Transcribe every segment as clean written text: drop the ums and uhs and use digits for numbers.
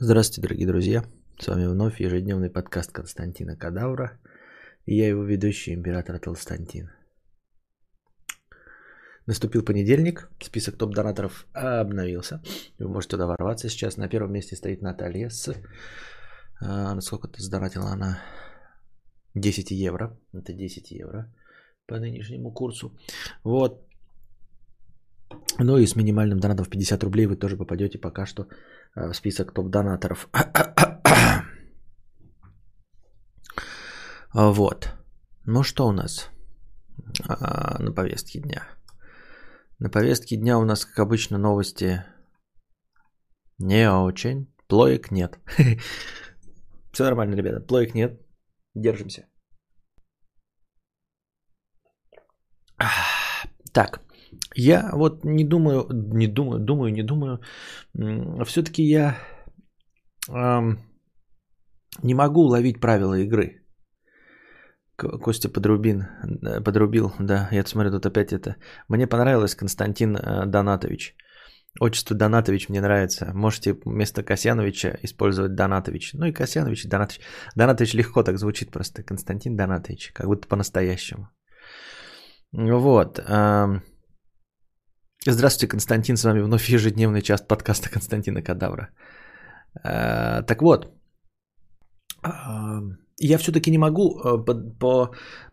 Здравствуйте, дорогие друзья. С вами вновь ежедневный подкаст Константина Кадавра. И я его ведущий, император Толстантин. Наступил понедельник, список топ-донаторов обновился. Вы можете туда ворваться сейчас. На первом месте стоит Наталья с... Насколько-то сдонатила она? 10 евро. Это 10 евро по нынешнему курсу. Вот. Ну и с минимальным донатом в 50 рублей вы тоже попадете пока что в список топ-донаторов. Вот. Ну что у нас на повестке дня? На повестке дня у нас, как обычно, новости не очень. Плоек нет. Все нормально, ребята. Плоек нет. Держимся. Так. Я вот не думаю. Все-таки я не могу уловить правила игры. Костя подрубил, да, я смотрю, тут опять это. Мне понравилось Константин Донатович. Отчество Донатович мне нравится. Можете вместо Касьяновича использовать Донатович. Ну и Касьянович, и Донатович. Донатович легко так звучит просто. Константин Донатович, как будто по-настоящему. Вот. Здравствуйте, Константин, с вами вновь ежедневный час подкаста Константина Кадавра. Так вот, я все-таки не могу по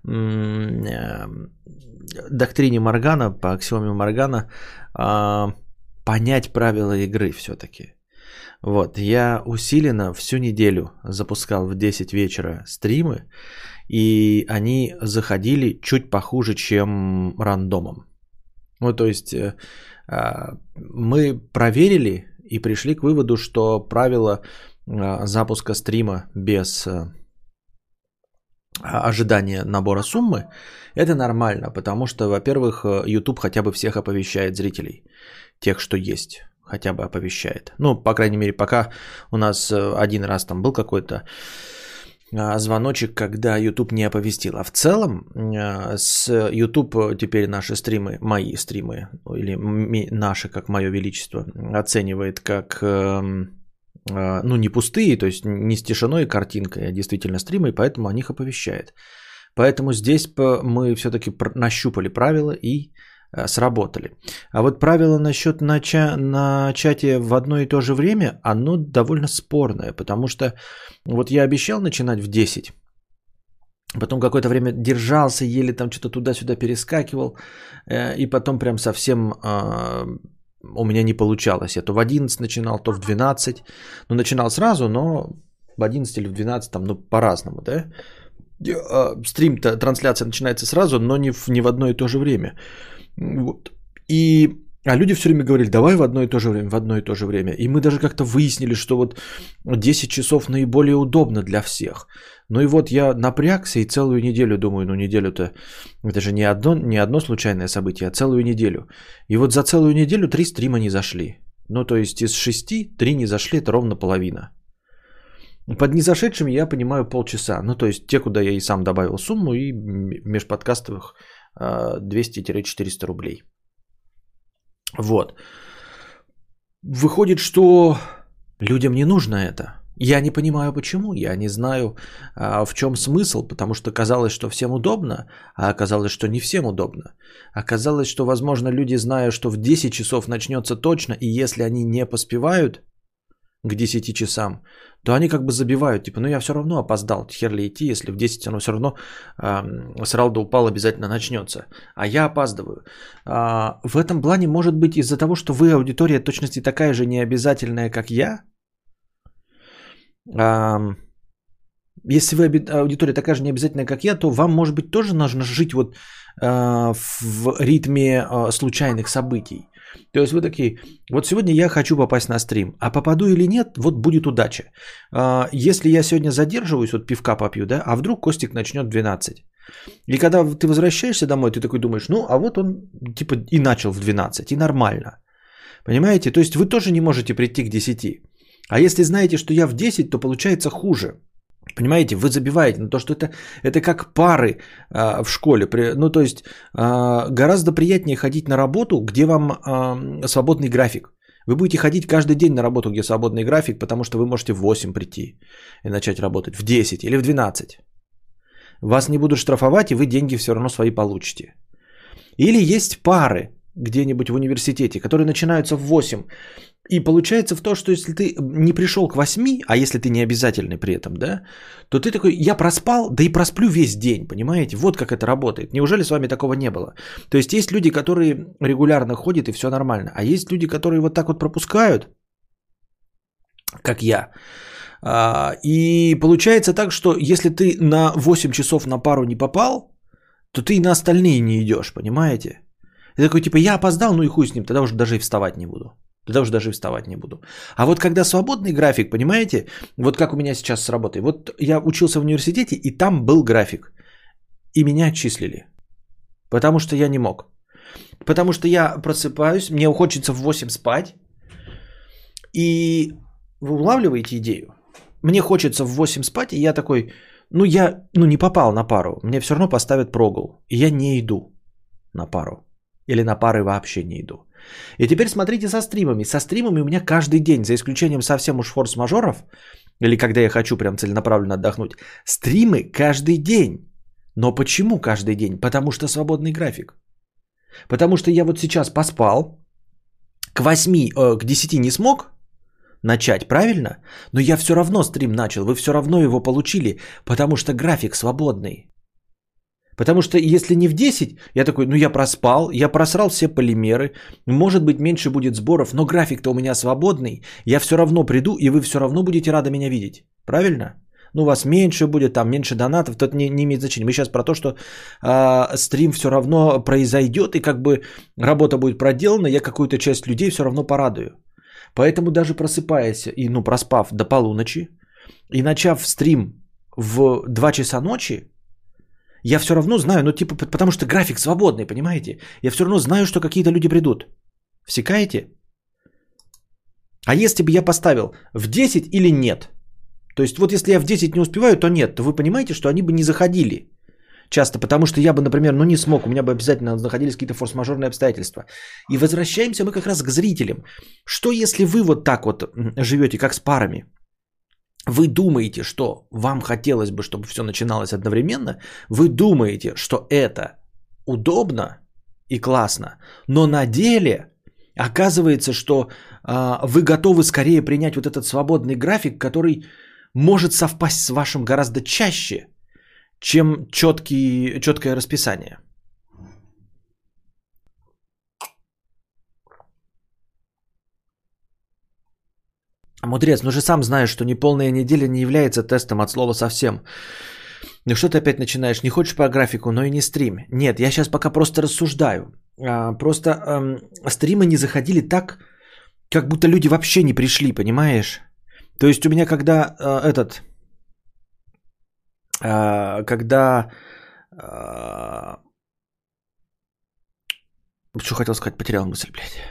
доктрине Моргана, по аксиоме Моргана понять правила игры все-таки. Вот, я усиленно всю неделю запускал в 10 вечера стримы, и они заходили чуть похуже, чем рандомом. Ну, то есть мы проверили и пришли к выводу, что правило запуска стрима без ожидания набора суммы – это нормально, потому что, во-первых, YouTube хотя бы всех оповещает зрителей, тех, что есть, хотя бы оповещает. Ну, по крайней мере, пока у нас один раз там был какой-то звоночек, когда YouTube не оповестил. А в целом с YouTube теперь наши стримы, мои стримы, или наши, как мое величество, оценивает как, ну, не пустые, то есть не с тишиной и картинкой, а действительно стримы, и поэтому о них оповещает. Поэтому здесь мы все-таки нащупали правила и сработали. А вот правило насчет начатия в одно и то же время, оно довольно спорное, потому что вот я обещал начинать в 10, потом какое-то время держался, еле там что-то туда-сюда перескакивал, и потом прям совсем у меня не получалось. Я то в 11 начинал, то в 12, ну начинал сразу, но в 11 или в 12 там, ну по-разному, да? Стрим-то, трансляция начинается сразу, но не в одно и то же время. Вот. А люди все время говорили, давай в одно и то же время, в одно и то же время. И мы даже как-то выяснили, что вот 10 часов наиболее удобно для всех. Ну и вот я напрягся и целую неделю думаю, ну неделю-то, это же не одно случайное событие, а целую неделю. И вот за целую неделю 3 стрима не зашли. Ну то есть из 6 3 не зашли, это ровно половина. Под незашедшими я понимаю полчаса. Ну то есть те, куда я и сам добавил сумму, и межподкастовых 200-400 рублей. Вот. Выходит, что людям не нужно это. Я не понимаю почему, я не знаю в чем смысл, потому что казалось, что всем удобно, а оказалось, что не всем удобно. Оказалось, что, возможно, люди, зная, что в 10 часов начнется точно, и если они не поспевают к 10 часам, то они как бы забивают, типа, ну я все равно опоздал, хер ли идти, если в 10 оно все равно срал да упал обязательно начнется, а я опаздываю. В этом плане может быть из-за того, что вы аудитория точности такая же необязательная, как я. Если вы аудитория такая же необязательная, как я, то вам, может быть, тоже нужно жить вот в ритме случайных событий. То есть вы такие, вот сегодня я хочу попасть на стрим, а попаду или нет, вот будет удача. Если я сегодня задерживаюсь, вот пивка попью, да, а вдруг Костик начнет в 12. И когда ты возвращаешься домой, ты такой думаешь, ну, а вот он типа и начал в 12, и нормально. Понимаете? То есть вы тоже не можете прийти к 10. А если знаете, что я в 10, то получается хуже. Понимаете, вы забиваете на то, что это как пары в школе. Ну, то есть гораздо приятнее ходить на работу, где вам свободный график. Вы будете ходить каждый день на работу, где свободный график, потому что вы можете в 8 прийти и начать работать, в 10 или в 12. Вас не будут штрафовать, и вы деньги все равно свои получите. Или есть пары где-нибудь в университете, которые начинаются в 8. И получается в то, что если ты не пришел к 8, а если ты не обязательный при этом, да, то ты такой, я проспал, да и просплю весь день, понимаете? Вот как это работает. Неужели с вами такого не было? То есть есть люди, которые регулярно ходят и все нормально. А есть люди, которые вот так вот пропускают, как я. И получается так, что если ты на 8 часов на пару не попал, то ты и на остальные не идешь, понимаете? Ты такой, типа, я опоздал, ну и хуй с ним, тогда уже даже и вставать не буду. А вот когда свободный график, понимаете, вот как у меня сейчас с работой. Вот я учился в университете, и там был график. И меня отчислили. Потому что я не мог. Потому что я просыпаюсь, мне хочется в 8 спать. И вы улавливаете идею? Мне хочется в 8 спать, и я такой, я не попал на пару. Мне все равно поставят прогул. И я не иду на пару. Или на пары вообще не иду. И теперь смотрите со стримами. Со стримами у меня каждый день, за исключением совсем уж форс-мажоров, или когда я хочу прям целенаправленно отдохнуть, стримы каждый день. Но почему каждый день? Потому что свободный график. Потому что я вот сейчас поспал, к 10 не смог начать, правильно? Но я все равно стрим начал, вы все равно его получили, потому что график свободный. Потому что если не в 10, я такой, я проспал, я просрал все полимеры, может быть меньше будет сборов, но график-то у меня свободный, я все равно приду, и вы все равно будете рады меня видеть. Правильно? У вас меньше будет, там меньше донатов, это не имеет значения. Мы сейчас про то, что стрим все равно произойдет, и как бы работа будет проделана, я какую-то часть людей все равно порадую. Поэтому даже просыпаясь и проспав до полуночи, и начав стрим в 2 часа ночи, я все равно знаю, потому что график свободный, понимаете? Я все равно знаю, что какие-то люди придут. Всекаете? А если бы я поставил в 10 или нет? То есть вот если я в 10 не успеваю, то нет. То вы понимаете, что они бы не заходили часто, потому что я бы, например, не смог. У меня бы обязательно находились какие-то форс-мажорные обстоятельства. И возвращаемся мы как раз к зрителям. Что если вы вот так вот живете, как с парами? Вы думаете, что вам хотелось бы, чтобы все начиналось одновременно, вы думаете, что это удобно и классно, но на деле оказывается, что вы готовы скорее принять вот этот свободный график, который может совпасть с вашим гораздо чаще, чем четкое расписание. Мудрец, же сам знаешь, что неполная неделя не является тестом от слова совсем. Ну что ты опять начинаешь? Не хочешь по графику, но и не стрим. Нет, я сейчас пока просто рассуждаю. Просто стримы не заходили так, как будто люди вообще не пришли, понимаешь? То есть у меня когда что хотел сказать, потерял мысль, блядь.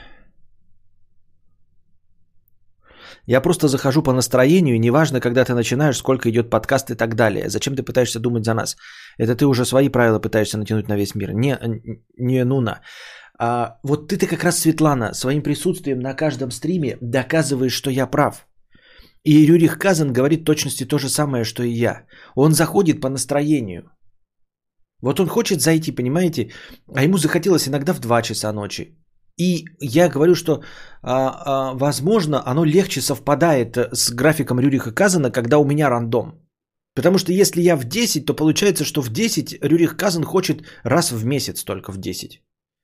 Я просто захожу по настроению, и неважно, когда ты начинаешь, сколько идет подкаст и так далее. Зачем ты пытаешься думать за нас? Это ты уже свои правила пытаешься натянуть на весь мир. Не Нуна. Вот ты как раз, Светлана, своим присутствием на каждом стриме доказываешь, что я прав. И Рюрих Казан говорит точности то же самое, что и я. Он заходит по настроению. Вот он хочет зайти, понимаете? А ему захотелось иногда в 2 часа ночи. И я говорю, что, возможно, оно легче совпадает с графиком Рюриха Казана, когда у меня рандом. Потому что если я в 10, то получается, что в 10 Рюрих Казан хочет раз в месяц только в 10.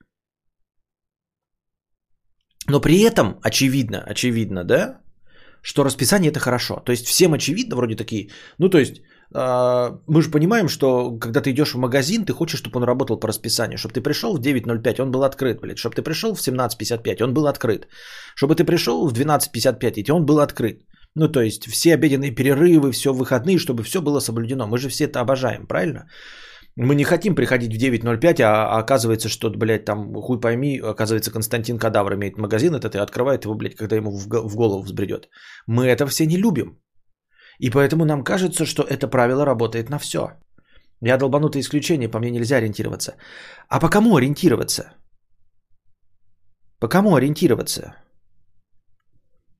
Но при этом очевидно, да, что расписание это хорошо. То есть всем очевидно, вроде такие, мы же понимаем, что когда ты идешь в магазин, ты хочешь, чтобы он работал по расписанию. Чтобы ты пришел в 9:05, он был открыт, блядь. Чтобы ты пришел в 17:55, он был открыт. Чтобы ты пришел в 12:55, он был открыт. То есть все обеденные перерывы, все выходные, чтобы все было соблюдено. Мы же все это обожаем, правильно? Мы не хотим приходить в 9:05, а оказывается, что, блядь, там, хуй пойми, оказывается, Константин Кадавр имеет магазин этот и открывает его, блядь, когда ему в голову взбредет. Мы это все не любим. И поэтому нам кажется, что это правило работает на все. Я долбанутое исключение, по мне нельзя ориентироваться. А по кому ориентироваться? По кому ориентироваться?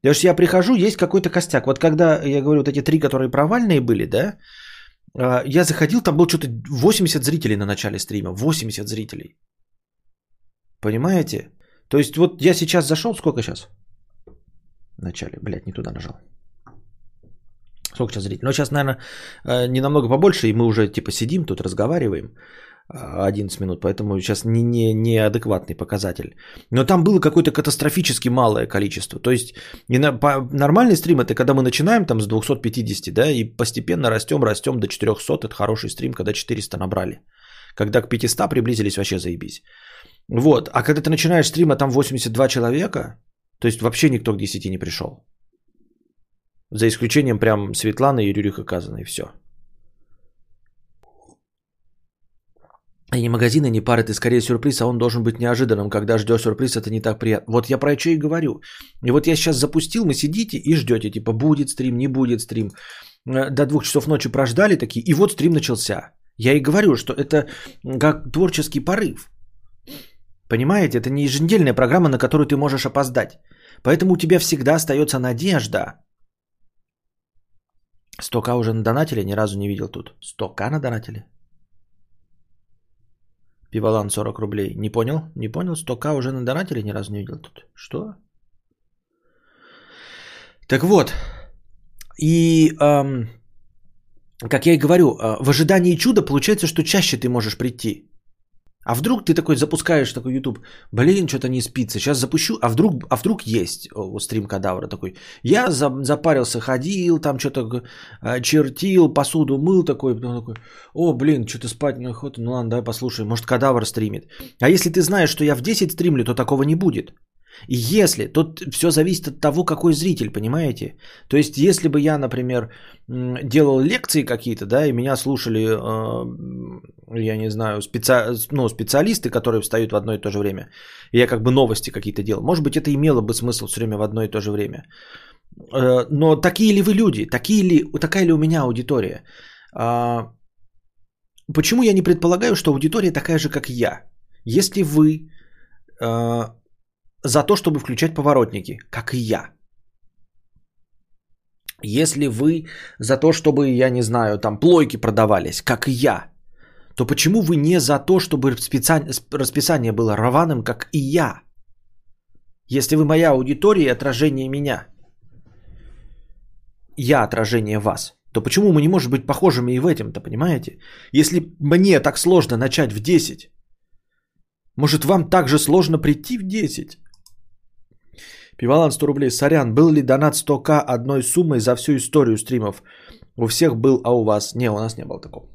Потому что я прихожу, есть какой-то костяк. Вот когда, я говорю, вот эти 3, которые провальные были, да, я заходил, там было что-то 80 зрителей на начале стрима. 80 зрителей. Понимаете? То есть вот я сейчас зашел, сколько сейчас? В начале, блядь, не туда нажал. Сколько сейчас зрителей? Ну, сейчас, наверное, не намного побольше, и мы уже типа сидим тут, разговариваем 11 минут, поэтому сейчас не адекватный показатель. Но там было какое-то катастрофически малое количество. То есть нормальный стрим это когда мы начинаем там с 250, да, и постепенно растем до 400. Это хороший стрим, когда 400 набрали. Когда к 500 приблизились, вообще заебись. Вот. А когда ты начинаешь стрим, а там 82 человека, то есть вообще никто к 10 не пришел. За исключением прям Светланы и Рюрика Казана, и все. И ни магазины, ни пары, ты скорее сюрприз, а он должен быть неожиданным. Когда ждешь сюрприз, это не так приятно. Вот я про это и говорю. И вот я сейчас запустил, мы сидите и ждете, типа будет стрим, не будет стрим. До 2 часов ночи прождали такие, и вот стрим начался. Я и говорю, что это как творческий порыв. Понимаете, это не еженедельная программа, на которую ты можешь опоздать. Поэтому у тебя всегда остается надежда. 100к уже надонатили, ни разу не видел тут. 100к надонатили? Пиволан 40 рублей. Не понял? Не понял? 100к уже надонатили, ни разу не видел тут. Что? Так вот. И, как я и говорю, в ожидании чуда получается, что чаще ты можешь прийти. А вдруг ты такой запускаешь такой YouTube, блин, что-то не спится, сейчас запущу, а вдруг есть стрим Кадавра такой. Я запарился, ходил, там что-то чертил, посуду мыл такой, потом такой, о, блин, что-то спать неохота, ну ладно, давай послушаем, может Кадавр стримит. А если ты знаешь, что я в 10 стримлю, то такого не будет. И если, тут все зависит от того, какой зритель, понимаете? То есть, если бы я, например, делал лекции какие-то, да, и меня слушали, я не знаю, специалисты, которые встают в одно и то же время, и я как бы новости какие-то делал, может быть, это имело бы смысл все время в одно и то же время. Но такие ли вы люди? Такая ли у меня аудитория? Почему я не предполагаю, что аудитория такая же, как я? Если вы... за то, чтобы включать поворотники, как и я. Если вы за то, чтобы, я не знаю, там плойки продавались, как и я, то почему вы не за то, чтобы расписание было рваным, как и я? Если вы моя аудитория и отражение меня, я отражение вас, то почему мы не можем быть похожими и в этом-то, понимаете? Если мне так сложно начать в 10, может вам так же сложно прийти в 10? Пивалан 100 рублей. Сорян, был ли донат 100к одной суммой за всю историю стримов? У всех был, а у вас? Не, у нас не было такого.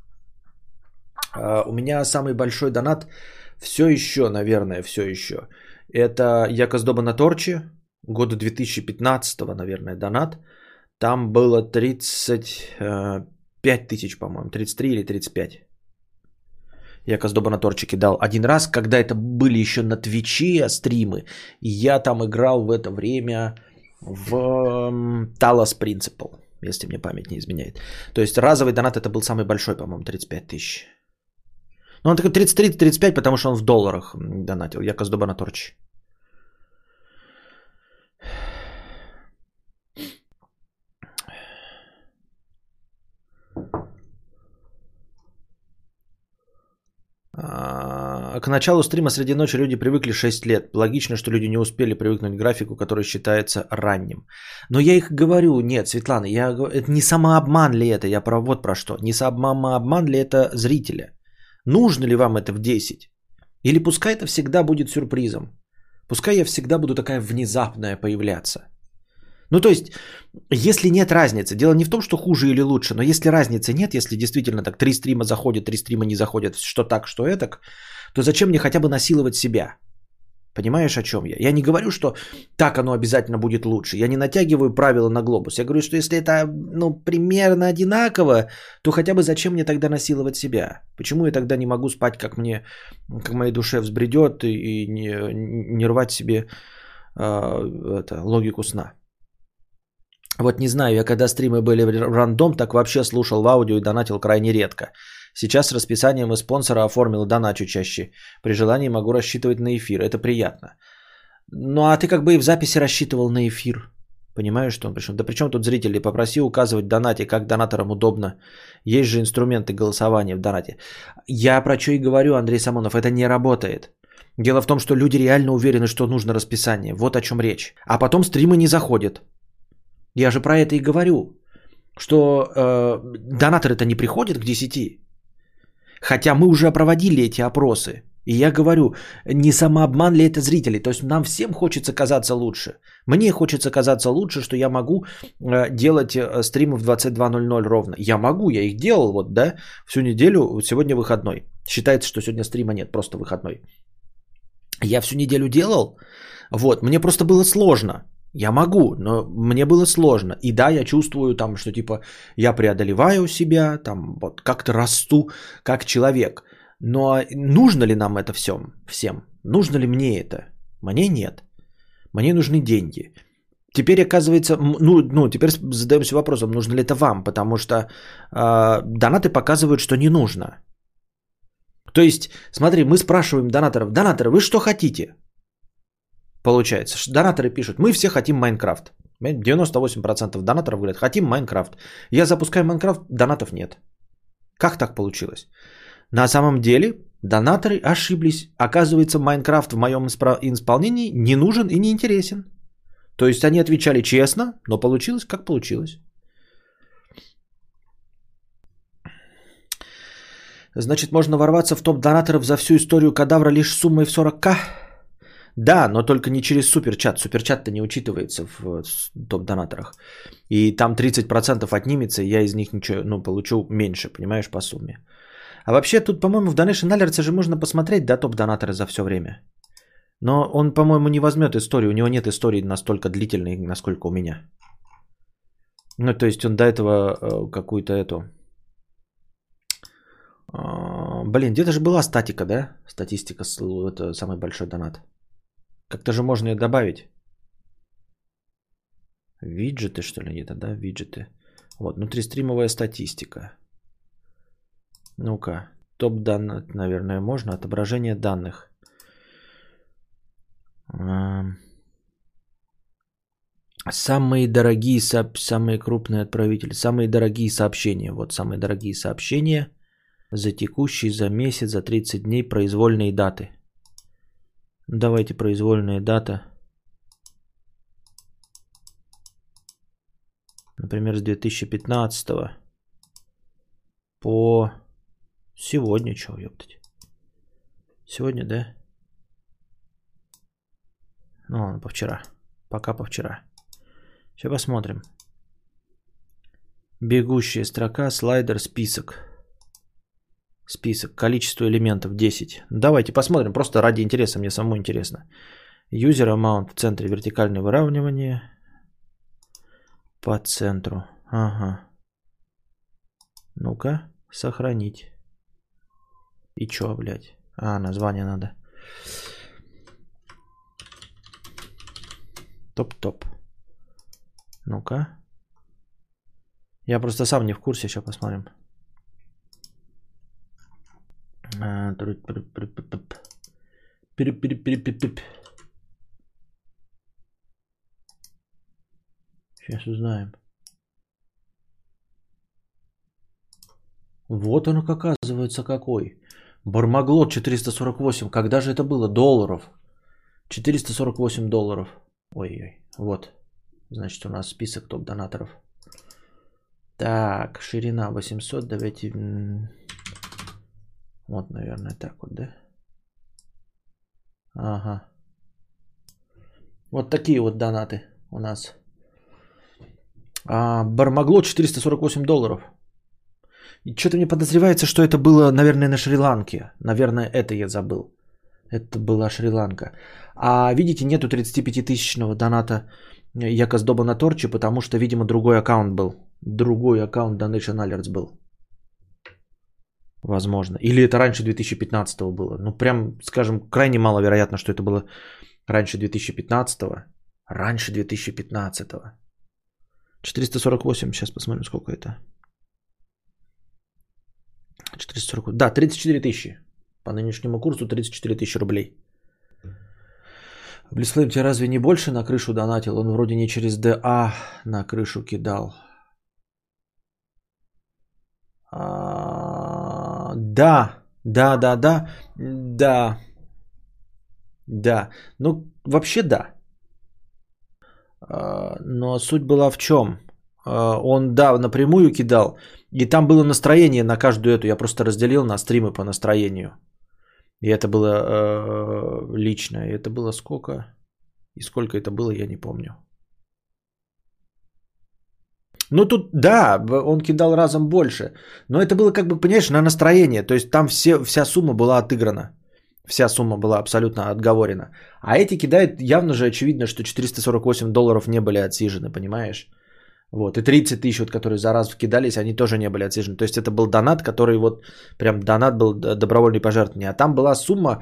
У меня самый большой донат все еще, наверное, все еще. Это Якоздоба на Торче, года 2015, наверное, донат. Там было 35 тысяч, по-моему, 33 или 35. Я Коздоба на торчике дал один раз, когда это были еще на Твиче стримы. И я там играл в это время в Talos Principle, если мне память не изменяет. То есть разовый донат это был самый большой, по-моему, 35 тысяч. Ну, он такой 33-35, потому что он в долларах донатил. Я Коздоба на торчи. К началу стрима среди ночи люди привыкли 6 лет. Логично, что люди не успели привыкнуть к графику, который считается ранним. Но я их говорю, нет, Светлана, это не самообман ли это? Я вот про что. Не самообман ли это зрителя? Нужно ли вам это в 10? Или пускай это всегда будет сюрпризом? Пускай я всегда буду такая внезапная появляться. Ну, то есть, если нет разницы, дело не в том, что хуже или лучше, но если разницы нет, если действительно так 3 стрима заходят, 3 стрима не заходят, что так, что этак, то зачем мне хотя бы насиловать себя? Понимаешь, о чем я? Я не говорю, что так оно обязательно будет лучше. Я не натягиваю правила на глобус. Я говорю, что если это примерно одинаково, то хотя бы зачем мне тогда насиловать себя? Почему я тогда не могу спать, как моей душе взбредет, и не рвать себе логику сна? Вот не знаю, я когда стримы были в рандом, так вообще слушал в аудио и донатил крайне редко. Сейчас с расписанием и спонсора оформил доначу чаще. При желании могу рассчитывать на эфир, это приятно. Ну а ты как бы и в записи рассчитывал на эфир. Понимаешь, что он пришел? Да при чем тут зрители? Попроси указывать в донате, как донаторам удобно. Есть же инструменты голосования в донате. Я про что и говорю, Андрей Самонов, это не работает. Дело в том, что люди реально уверены, что нужно расписание. Вот о чем речь. А потом стримы не заходят. Я же про это и говорю. Что донаторы-то не приходят к 10. Хотя мы уже проводили эти опросы. И я говорю, не самообман ли это зрителей? То есть нам всем хочется казаться лучше. Мне хочется казаться лучше, что я могу делать стримы в 22:00 ровно. Я могу, я их делал вот, да, всю неделю, сегодня выходной. Считается, что сегодня стрима нет, просто выходной. Я всю неделю делал, вот, мне просто было сложно. Я могу, но мне было сложно. И да, я чувствую там, что типа я преодолеваю себя, там вот как-то расту как человек. Но нужно ли нам это всем? Нужно ли мне это? Мне нет. Мне нужны деньги. Теперь оказывается, теперь задаемся вопросом, нужно ли это вам, потому что донаты показывают, что не нужно. То есть, смотри, мы спрашиваем донаторов, донаторы, вы что хотите? Получается, донаторы пишут, мы все хотим Майнкрафт. 98% донаторов говорят, хотим Майнкрафт. Я запускаю Майнкрафт, донатов нет. Как так получилось? На самом деле, донаторы ошиблись. Оказывается, Майнкрафт в моем исполнении не нужен и не интересен. То есть они отвечали честно, но получилось как получилось. Значит, можно ворваться в топ донаторов за всю историю кадавра лишь с суммой в 40к? Да, но только не через суперчат. Суперчат-то не учитывается в топ-донаторах. И там 30% отнимется, и я из них ничего, получу меньше, понимаешь, по сумме. А вообще тут, по-моему, в Donation Alerts же можно посмотреть, да, топ-донаторы за все время. Но он, по-моему, не возьмет историю. У него нет истории настолько длительной, насколько у меня. Ну, то есть он до этого какую-то эту... Где-то же была статика, да? Статистика, это самый большой донат. Как-то же можно ее добавить. Виджеты, что ли, где-то, да? Виджеты. Вот, внутристримовая статистика. Ну-ка, топ-донат, наверное, можно. Отображение данных. Самые дорогие, самые крупные отправители. Самые дорогие сообщения. Вот, самые дорогие сообщения за текущий, за месяц, за 30 дней, произвольные даты. Давайте произвольная дата. Например, с 2015 по сегодня. Чего, ёптать? Сегодня, да? Ну, ладно, по вчера. Пока по вчера. Сейчас посмотрим. Бегущая строка, слайдер, список. Список, количество элементов 10. Давайте посмотрим, просто ради интереса, мне самому интересно. User amount в центре, вертикальное выравнивание. По центру. Ага. Ну-ка, сохранить. И чё, блядь? Название надо. Топ-топ. Ну-ка. Я просто сам не в курсе, сейчас посмотрим. Сейчас узнаем. Вот он, оказывается, какой. Бармаглот 448. Когда же это было? Долларов. 448 долларов. Ой-ой. Вот. Значит, у нас список топ-донаторов. Так, ширина 800. Давайте... Вот, наверное, так вот, да? Ага. Вот такие вот донаты у нас. Бармаглот 448 долларов. И что-то мне подозревается, что это было, наверное, на Шри-Ланке. Наверное, это я забыл. Это была Шри-Ланка. А видите, нету 35-тысячного доната Якос Доба на Торче, потому что, видимо, другой аккаунт был. Другой аккаунт Donation Alerts был. Возможно. Или это раньше 2015 было. Ну, прям, скажем, крайне маловероятно, что это было раньше 2015. Раньше 2015. 448, сейчас посмотрим, сколько это. 440, да, 34 тысячи. По нынешнему курсу 34 тысячи рублей. Блисфлейм, тебе разве не больше на крышу донатил? Он вроде не через ДА на крышу кидал. Да, да, да, да, да, да. Ну, вообще да. Но суть была в чем? Он, да, напрямую кидал. И там было настроение на каждую эту. Я просто разделил на стримы по настроению. И это было лично. И это было сколько? И сколько это было, я не помню. Ну тут, да, он кидал разом больше. Но это было, как бы, понимаешь, на настроение. То есть там вся сумма была отыграна. Вся сумма была абсолютно отговорена. А эти кидают, явно же очевидно, что $448 не были отсижены, понимаешь? Вот, и 30 тысяч, вот, которые за раз вкидались, они тоже не были отсижены. То есть это был донат, который вот, прям донат был добровольный пожертвование. А там была сумма,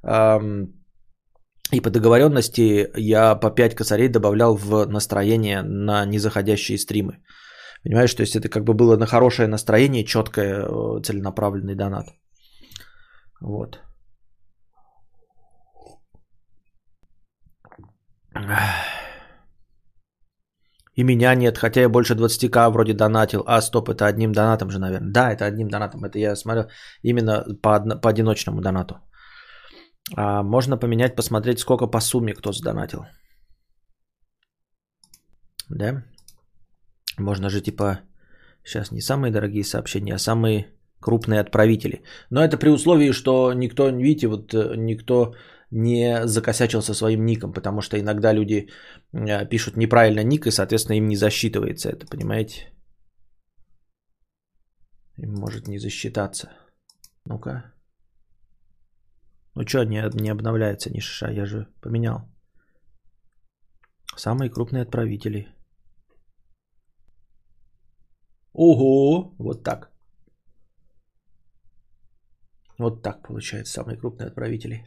и по договоренности я по 5 косарей добавлял в настроение на незаходящие стримы. Понимаешь, то есть это как бы было на хорошее настроение, четкое, целенаправленный донат. Вот. И меня нет, хотя я больше 20к вроде донатил. А, стоп, это одним донатом же, наверное. Да, это одним донатом. Это я смотрел именно по одиночному донату. Можно поменять, посмотреть, сколько по сумме кто задонатил. Да? Можно же типа... Сейчас не самые дорогие сообщения, а самые крупные отправители. Но это при условии, что никто, видите, вот никто не закосячил со своим ником, потому что иногда люди пишут неправильно ник, и, соответственно, им не засчитывается это, понимаете? Им может не засчитаться. Ну-ка. Ну что, не обновляется ни шиша, я же поменял. Самые крупные отправители. Ого, вот так. Вот так получается, самые крупные отправители.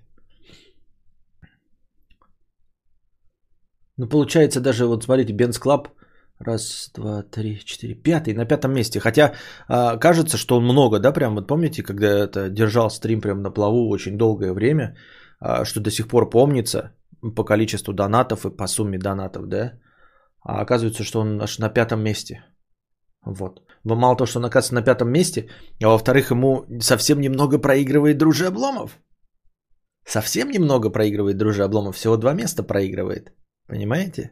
Ну, получается даже, вот смотрите, Benz Club, раз, два, три, четыре, пятый, на пятом месте. Хотя кажется, что он много, да, прям вот помните, когда это держал стрим прям на плаву очень долгое время, что до сих пор помнится по количеству донатов и по сумме донатов, да, а оказывается, что он аж на пятом месте. Вот. Мало того, что он оказывается на пятом месте, а во-вторых, ему совсем немного проигрывает Друже Обломов. Совсем немного проигрывает Друже Обломов, всего 2 места проигрывает. Понимаете?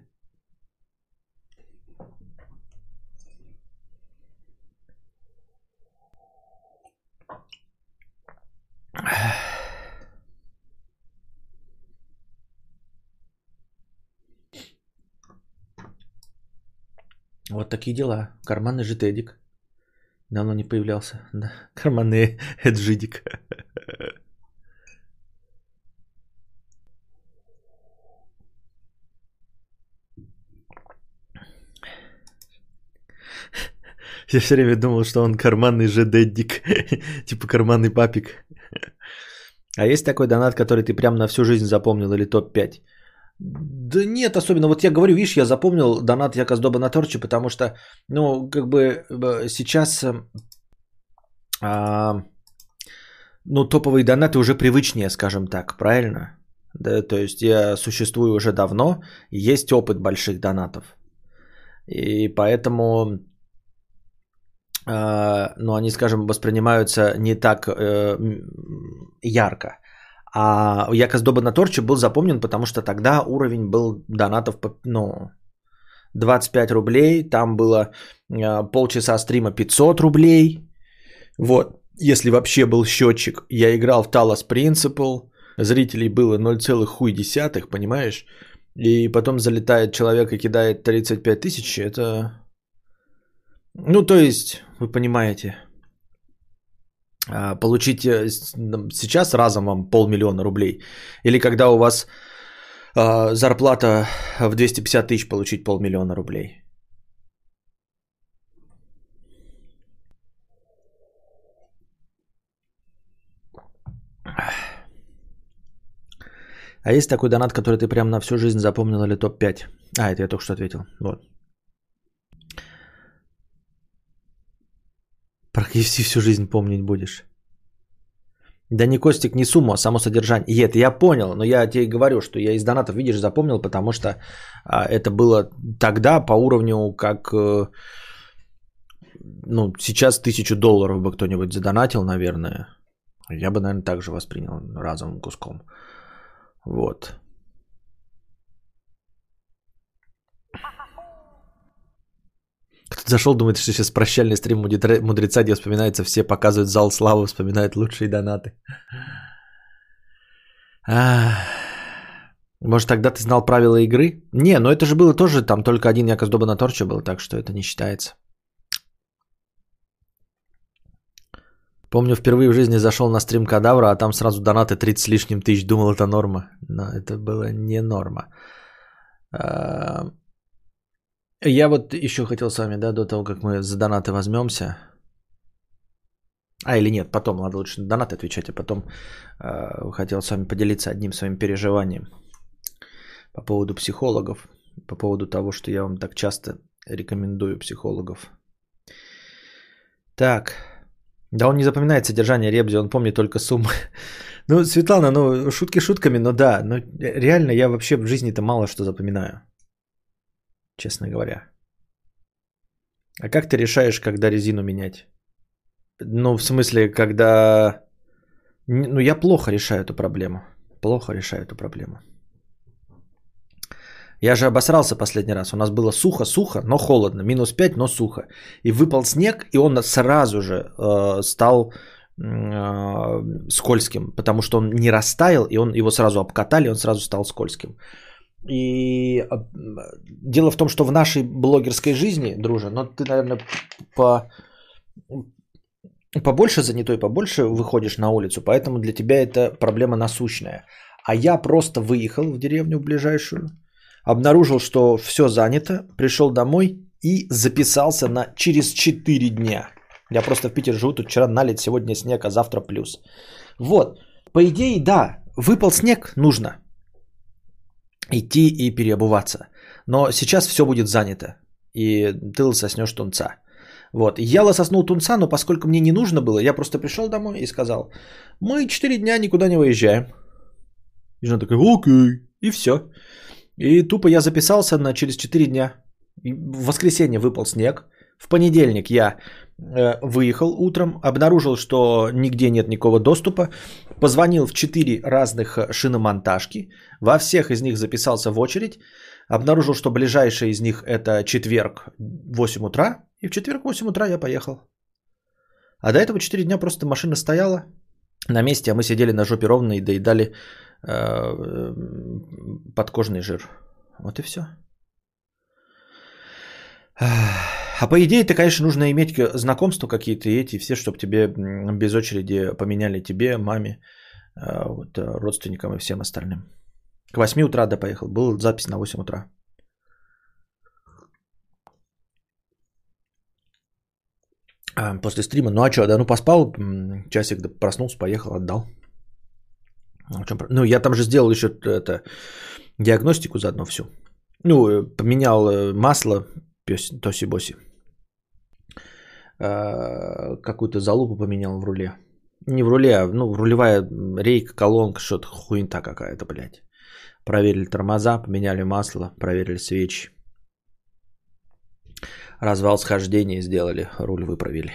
Вот такие дела. Карманный житедик. Давно не появлялся. Да. Карманный эджидик. Я все время думал, что он карманный жедеддик. Типа карманный папик. А есть такой донат, который ты прям на всю жизнь запомнил или топ-5? Да нет, особенно. Вот я говорю, видишь, я запомнил донат Якас Доба на Торче, потому что, ну, как бы сейчас, ну, топовые донаты уже привычнее, скажем так, правильно? Да, то есть я существую уже давно, есть опыт больших донатов. И поэтому, ну, они, скажем, воспринимаются не так ярко. А Якас Доба на Торче был запомнен, потому что тогда уровень был донатов, ну, 25 рублей, там было полчаса стрима 500 рублей. Вот, если вообще был счетчик, я играл в Talos Principle, зрителей было 0,1, понимаешь? И потом залетает человек и кидает 35 тысяч, это... Ну, то есть, вы понимаете, получить сейчас разом вам 500 000 рублей. Или когда у вас зарплата в 250 тысяч, получить 500 000 рублей. А есть такой донат, который ты прям на всю жизнь запомнил или топ-5? Это я только что ответил. Вот. Про KFC всю жизнь помнить будешь. Да не Костик, не сумму, а само содержание. И это я понял, но я тебе говорю, что я из донатов, видишь, запомнил, потому что это было тогда по уровню, как, ну, сейчас $1000 бы кто-нибудь задонатил, наверное. Я бы, наверное, так же воспринял разовым куском. Вот. Кто-то зашел, думает, что сейчас прощальный стрим мудреца, где вспоминается все, показывают зал славы, вспоминают лучшие донаты. Может, тогда ты знал правила игры? Не, но это же было тоже, там только один Якос Доба на торче был, так что это не считается. Помню, впервые в жизни зашел на стрим Кадавра, а там сразу донаты 30 с лишним тысяч. Думал, это норма. Но это было не норма. Я вот еще хотел с вами, да, до того, как мы за донаты возьмемся. Или нет, потом, надо лучше на донаты отвечать, а потом хотел с вами поделиться одним своим переживанием по поводу психологов, по поводу того, что я вам так часто рекомендую психологов. Так, да он не запоминает содержание Ребзи, он помнит только суммы. Ну, Светлана, ну, шутки шутками, но да, но реально я вообще в жизни-то мало что запоминаю. Честно говоря. А как ты решаешь, когда резину менять? Ну, в смысле, когда... Ну, я плохо решаю эту проблему. Плохо решаю эту проблему. Я же обосрался последний раз. У нас было сухо, но холодно. -5, но сухо. И выпал снег, и он сразу же стал скользким. Потому что он не растаял, и его сразу обкатали, и он сразу стал скользким. И дело в том, что в нашей блогерской жизни, друже, но ты, наверное, побольше занятой, побольше выходишь на улицу, поэтому для тебя это проблема насущная. А я просто выехал в деревню ближайшую, обнаружил, что все занято, пришел домой и записался на через 4 дня. Я просто в Питере живу, тут вчера налить, сегодня снег, а завтра плюс. Вот, по идее, да, выпал снег, нужно идти и переобуваться. Но сейчас все будет занято, и ты лососнешь тунца. Вот. Я лососнул тунца, но поскольку мне не нужно было, я просто пришел домой и сказал, мы 4 дня никуда не выезжаем. И жена такая, окей, и все. И тупо я записался на через 4 дня. И в воскресенье выпал снег. В понедельник я выехал утром, обнаружил, что нигде нет никакого доступа, позвонил в 4 разных шиномонтажки, во всех из них записался в очередь, обнаружил, что ближайшая из них это четверг 8 утра, и в четверг 8 утра я поехал. А до этого 4 дня просто машина стояла на месте, а мы сидели на жопе ровно и доедали подкожный жир. Вот и все. А по идее, это, конечно, нужно иметь знакомства какие-то и эти все, чтобы тебе без очереди поменяли тебе, маме, вот, родственникам и всем остальным. К 8 утра да поехал. Была запись на 8 утра. После стрима. Ну а что, да, ну поспал часик, да проснулся, поехал, отдал. Ну, я там же сделал еще это, диагностику заодно всю. Ну, поменял масло, тоси-боси. Какую-то залупу поменял в руле. Не в руле, а ну, рулевая рейка, колонка, что-то хуйня какая-то, блядь. Проверили тормоза, поменяли масло, проверили свечи. Развал схождения сделали, руль выправили.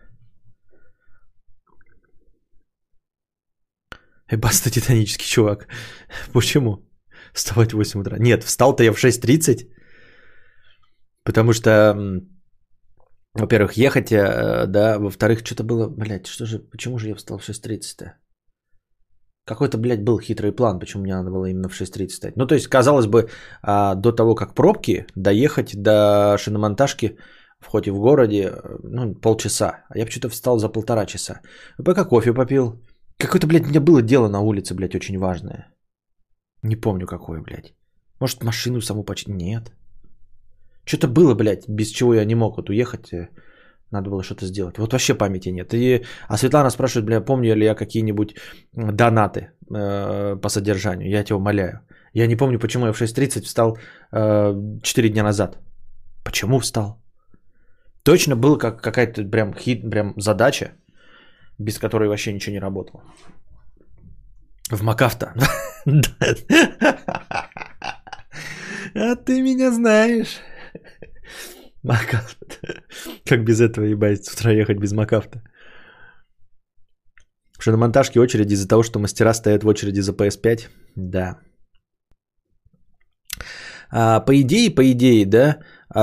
Баста титанический чувак. Почему? Вставать в 8 утра. Нет, встал-то я в 6:30. Потому что, во-первых, ехать, да, во-вторых, что-то было, блядь, что же, почему же я встал в 6:30-то? Какой-то, блядь, был хитрый план, почему мне надо было именно в 6:30 встать. Ну, то есть, казалось бы, до того, как пробки, доехать до шиномонтажки, хоть и в городе, ну, полчаса. А я почему-то встал за 1,5 часа. Пока кофе попил. Какое-то, блядь, у меня было дело на улице, блядь, очень важное. Не помню какое, блядь. Может, машину саму почти... Нет. Что-то было, блядь, без чего я не мог вот уехать. Надо было что-то сделать. Вот вообще памяти нет. А Светлана спрашивает, бля, помню ли я какие-нибудь донаты по содержанию. Я тебя умоляю. Я не помню, почему я в 6:30 встал 4 дня назад. Почему встал? Точно была какая-то прям задача, без которой вообще ничего не работало. В МакАвто. А ты меня знаешь. МакАвто. Как без этого, ебать, с утра ехать без МакАвто? Что на монтажке очереди из-за того, что мастера стоят в очереди за PS5? Да. По идее, да,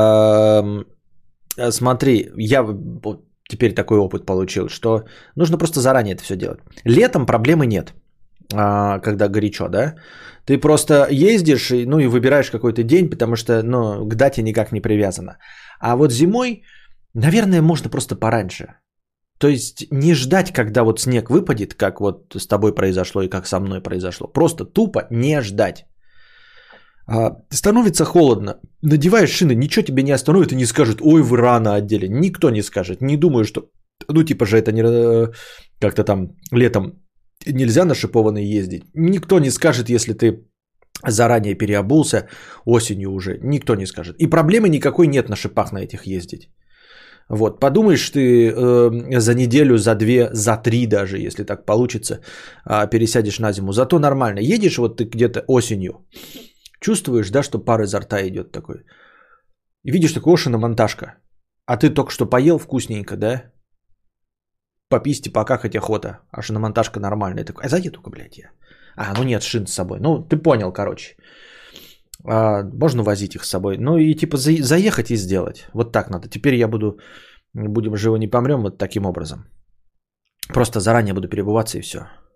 смотри, я вот теперь такой опыт получил, что нужно просто заранее это все делать. Летом проблемы нет, когда горячо, да. Ты просто ездишь, ну и выбираешь какой-то день, потому что, ну, к дате никак не привязано. А вот зимой, наверное, можно просто пораньше. То есть не ждать, когда вот снег выпадет, как вот с тобой произошло и как со мной произошло. Просто тупо не ждать. Становится холодно, надеваешь шины, ничего тебе не остановит и не скажет, ой, вы рано одели. Никто не скажет, не думаю, что, ну типа же это не как-то там летом нельзя на шипованный ездить. Никто не скажет, если ты заранее переобулся, осенью уже, никто не скажет. И проблемы никакой нет на шипах на этих ездить. Вот, подумаешь ты за неделю, за две, за три даже, если так получится, пересядешь на зиму. Зато нормально. Едешь вот ты где-то осенью, чувствуешь, да, что пар изо рта идет такой. И видишь такой шиномонтажка. А ты только что поел вкусненько, да? Пописти, покакать охота. А шиномонтажка нормальная. Такой, а зайди только, блядь, я. Ну нет, шин с собой. Ну, ты понял, короче. Можно возить их с собой. Ну и типа заехать и сделать. Вот так надо. Теперь я будем живо не помрем вот таким образом. Просто заранее буду переобуваться и все.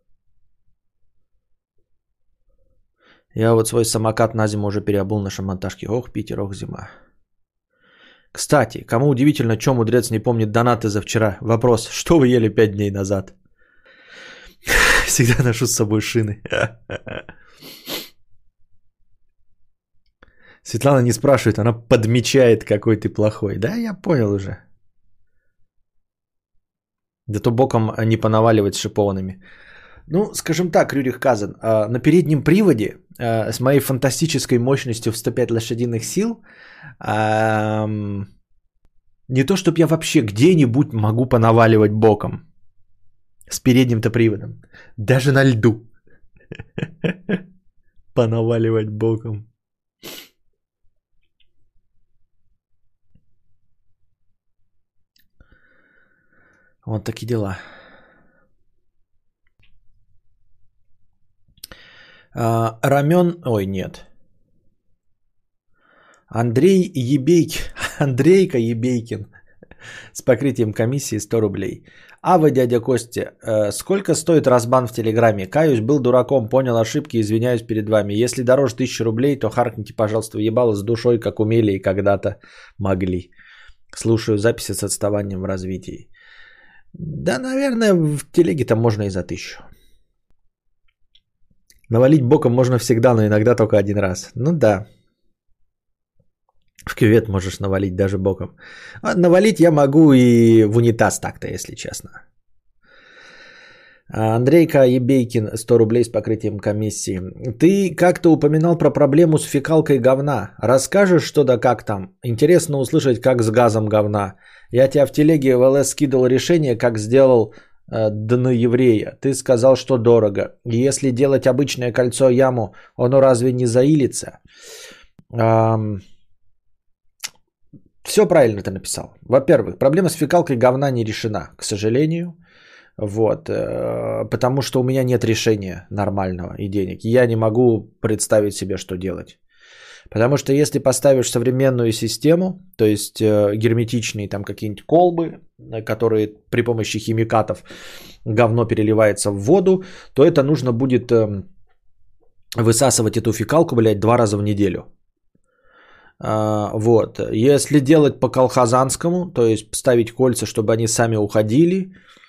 Я вот свой самокат на зиму уже переобул на шиномонтажке. Ох, Питер, ох, зима. Кстати, кому удивительно, что мудрец не помнит донаты за вчера? Вопрос, что вы ели 5 дней назад? Всегда ношу с собой шины. Светлана не спрашивает, она подмечает, какой ты плохой. Да, я понял уже. Да то боком не понаваливать с шипованными. Ну, скажем так, Рюрих Казан, на переднем приводе с моей фантастической мощностью в 105 лошадиных сил, не то, чтобы я вообще где-нибудь могу понаваливать боком с передним-то приводом. Даже на льду. Понаваливать боком. Вот такие дела. Рамен... Ой, нет. Андрейка Ебейкин с покрытием комиссии 100 рублей. Ава, дядя Костя, сколько стоит разбан в Телеграме? Каюсь, был дураком, понял ошибки, извиняюсь перед вами. Если дороже 1000 рублей, то харкните, пожалуйста, ебало с душой, как умели и когда-то могли. Слушаю записи с отставанием в развитии. Да, наверное, в телеге-то можно и за 1000. Навалить боком можно всегда, но иногда только один раз. Ну да. В кювет можешь навалить даже боком. А навалить я могу и в унитаз так-то, если честно. Андрейка Ебейкин, 100 рублей с покрытием комиссии. Ты как-то упоминал про проблему с фекалкой говна. Расскажешь, что да как там? Интересно услышать, как с газом говна. Я тебя в телеге в ЛС скидывал решение, как сделал дно еврея. Ты сказал, что дорого. И если делать обычное кольцо яму, оно разве не заилится? Все правильно ты написал. Во-первых, проблема с фекалкой говна не решена, к сожалению. Вот, потому что у меня нет решения нормального и денег. Я не могу представить себе, что делать. Потому что если поставишь современную систему, то есть герметичные там какие-нибудь колбы, которые при помощи химикатов говно переливается в воду, то это нужно будет высасывать эту фекалку, блядь, 2 раза в неделю. Вот. Если делать по колхозанскому, то есть ставить кольца, чтобы они сами уходили,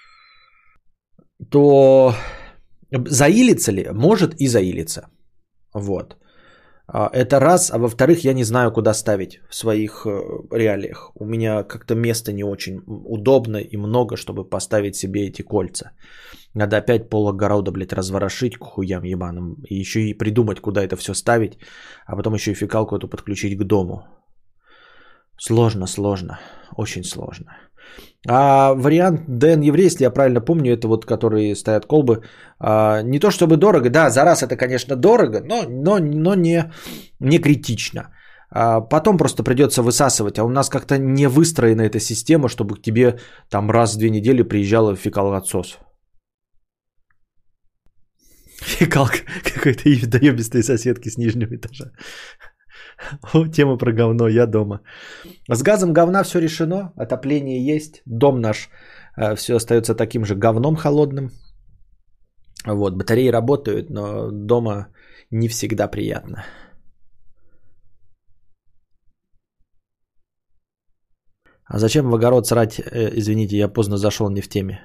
то заилится ли? Может и заилиться. Вот. Это раз. А во-вторых, я не знаю, куда ставить в своих реалиях. У меня как-то место не очень удобно и много, чтобы поставить себе эти кольца. Надо опять пол огорода, блядь, разворошить к хуям ебаным. И еще и придумать, куда это все ставить. А потом еще и фекалку эту подключить к дому. Сложно, сложно. Очень сложно. А вариант Дэн Еврей, если я правильно помню, это вот, которые стоят колбы, не то чтобы дорого, да, за раз это, конечно, дорого, но не критично. Потом просто придется высасывать, а у нас как-то не выстроена эта система, чтобы к тебе там раз в 2 недели приезжала фекалоотсос. Фекалка какой-то доебистой соседки с нижнего этажа. О, тема про говно, я дома. С газом говна все решено, отопление есть, дом наш все остается таким же говном холодным. Вот, батареи работают, но дома не всегда приятно. А зачем в огород срать? Извините, я поздно зашел, не в теме.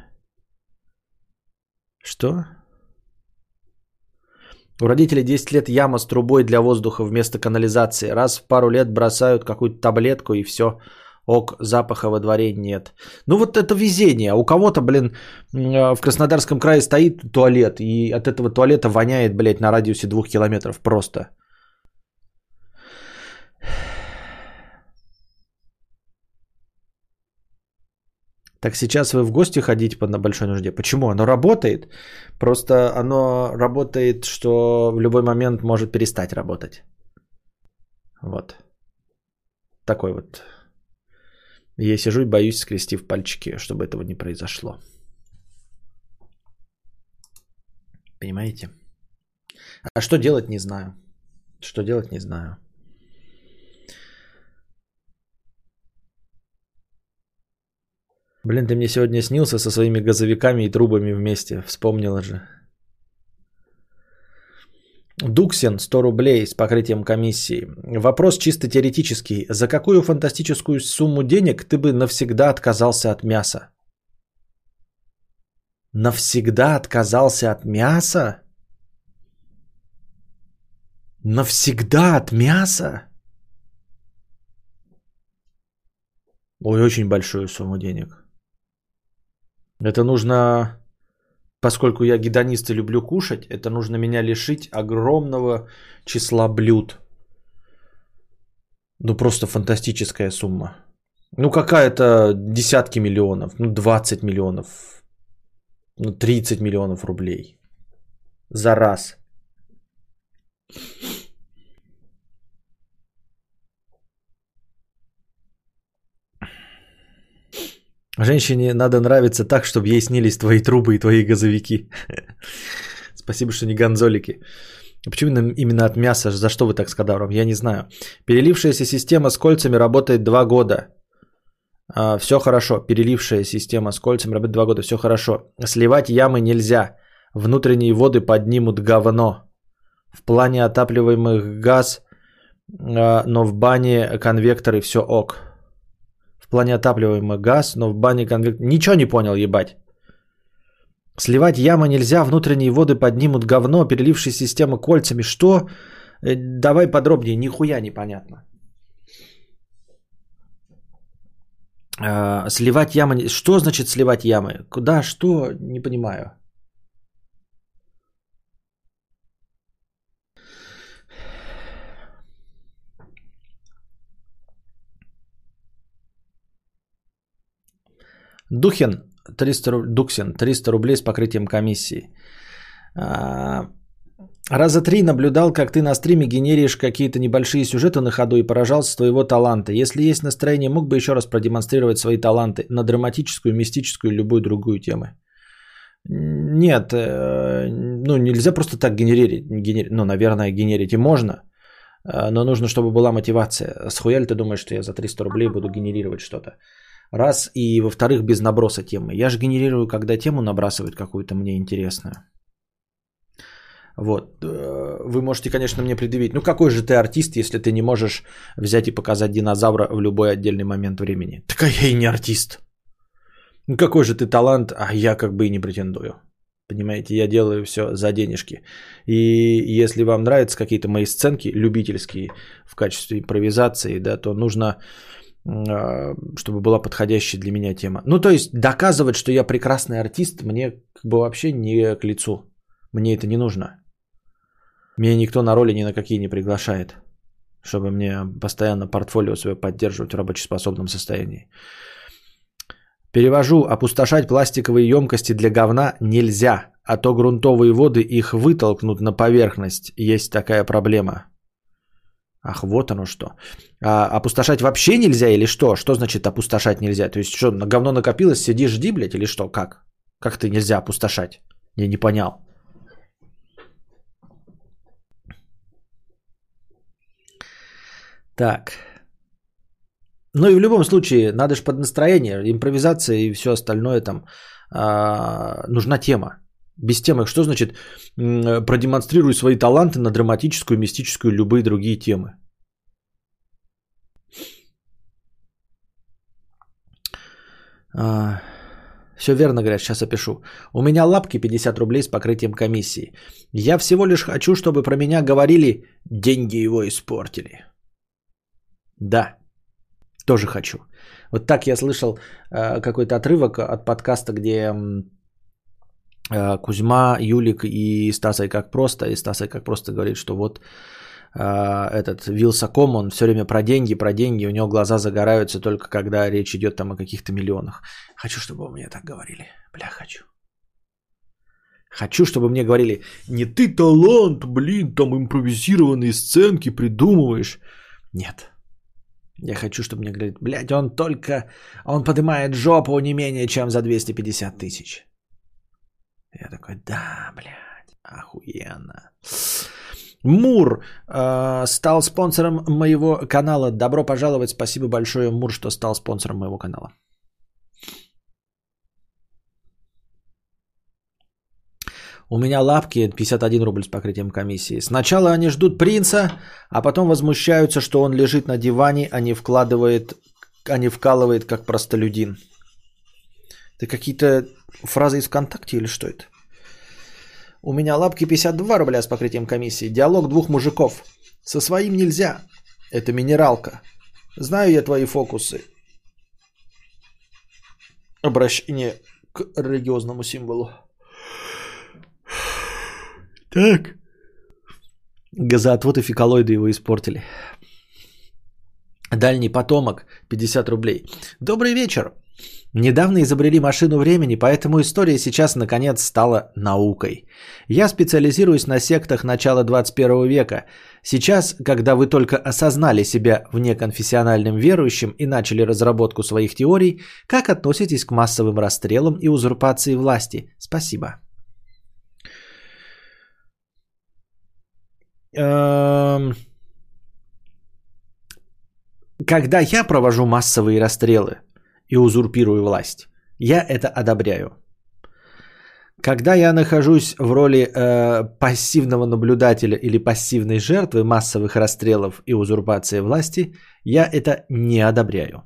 Что? У родителей 10 лет яма с трубой для воздуха вместо канализации. Раз в пару лет бросают какую-то таблетку и все. Ок, запаха во дворе нет. Ну вот это везение. У кого-то, блин, в Краснодарском крае стоит туалет. И от этого туалета воняет, блядь, на радиусе 2 километров просто. Так сейчас вы в гости ходите на большой нужде. Почему? Оно работает. Просто оно работает, что в любой момент может перестать работать. Вот. Такой вот. Я сижу и боюсь, скрестив пальчики, чтобы этого не произошло. Понимаете? А что делать, не знаю. Что делать, не знаю. Блин, ты мне сегодня снился со своими газовиками и трубами вместе. Вспомнила же. Дуксин, 100 рублей с покрытием комиссии. Вопрос чисто теоретический. За какую фантастическую сумму денег ты бы навсегда отказался от мяса? Навсегда отказался от мяса? Навсегда от мяса? Ой, очень большую сумму денег. Это нужно, поскольку я гедонист и люблю кушать, это нужно меня лишить огромного числа блюд. Ну, просто фантастическая сумма. Ну, какая-то десятки миллионов, ну, 20 миллионов, ну, 30 миллионов рублей за раз. Женщине надо нравиться так, чтобы ей снились твои трубы и твои газовики. Спасибо, что не гонзолики. Почему именно от мяса? За что вы так с кадавром? Я не знаю. Перелившаяся система с кольцами работает 2 года. Все хорошо. Перелившая система с кольцами работает 2 года. Все хорошо. Сливать ямы нельзя. Внутренние воды поднимут говно. В плане отапливаемых газ, но в бане конвекторы все ок. В плане отапливаемый газ, но в бане конвектор... Ничего не понял, ебать. Сливать ямы нельзя, внутренние воды поднимут говно, перелившая система кольцами. Что? Давай подробнее, нихуя непонятно. Сливать ямы... Что значит сливать ямы? Куда, что? Не понимаю. Духин, 300 рублей с покрытием комиссии. Раза 3 наблюдал, как ты на стриме генеришь какие-то небольшие сюжеты на ходу и поражался с твоего таланта. Если есть настроение, мог бы еще раз продемонстрировать свои таланты на драматическую, мистическую и любую другую тему. Нет, ну нельзя просто так генерить. Ну, наверное, генерить и можно, но нужно, чтобы была мотивация. Схуя ли ты думаешь, что я за 300 рублей буду генерировать что-то? Раз, и во-вторых, без наброса темы. Я же генерирую, когда тему набрасывают какую-то мне интересную. Вот. Вы можете, конечно, мне предъявить, ну какой же ты артист, если ты не можешь взять и показать динозавра в любой отдельный момент времени? Так я и не артист. Ну какой же ты талант, а я как бы и не претендую. Понимаете, я делаю все за денежки. И если вам нравятся какие-то мои сценки, любительские в качестве импровизации, да, то нужно... чтобы была подходящая для меня тема. Ну, то есть, доказывать, что я прекрасный артист, мне как бы вообще не к лицу. Мне это не нужно. Меня никто на роли ни на какие не приглашает. чтобы мне постоянно портфолио свое поддерживать в рабочеспособном состоянии. Перевожу, опустошать пластиковые емкости для говна нельзя, а то грунтовые воды их вытолкнут на поверхность. Есть такая проблема. Ах, вот оно что. А опустошать вообще нельзя или что? Что значит опустошать нельзя? То есть что, на говно накопилось, сиди, жди, блядь, или что? Как? Как ты нельзя опустошать? Я не понял. Так. Ну и в любом случае, надо же под настроение, импровизация и все остальное там. Нужна тема. Без темы, что значит продемонстрируй свои таланты на драматическую, мистическую, любые другие темы. Все верно, говорят, сейчас опишу. У меня лапки 50 рублей с покрытием комиссии. Я всего лишь хочу, чтобы про меня говорили, деньги его испортили. Да, тоже хочу. Вот так я слышал какой-то отрывок от подкаста, где Кузьма, Юлик и Стасой как просто. И Стасой как просто говорит, что вот этот Вилсаком, он все время про деньги, у него глаза загораются только когда речь идет там о каких-то миллионах. Хочу, чтобы мне так говорили. Бля, хочу. Хочу, чтобы мне говорили, не ты талант, блин, там импровизированные сценки придумываешь. Нет. Я хочу, чтобы мне говорили, блядь, он поднимает жопу не менее чем за 250 тысяч. Я такой, да, блядь, охуенно. Мур стал спонсором моего канала. Добро пожаловать, спасибо большое, Мур, что стал спонсором моего канала. У меня лапки 51 рубль с покрытием комиссии. Сначала они ждут принца, а потом возмущаются, что он лежит на диване, а не вкалывает как простолюдин. Это какие-то фразы из ВКонтакте или что это? У меня лапки 52 рубля с покрытием комиссии. Диалог двух мужиков. Со своим нельзя. Это минералка. Знаю я твои фокусы. Обращение к религиозному символу. Так. Газоотвод и фекалоиды его испортили. Дальний потомок. 50 рублей. Добрый вечер. Недавно изобрели машину времени, поэтому история сейчас наконец стала наукой. Я специализируюсь на сектах начала 21 века. Сейчас, когда вы только осознали себя внеконфессиональным верующим и начали разработку своих теорий, как относитесь к массовым расстрелам и узурпации власти? Спасибо. Когда я провожу массовые расстрелы и узурпирую власть, я это одобряю. Когда я нахожусь в роли пассивного наблюдателя или пассивной жертвы массовых расстрелов и узурпации власти, я это не одобряю.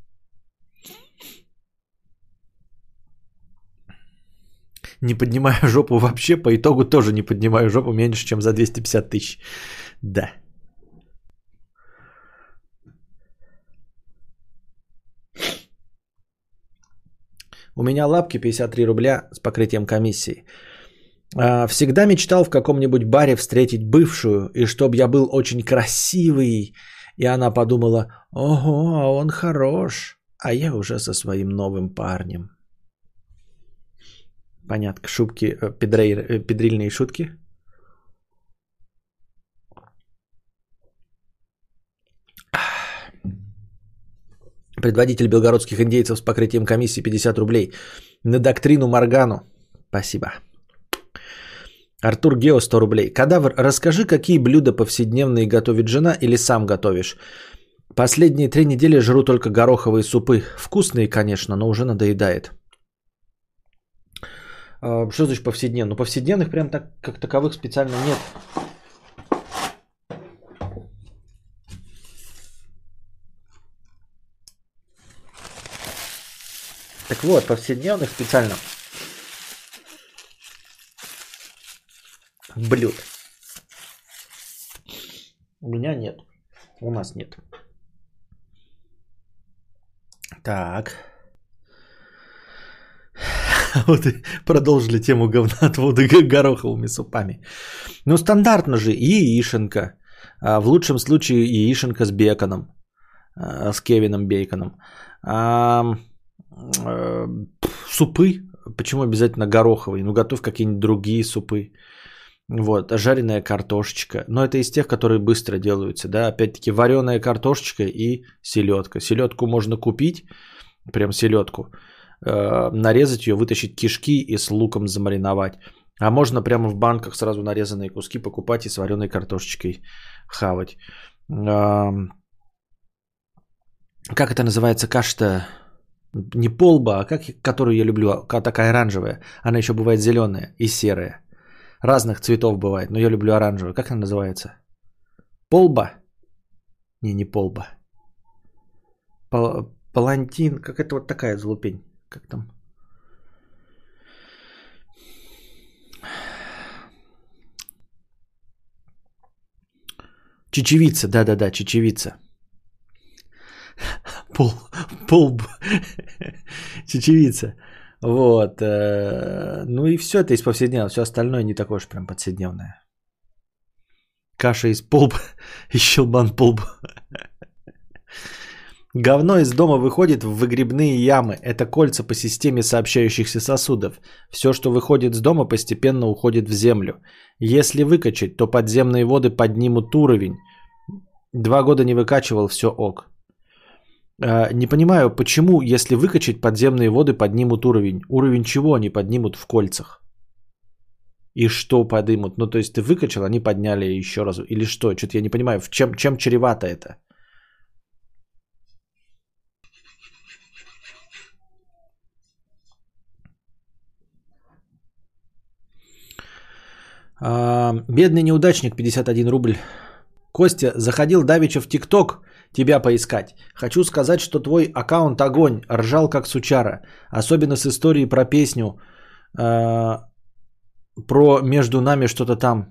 Не поднимаю жопу вообще, по итогу тоже не поднимаю жопу меньше, чем за 250 тысяч. Да. У меня лапки 53 рубля с покрытием комиссии. Всегда мечтал в каком-нибудь баре встретить бывшую, и чтоб я был очень красивый. И она подумала, ого, а он хорош, а я уже со своим новым парнем. Понятно, шутки, педрильные шутки. Предводитель белгородских индейцев с покрытием комиссии 50 рублей. На доктрину Моргану. Спасибо. Артур Гео 100 рублей. Кадавр, расскажи, какие блюда повседневные готовит жена или сам готовишь? Последние 3 недели жру только гороховые супы. Вкусные, конечно, но уже надоедает. Что значит повседневно? Ну, повседневных прям так, как таковых специально нет. Так вот, повседневных специально блюд у меня нет. У нас нет. Так. Вот и продолжили тему говноотвода гороховыми супами. Ну, стандартно же яишенка, В лучшем случае яишенка с беконом. С Кевином Бейконом. Супы. Почему обязательно гороховые? Ну, готовь какие-нибудь другие супы. Вот, жареная картошечка. Но это из тех, которые быстро делаются, да. Опять-таки, вареная картошечка и селедка. Селедку можно купить, прям селедку. Нарезать ее, вытащить кишки и с луком замариновать. А можно прямо в банках сразу нарезанные куски покупать и с вареной картошечкой хавать. Как это называется каша-то? Не полба, а как, которую я люблю, такая оранжевая. Она еще бывает зеленая и серая. Разных цветов бывает, но я люблю оранжевую. Как она называется? Полба? Не полба. Палантин. Как это вот такая залупень? Как там? Чечевица, да-да-да, чечевица. Чечевица. Вот. Ну и все это из повседневного. Все остальное не такое уж прям повседневное. Каша из полба и щелбан полба. Говно из дома выходит в выгребные ямы. Это кольца по системе сообщающихся сосудов. Все, что выходит с дома, постепенно уходит в землю. Если выкачать, то подземные воды поднимут уровень. 2 года не выкачивал, все ок. Не понимаю, почему, если выкачать, подземные воды поднимут уровень. Уровень чего они поднимут в кольцах? И что поднимут? Ну, то есть ты выкачал, они подняли еще раз. Или что? Что-то я не понимаю, чем чревато это? Бедный неудачник, 51 рубль. Костя, заходил давеча в ТикТок тебя поискать. Хочу сказать, что твой аккаунт огонь, ржал как сучара. Особенно с историей про песню, про между нами что-то там.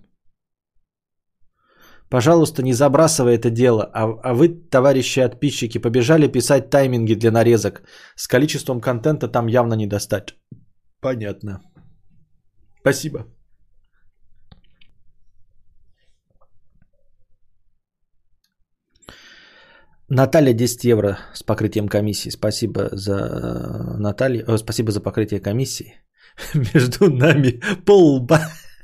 Пожалуйста, не забрасывай это дело. А вы, товарищи подписчики, побежали писать тайминги для нарезок. С количеством контента там явно не достать. Понятно. Спасибо. Наталья 10 евро с покрытием комиссии. Спасибо за Наталья. Спасибо за покрытие комиссии. Между нами полба.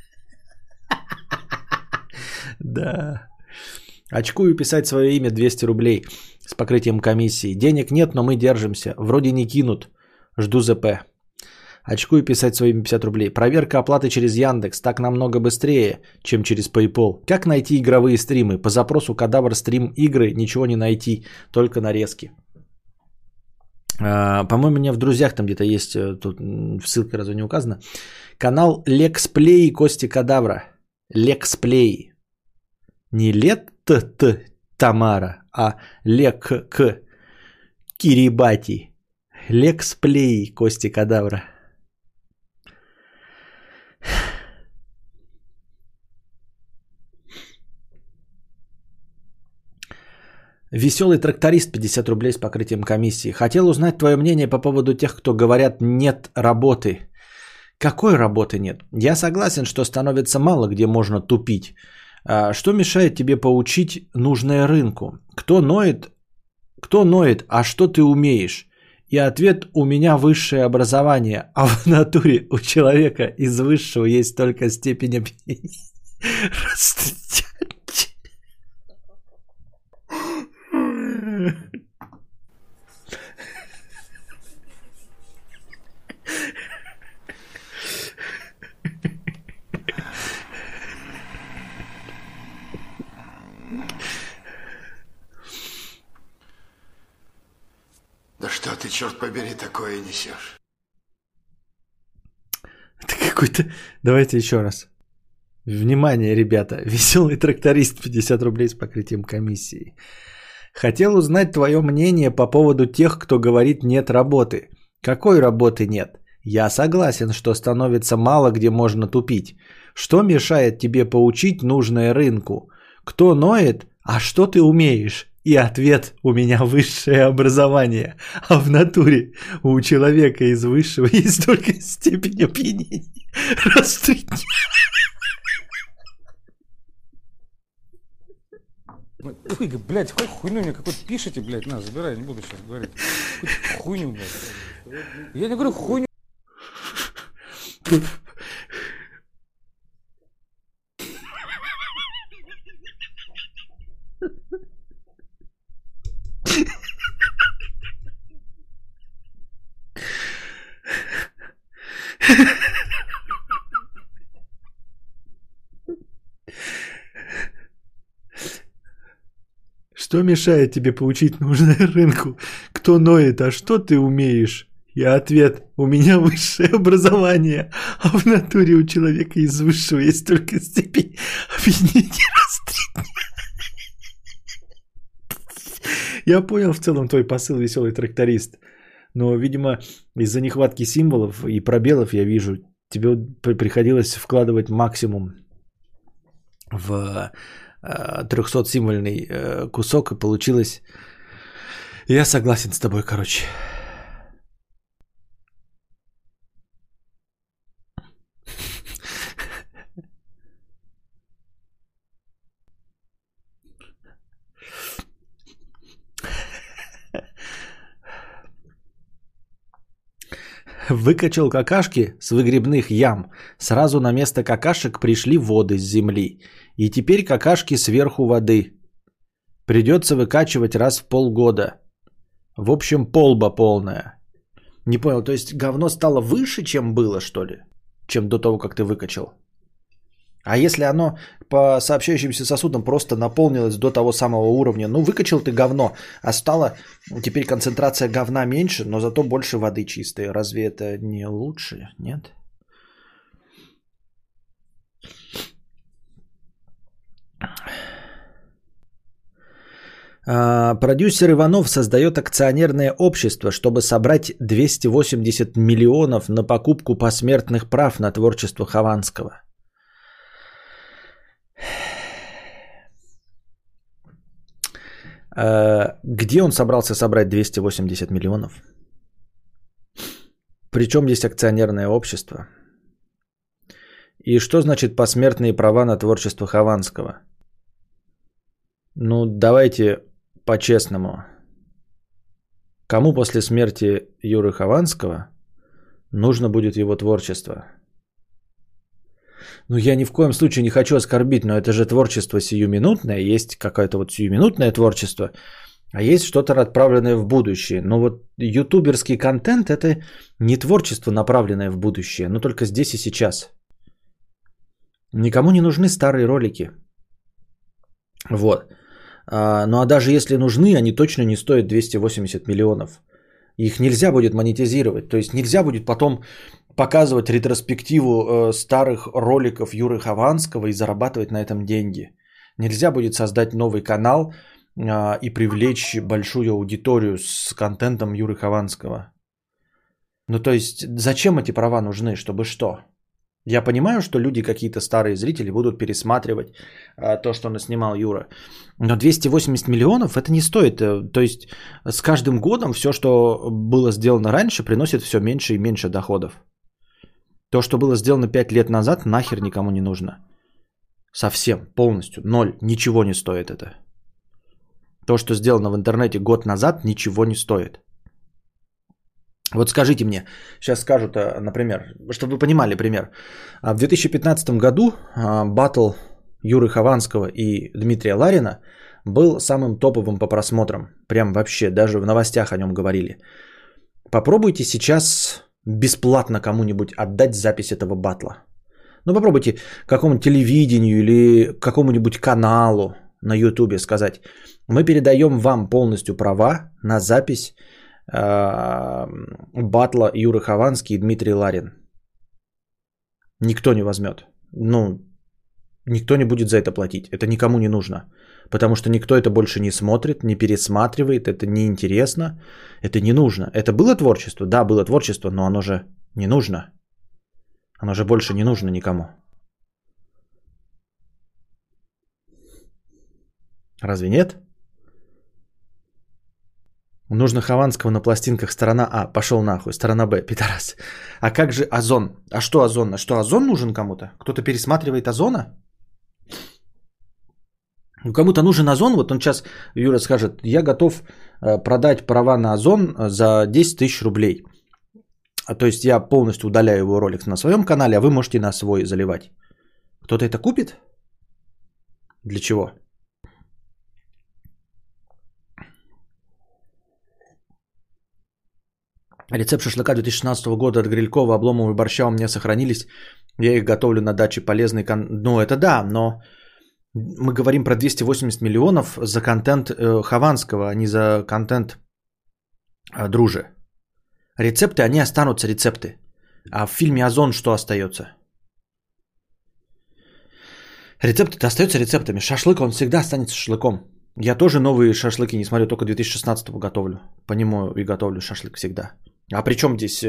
Да. Очкую писать свое имя 200 рублей с покрытием комиссии. Денег нет, но мы держимся. Вроде не кинут. Жду ЗП. Очкую писать свое имя 50 рублей. Проверка оплаты через Яндекс. Так намного быстрее, чем через PayPal. Как найти игровые стримы? По запросу Кадавр стрим игры ничего не найти. Только нарезки. По-моему, у меня в друзьях там где-то есть. Тут ссылка разве не указана? Канал Лексплей Кости Кадавра. Лексплей. Не Лет Тамара, а Лек Кирибати. Лексплей Кости Кадавра. Веселый тракторист 50 рублей с покрытием комиссии. Хотел узнать твое мнение по поводу тех, кто говорят нет работы. Какой работы нет? Я согласен, что становится мало где можно тупить. Что мешает тебе поучить нужное рынку? Кто ноет, а что ты умеешь? И ответ: у меня высшее образование, а в натуре у человека из высшего есть только степень опьянения. Да что ты, черт побери, такое несешь? Это какой-то... Давайте еще раз. Внимание, ребята. Веселый тракторист 50 рублей с покрытием комиссии. Хотел узнать твое мнение по поводу тех, кто говорит нет работы. Какой работы нет? Я согласен, что становится мало где можно тупить. Что мешает тебе поучить нужное рынку? Кто ноет, а что ты умеешь? И ответ: у меня высшее образование, а в натуре у человека из высшего есть только степень опьянения. Ой, блядь, хоть хуйню мне какой-то пишите, блядь, на, забирай, не буду сейчас говорить. Хоть хуйню, блядь. Я не говорю хуйню. Что мешает тебе поучить нужное рынку? Кто ноет, а что ты умеешь? И ответ: у меня высшее образование, а в натуре у человека из высшего есть только степень объединения растрения. Я понял в целом твой посыл, веселый тракторист. Но, видимо, из-за нехватки символов и пробелов, я вижу, тебе приходилось вкладывать максимум в 300-символьный кусок, и получилось... Я согласен с тобой, короче. Выкачал какашки с выгребных ям. Сразу на место какашек пришли воды с земли. И теперь какашки сверху воды. Придется выкачивать раз в полгода. В общем, полба полная. Не понял, то есть говно стало выше, чем было, что ли? Чем до того, как ты выкачал? А если оно по сообщающимся сосудам просто наполнилось до того самого уровня, ну выкачал ты говно, а стало теперь концентрация говна меньше, но зато больше воды чистой. Разве это не лучше? Нет? Продюсер Иванов создает акционерное общество, чтобы собрать 280 миллионов на покупку посмертных прав на творчество Хованского. Где он собрался собрать 280 миллионов? Причем здесь акционерное общество? И что значит посмертные права на творчество Хованского? Ну, давайте по-честному. Кому после смерти Юры Хованского нужно будет его творчество? Ну, я ни в коем случае не хочу оскорбить, но это же творчество сиюминутное. Есть какое-то вот сиюминутное творчество, а есть что-то отправленное в будущее. Но вот ютуберский контент – это не творчество, направленное в будущее, но только здесь и сейчас. Никому не нужны старые ролики. Вот. Ну а даже если нужны, они точно не стоят 280 миллионов. Их нельзя будет монетизировать. То есть нельзя будет потом показывать ретроспективу старых роликов Юры Хованского и зарабатывать на этом деньги. Нельзя будет создать новый канал и привлечь большую аудиторию с контентом Юры Хованского. Ну то есть зачем эти права нужны? Чтобы что? Я понимаю, что люди, какие-то старые зрители, будут пересматривать то, что наснимал Юра. Но 280 миллионов это не стоит. То есть с каждым годом все, что было сделано раньше, приносит все меньше и меньше доходов. То, что было сделано 5 лет назад, нахер никому не нужно. Совсем, полностью, ноль. Ничего не стоит это. То, что сделано в интернете год назад, ничего не стоит. Вот скажите мне, сейчас скажут, например, чтобы вы понимали пример. В 2015 году баттл Юры Хованского и Дмитрия Ларина был самым топовым по просмотрам. Прям вообще, даже в новостях о нем говорили. Попробуйте сейчас бесплатно кому-нибудь отдать запись этого баттла. Ну попробуйте какому-нибудь телевидению или какому-нибудь каналу на ютубе сказать: мы передаем вам полностью права на запись батла Юры Хованский и Дмитрий Ларин. Никто не возьмет. Ну, никто не будет за это платить. Это никому не нужно. Потому что никто это больше не смотрит, не пересматривает. Это неинтересно. Это не нужно. Это было творчество? Да, было творчество, но оно же не нужно. Оно же больше не нужно никому. Разве нет? Нужно Хованского на пластинках сторона А. Пошел нахуй. Сторона Б. Пидорас. А как же Озон? А что Озон? Что Озон нужен кому-то? Кто-то пересматривает Озона? Кому-то нужен Озон, вот он сейчас, Юра скажет, я готов продать права на Озон за 10 тысяч рублей. То есть я полностью удаляю его ролик на своем канале, а вы можете на свой заливать. Кто-то это купит? Для чего? Рецепт шашлыка 2016 года от Грилькова, Обломова и Борща у меня сохранились. Я их готовлю на даче. Полезный Ну, это да, но мы говорим про 280 миллионов за контент Хованского, а не за контент Друже. Рецепты, они останутся рецепты. А в фильме «Озон» что остается? Рецепты-то остаются рецептами. Шашлык, он всегда останется шашлыком. Я тоже новые шашлыки не смотрю, только 2016 готовлю. По нему и готовлю шашлык всегда. А при чем здесь...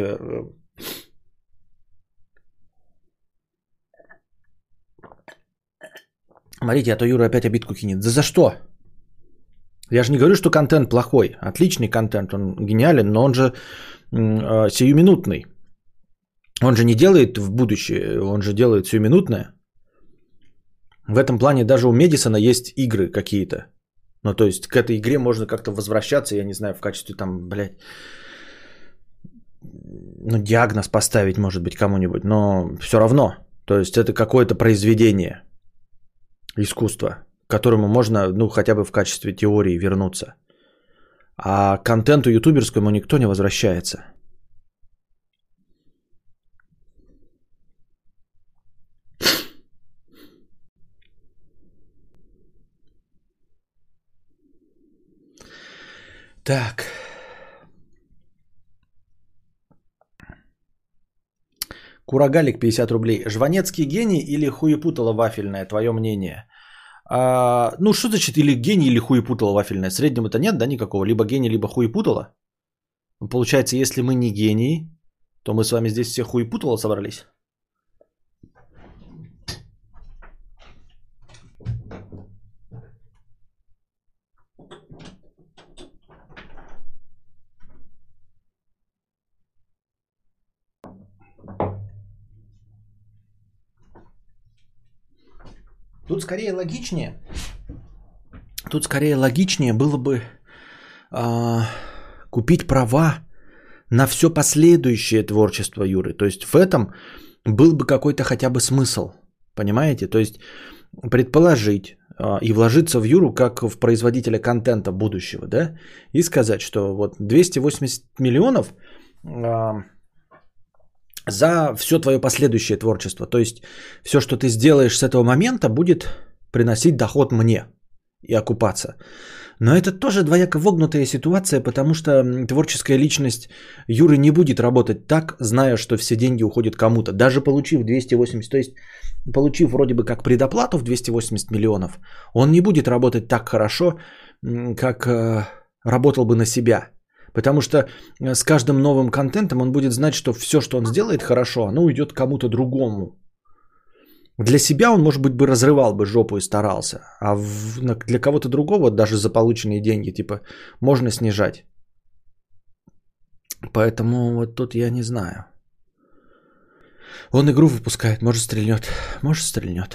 Смотрите, а то Юра опять обидку кинет. Да за что? Я же не говорю, что контент плохой. Отличный контент, он гениален, но он же сиюминутный. Он же не делает в будущее, он же делает сиюминутное. В этом плане даже у Медисона есть игры какие-то. Ну, то есть к этой игре можно как-то возвращаться, я не знаю, в качестве там, блядь, ну, диагноз поставить, может быть, кому-нибудь, но все равно. То есть это какое-то произведение искусства, к которому можно, ну, хотя бы в качестве теории вернуться. А к контенту ютуберскому никто не возвращается. Так. Курагалик 50 рублей. Жванецкий гений или хуепутало вафельное? Твое мнение? Ну, что значит или гений, или хуепутало вафельное? Среднего-то нет, да, никакого? Либо гений, либо хуепутало. Получается, если мы не гении, то мы с вами здесь все хуепутало собрались. Тут скорее логичнее было бы купить права на все последующее творчество Юры. То есть в этом был бы какой-то хотя бы смысл. Понимаете? То есть предположить и вложиться в Юру как в производителя контента будущего, да? И сказать, что вот 280 миллионов за все твое последующее творчество. То есть все, что ты сделаешь с этого момента, будет приносить доход мне и окупаться. Но это тоже двояко вогнутая ситуация, потому что творческая личность Юры не будет работать так, зная, что все деньги уходят кому-то. Даже получив 280, то есть получив вроде бы как предоплату в 280 миллионов, он не будет работать так хорошо, как работал бы на себя. Потому что с каждым новым контентом он будет знать, что все, что он сделает хорошо, оно уйдет кому-то другому. Для себя он, может быть, бы разрывал бы жопу и старался. А для кого-то другого, даже за полученные деньги, типа, можно снижать. Поэтому вот тут я не знаю. Он игру выпускает, может стрельнет. Может стрельнет.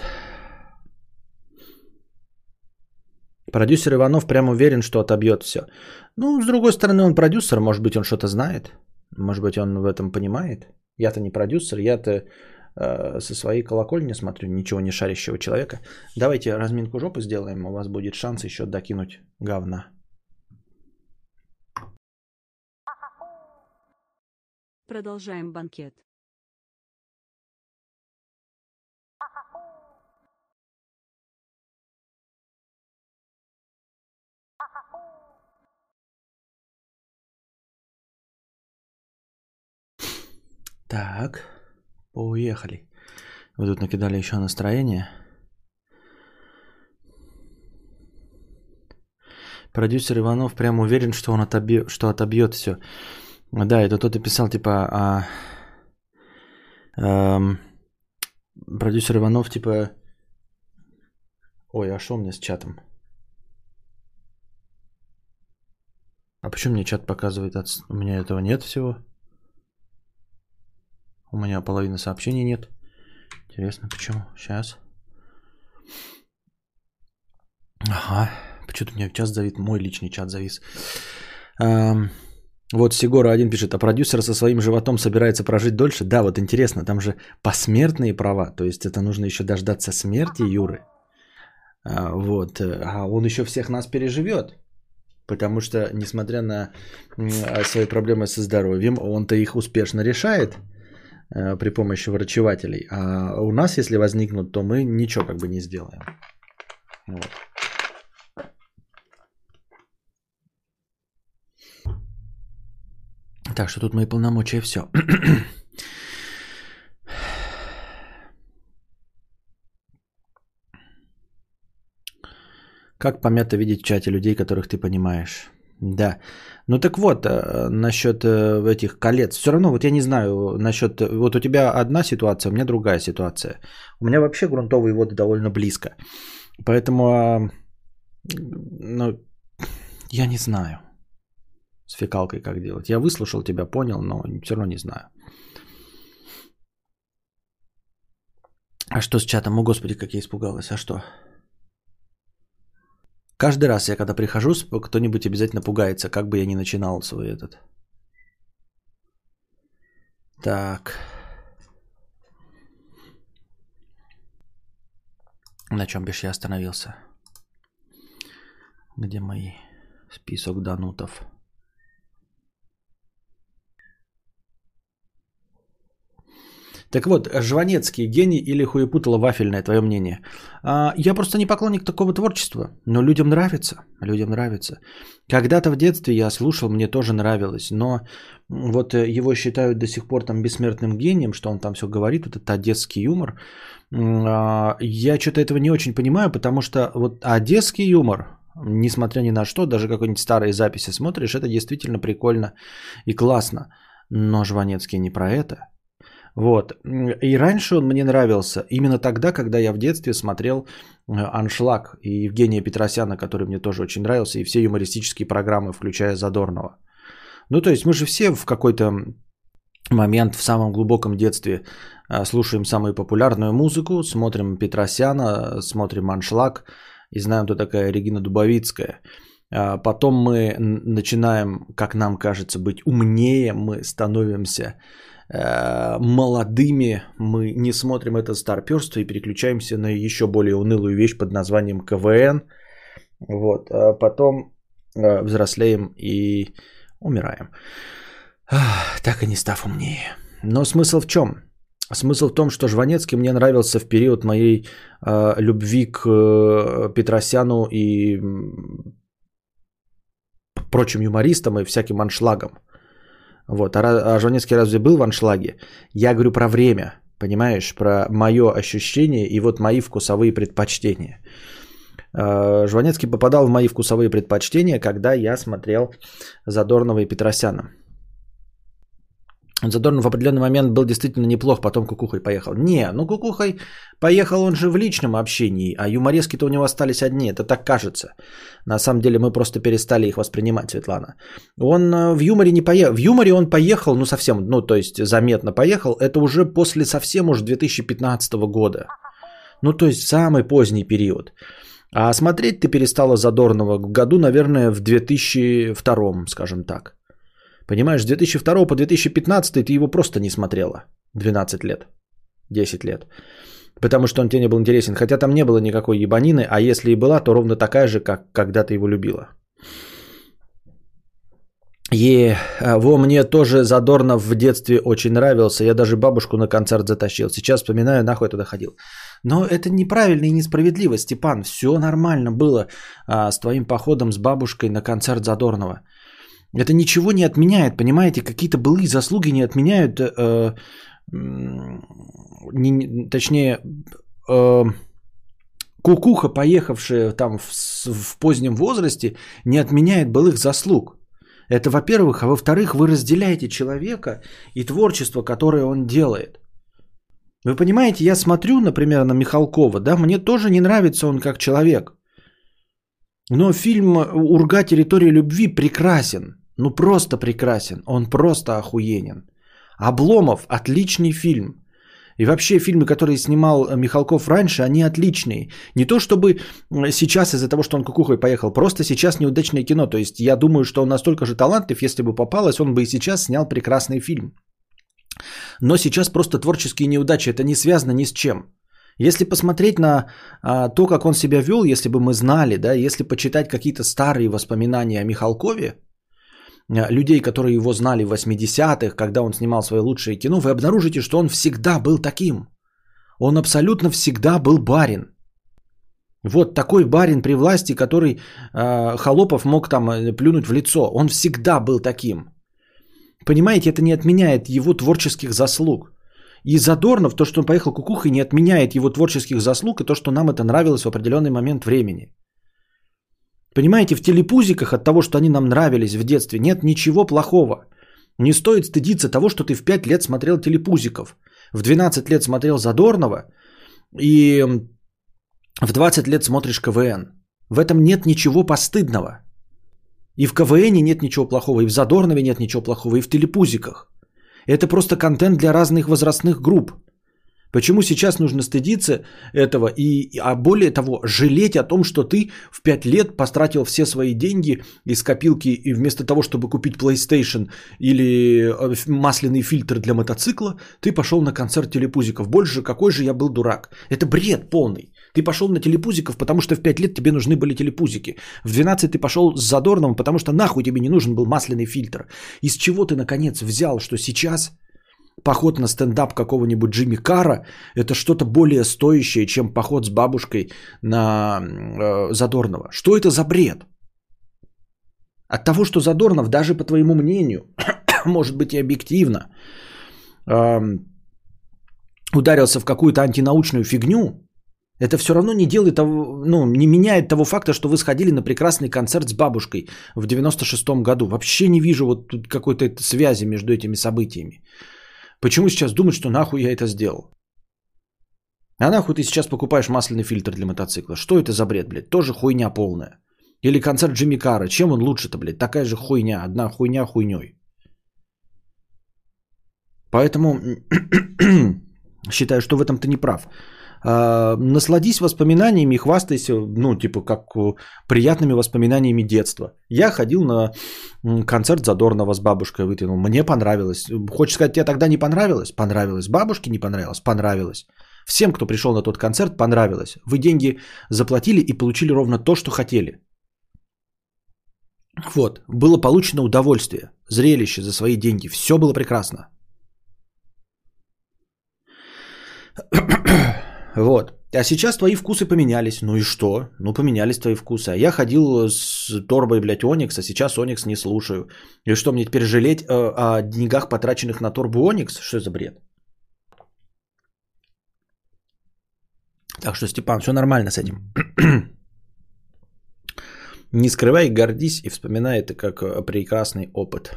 Продюсер Иванов прям уверен, что отобьет все. Ну, с другой стороны, он продюсер, может быть, он что-то знает. Может быть, он в этом понимает. Я-то не продюсер, я-то со своей колокольни смотрю, ничего не шарящего человека. Давайте разминку жопы сделаем, у вас будет шанс еще докинуть говна. Продолжаем банкет. Так, поехали. Вы тут накидали еще настроение. Продюсер Иванов прям уверен, что он отобьет все. Да, это кто-то писал, типа, продюсер Иванов, типа, ой, а что у меня с чатом? А почему мне чат показывает? У меня этого нет всего. У меня половины сообщений нет. Интересно, почему? Сейчас. Ага, почему-то у меня чат завис, мой личный чат завис. Вот Сигора один пишет, а продюсер со своим животом собирается прожить дольше? Да, вот интересно, там же посмертные права, то есть это нужно еще дождаться смерти Юры. Вот, а он еще всех нас переживет, потому что, несмотря на свои проблемы со здоровьем, он-то их успешно решает при помощи врачевателей. А у нас, если возникнут, то мы ничего как бы не сделаем. Вот. Так что тут мои полномочия, все. Как помято видеть в чате людей, которых ты понимаешь. Да. Ну так вот, насчет этих колец. Все равно, вот я не знаю, насчет... Вот у тебя одна ситуация, у меня другая ситуация. У меня вообще грунтовые воды довольно близко. Поэтому, ну, я не знаю с фекалкой как делать. Я выслушал тебя, понял, но все равно не знаю. А что с чатом? О, Господи, как я испугалась. А что? Каждый раз я когда прихожу, кто-нибудь обязательно пугается, как бы я ни начинал свой этот. Так. На чем бишь я остановился? Где мои список донутов? Так вот, Жванецкий гений или хуепутало вафельное, твое мнение? Я просто не поклонник такого творчества, но людям нравится, людям нравится. Когда-то в детстве я слушал, мне тоже нравилось, но вот его считают до сих пор там бессмертным гением, что он там все говорит, вот это одесский юмор. Я что-то этого не очень понимаю, потому что вот одесский юмор, несмотря ни на что, даже какие-нибудь старые записи смотришь, это действительно прикольно и классно, но Жванецкий не про это. Вот. И раньше он мне нравился именно тогда, когда я в детстве смотрел «Аншлаг» и Евгения Петросяна, который мне тоже очень нравился, и все юмористические программы, включая Задорнова. Ну, то есть мы же все в какой-то момент в самом глубоком детстве слушаем самую популярную музыку, смотрим Петросяна, смотрим «Аншлаг» и знаем, кто такая Регина Дубовицкая. Потом мы начинаем, как нам кажется, быть умнее, мы становимся молодыми, мы не смотрим это старперство и переключаемся на еще более унылую вещь под названием КВН. Вот. А потом взрослеем и умираем, так и не став умнее. Но смысл в чем? Смысл в том, что Жванецкий мне нравился в период моей любви к Петросяну и прочим юмористам и всяким аншлагам. Вот. А Жванецкий разве был в аншлаге? Я говорю про время, понимаешь, про мое ощущение и вот мои вкусовые предпочтения. Жванецкий попадал в мои вкусовые предпочтения, когда я смотрел Задорнова и Петросяна. Задорнов в определенный момент был действительно неплох, потом кукухой поехал. Не, ну кукухой поехал он же в личном общении, а юморески-то у него остались одни, это так кажется. На самом деле мы просто перестали их воспринимать, Светлана. Он в юморе не поехал, в юморе он поехал, ну совсем, ну то есть заметно поехал, это уже после совсем уж 2015 года. Ну то есть самый поздний период. А смотреть ты перестала Задорнова в году, наверное, в 2002, скажем так. Понимаешь, с 2002 по 2015 ты его просто не смотрела. 12 лет, 10 лет. Потому что он тебе не был интересен. Хотя там не было никакой ебанины, а если и была, то ровно такая же, как когда ты его любила. Во мне тоже Задорнов в детстве очень нравился. Я даже бабушку на концерт затащил. Сейчас вспоминаю, нахуй я туда ходил. Но это неправильно и несправедливо, Степан. Все нормально было с твоим походом с бабушкой на концерт Задорнова. Это ничего не отменяет, понимаете? Какие-то былые заслуги не отменяют, точнее, кукуха, поехавшая там в позднем возрасте, не отменяет былых заслуг. Это во-первых, а во-вторых, вы разделяете человека и творчество, которое он делает. Вы понимаете, я смотрю, например, на Михалкова, да, мне тоже не нравится он как человек. Но фильм «Урга. Территория любви» прекрасен. Ну просто прекрасен. Он просто охуенен. Обломов – отличный фильм. И вообще фильмы, которые снимал Михалков раньше, они отличные. Не то чтобы сейчас из-за того, что он кукухой поехал, просто сейчас неудачное кино. То есть я думаю, что он настолько же талантлив, если бы попалось, он бы и сейчас снял прекрасный фильм. Но сейчас просто творческие неудачи, это не связано ни с чем. Если посмотреть на то, как он себя вел, если бы мы знали, да, если почитать какие-то старые воспоминания о Михалкове, людей, которые его знали в 80-х, когда он снимал свое лучшее кино, вы обнаружите, что он всегда был таким. Он абсолютно всегда был барин. Вот такой барин при власти, который Холопов мог там плюнуть в лицо. Он всегда был таким. Понимаете, это не отменяет его творческих заслуг. И Задорнов, то, что он поехал кукухой, не отменяет его творческих заслуг и то, что нам это нравилось в определенный момент времени. Понимаете, в телепузиках от того, что они нам нравились в детстве, нет ничего плохого. Не стоит стыдиться того, что ты в 5 лет смотрел телепузиков, в 12 лет смотрел Задорнова и в 20 лет смотришь КВН. В этом нет ничего постыдного. И в КВНе нет ничего плохого, и в Задорнове нет ничего плохого, и в телепузиках. Это просто контент для разных возрастных групп. Почему сейчас нужно стыдиться этого а более того, жалеть о том, что ты в 5 лет потратил все свои деньги из копилки и вместо того, чтобы купить PlayStation или масляный фильтр для мотоцикла, ты пошел на концерт телепузиков. Больше какой же я был дурак. Это бред полный. Ты пошел на телепузиков, потому что в 5 лет тебе нужны были телепузики. В 12 ты пошел с Задорновым, потому что нахуй тебе не нужен был масляный фильтр. Из чего ты наконец взял, что сейчас поход на стендап какого-нибудь Джимми Карра – это что-то более стоящее, чем поход с бабушкой на Задорнова. Что это за бред? От того, что Задорнов, даже по твоему мнению, может быть и объективно, ударился в какую-то антинаучную фигню, это все равно не делает того, не меняет того факта, что вы сходили на прекрасный концерт с бабушкой в 96-м году. Вообще не вижу вот тут какой-то связи между этими событиями. Почему сейчас думать, что нахуй я это сделал? А нахуй ты сейчас покупаешь масляный фильтр для мотоцикла? Что это за бред, блядь? Тоже хуйня полная. Или концерт Джимми Карра. Чем он лучше-то, блядь? Такая же хуйня. Одна хуйня хуйней. Поэтому считаю, что в этом ты не прав. Насладись воспоминаниями и хвастайся, как приятными воспоминаниями детства. Я ходил на концерт Задорнова с бабушкой, вытянул. Мне понравилось. Хочешь сказать, тебе тогда не понравилось? Понравилось. Бабушке не понравилось? Понравилось. Всем, кто пришел на тот концерт, понравилось. Вы деньги заплатили и получили ровно то, что хотели. Вот. Было получено удовольствие, зрелище за свои деньги. Все было прекрасно. Вот. А сейчас твои вкусы поменялись. Ну и что? Поменялись твои вкусы. А я ходил с торбой, блядь, Оникс, а сейчас Оникс не слушаю. И что, мне теперь жалеть о деньгах, потраченных на торбу Оникс? Что за бред? Так что, Степан, все нормально с этим. Не скрывай, гордись и вспоминай это как прекрасный опыт.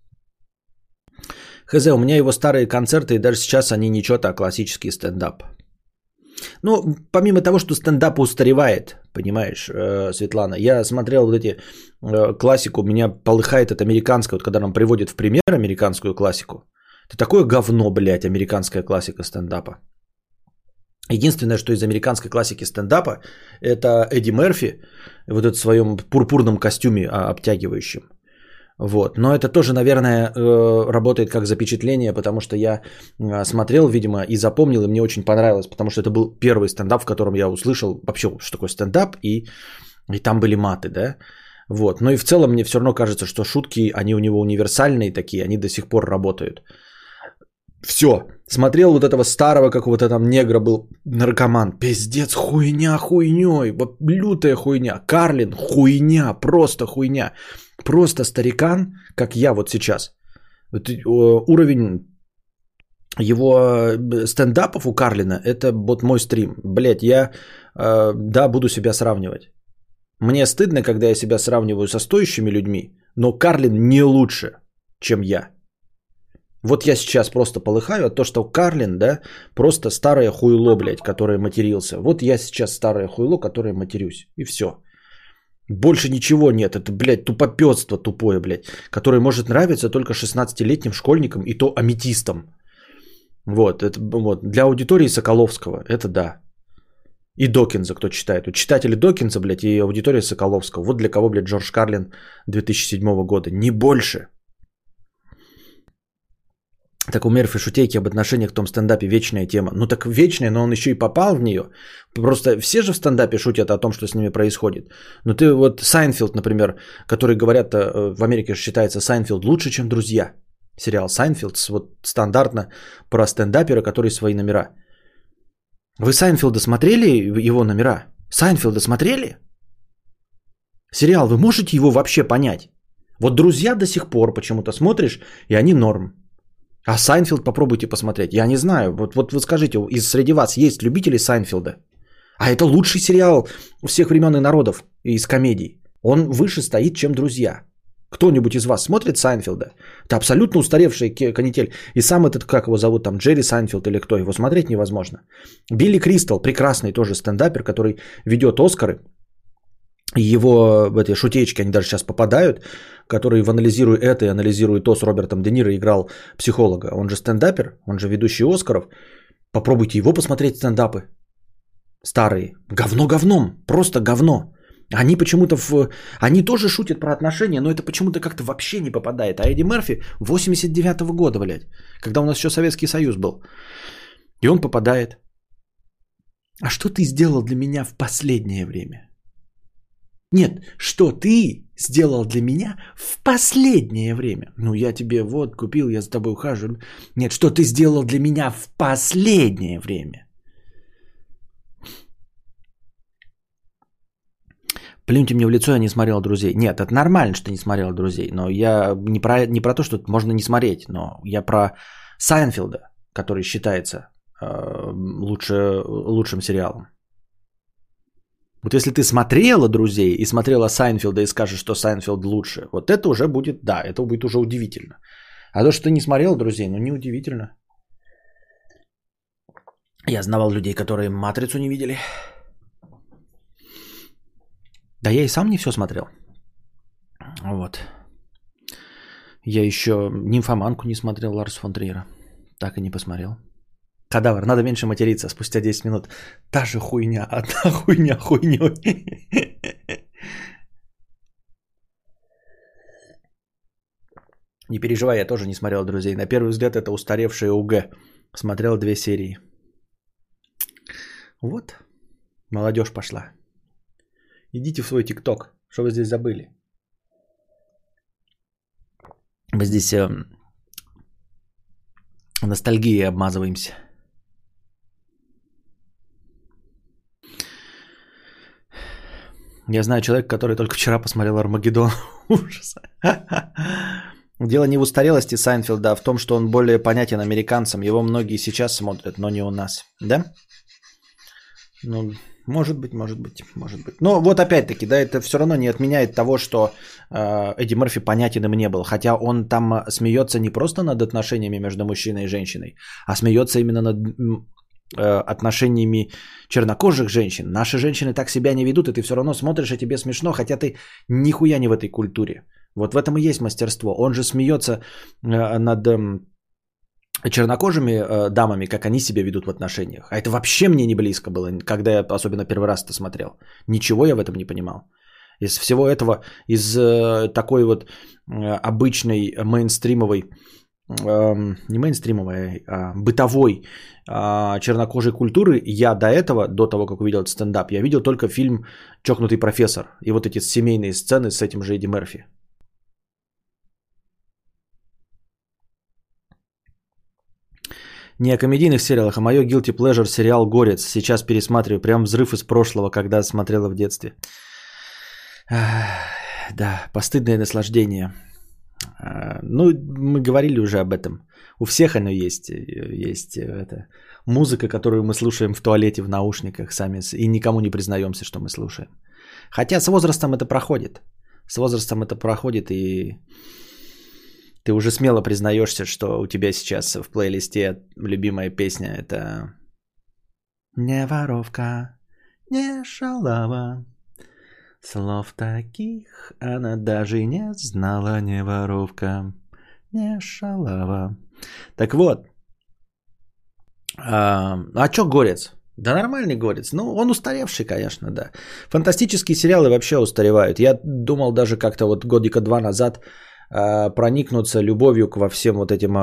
Хз, у меня его старые концерты, и даже сейчас они ничего-то, а классический стендап. Помимо того, что стендап устаревает, понимаешь, Светлана, я смотрел вот эти классику, меня полыхает от американского, вот когда нам приводят в пример американскую классику. Это такое говно, блядь, американская классика стендапа. Единственное, что из американской классики стендапа, это Эдди Мерфи, вот этот в своем пурпурном костюме обтягивающем. Вот. Но это тоже, наверное, работает как запечатление, потому что я смотрел, видимо, и запомнил, и мне очень понравилось, потому что это был первый стендап, в котором я услышал вообще, что такое стендап, и там были маты, да. Вот. Но и в целом мне все равно кажется, что шутки, они у него универсальные такие, они до сих пор работают. Все. Смотрел вот этого старого какого-то там негра был наркоман. Пиздец, хуйня хуйней. Вот лютая хуйня. Карлин, хуйня, просто хуйня. Просто старикан, как я вот сейчас. Вот, уровень его стендапов у Карлина, это вот мой стрим. Блять, я, буду себя сравнивать. Мне стыдно, когда я себя сравниваю со стоящими людьми, но Карлин не лучше, чем я. Вот я сейчас просто полыхаю от того, что Карлин, да, просто старое хуйло, блядь, которое матерился. Вот я сейчас старое хуйло, которое матерюсь. И все. Больше ничего нет. Это, блядь, тупопётство тупое, блядь, которое может нравиться только 16-летним школьникам и то аметистам. Вот, это вот, для аудитории Соколовского, это да. И Докинза, кто читает. Вот читатели Докинза, блядь, и аудитория Соколовского. Вот для кого, блядь, Джордж Карлин 2007 года. Не больше. Так у Мерфи шутейки об отношениях в том стендапе вечная тема. Ну так вечная, но он еще и попал в нее. Просто все же в стендапе шутят о том, что с ними происходит. Но ты вот Сайнфилд, например, который говорят, в Америке считается Сайнфилд лучше, чем друзья. Сериал Сайнфилд, вот стандартно про стендапера, который свои номера. Вы Сайнфилда смотрели, его номера? Сайнфилда смотрели? Сериал, вы можете его вообще понять? Вот друзья до сих пор почему-то смотришь, и они норм. А Сайнфилд попробуйте посмотреть. Я не знаю, вот вы скажите, среди вас есть любители Сайнфилда? А это лучший сериал всех времен и народов из комедий. Он выше стоит, чем друзья. Кто-нибудь из вас смотрит Сайнфилда? Это абсолютно устаревшая канитель. И сам этот, как его зовут, там, Джерри Сайнфилд или кто, его смотреть невозможно. Билли Кристал, прекрасный тоже стендапер, который ведет Оскары. Его в эти шутеечки, они даже сейчас попадают, который в «Анализируй это» и «Анализируй то» с Робертом Де Ниро играл психолога. Он же стендапер, он же ведущий Оскаров. Попробуйте его посмотреть стендапы. Старые. Говно говном, просто говно. Они почему-то они тоже шутят про отношения, но это почему-то как-то вообще не попадает. А Эдди Мерфи 89-го года, блядь, когда у нас еще Советский Союз был. И он попадает. А что ты сделал для меня в последнее время? Нет, что ты сделал для меня в последнее время? Ну, я тебе вот купил, я за тобой ухаживаю. Нет, что ты сделал для меня в последнее время? Плюньте мне в лицо, я не смотрел «Друзей». Нет, это нормально, что не смотрел «Друзей», но я не про то, что можно не смотреть, но я про Сайнфилда, который считается лучшим сериалом. Вот если ты смотрела «Друзей» и смотрела Сайнфилда и скажешь, что Сайнфилд лучше, вот это уже будет, да, это будет уже удивительно. А то, что ты не смотрел «Друзей», ну не удивительно. Я знавал людей, которые «Матрицу» не видели. Да я и сам не все смотрел. Вот. Я еще «Нимфоманку» не смотрел Ларса фон Триера. Так и не посмотрел. Кадавр, надо меньше материться. Спустя 10 минут. Та же хуйня. Одна хуйня хуйней. Не переживай, я тоже не смотрел «Друзей». На первый взгляд это устаревшее УГ. Смотрел 2 серии. Вот. Молодежь пошла. Идите в свой ТикТок. Что вы здесь забыли? Мы здесь ностальгией обмазываемся. Я знаю человека, который только вчера посмотрел «Армагеддон». Ужас. Дело не в устарелости Сайнфилда, а в том, что он более понятен американцам. Его многие сейчас смотрят, но не у нас. Да? Ну, может быть. Но вот опять-таки, да, это все равно не отменяет того, что Эдди Мерфи понятен им не был. Хотя он там смеется не просто над отношениями между мужчиной и женщиной, а смеется именно над отношениями чернокожих женщин. Наши женщины так себя не ведут, и ты все равно смотришь, и тебе смешно, хотя ты нихуя не в этой культуре. Вот в этом и есть мастерство. Он же смеется над чернокожими дамами, как они себя ведут в отношениях. А это вообще мне не близко было, когда я особенно первый раз это смотрел. Ничего я в этом не понимал. Из всего этого, из такой вот обычной мейнстримовой, не мейнстримовой, а бытовой чернокожей культуры, я до этого, до того, как увидел этот стендап, я видел только фильм «Чокнутый профессор» и вот эти семейные сцены с этим же Эдди Мерфи. Не о комедийных сериалах, а мое guilty pleasure сериал «Горец». Сейчас пересматриваю. Прям взрыв из прошлого, когда смотрела в детстве. Да, постыдное наслаждение. Ну, мы говорили уже об этом. У всех оно есть. Есть это, музыка, которую мы слушаем в туалете, в наушниках сами. И никому не признаемся, что мы слушаем. Хотя с возрастом это проходит. С возрастом это проходит, и ты уже смело признаешься, что у тебя сейчас в плейлисте любимая песня – это «Не воровка, не шалава». Слов таких она даже не знала, не воровка, не шалава. Так вот, А чё Горец? Да нормальный Горец. Ну, он устаревший, конечно, да. Фантастические сериалы вообще устаревают. Я думал даже как-то вот годика 2 назад проникнуться любовью к во всем вот этим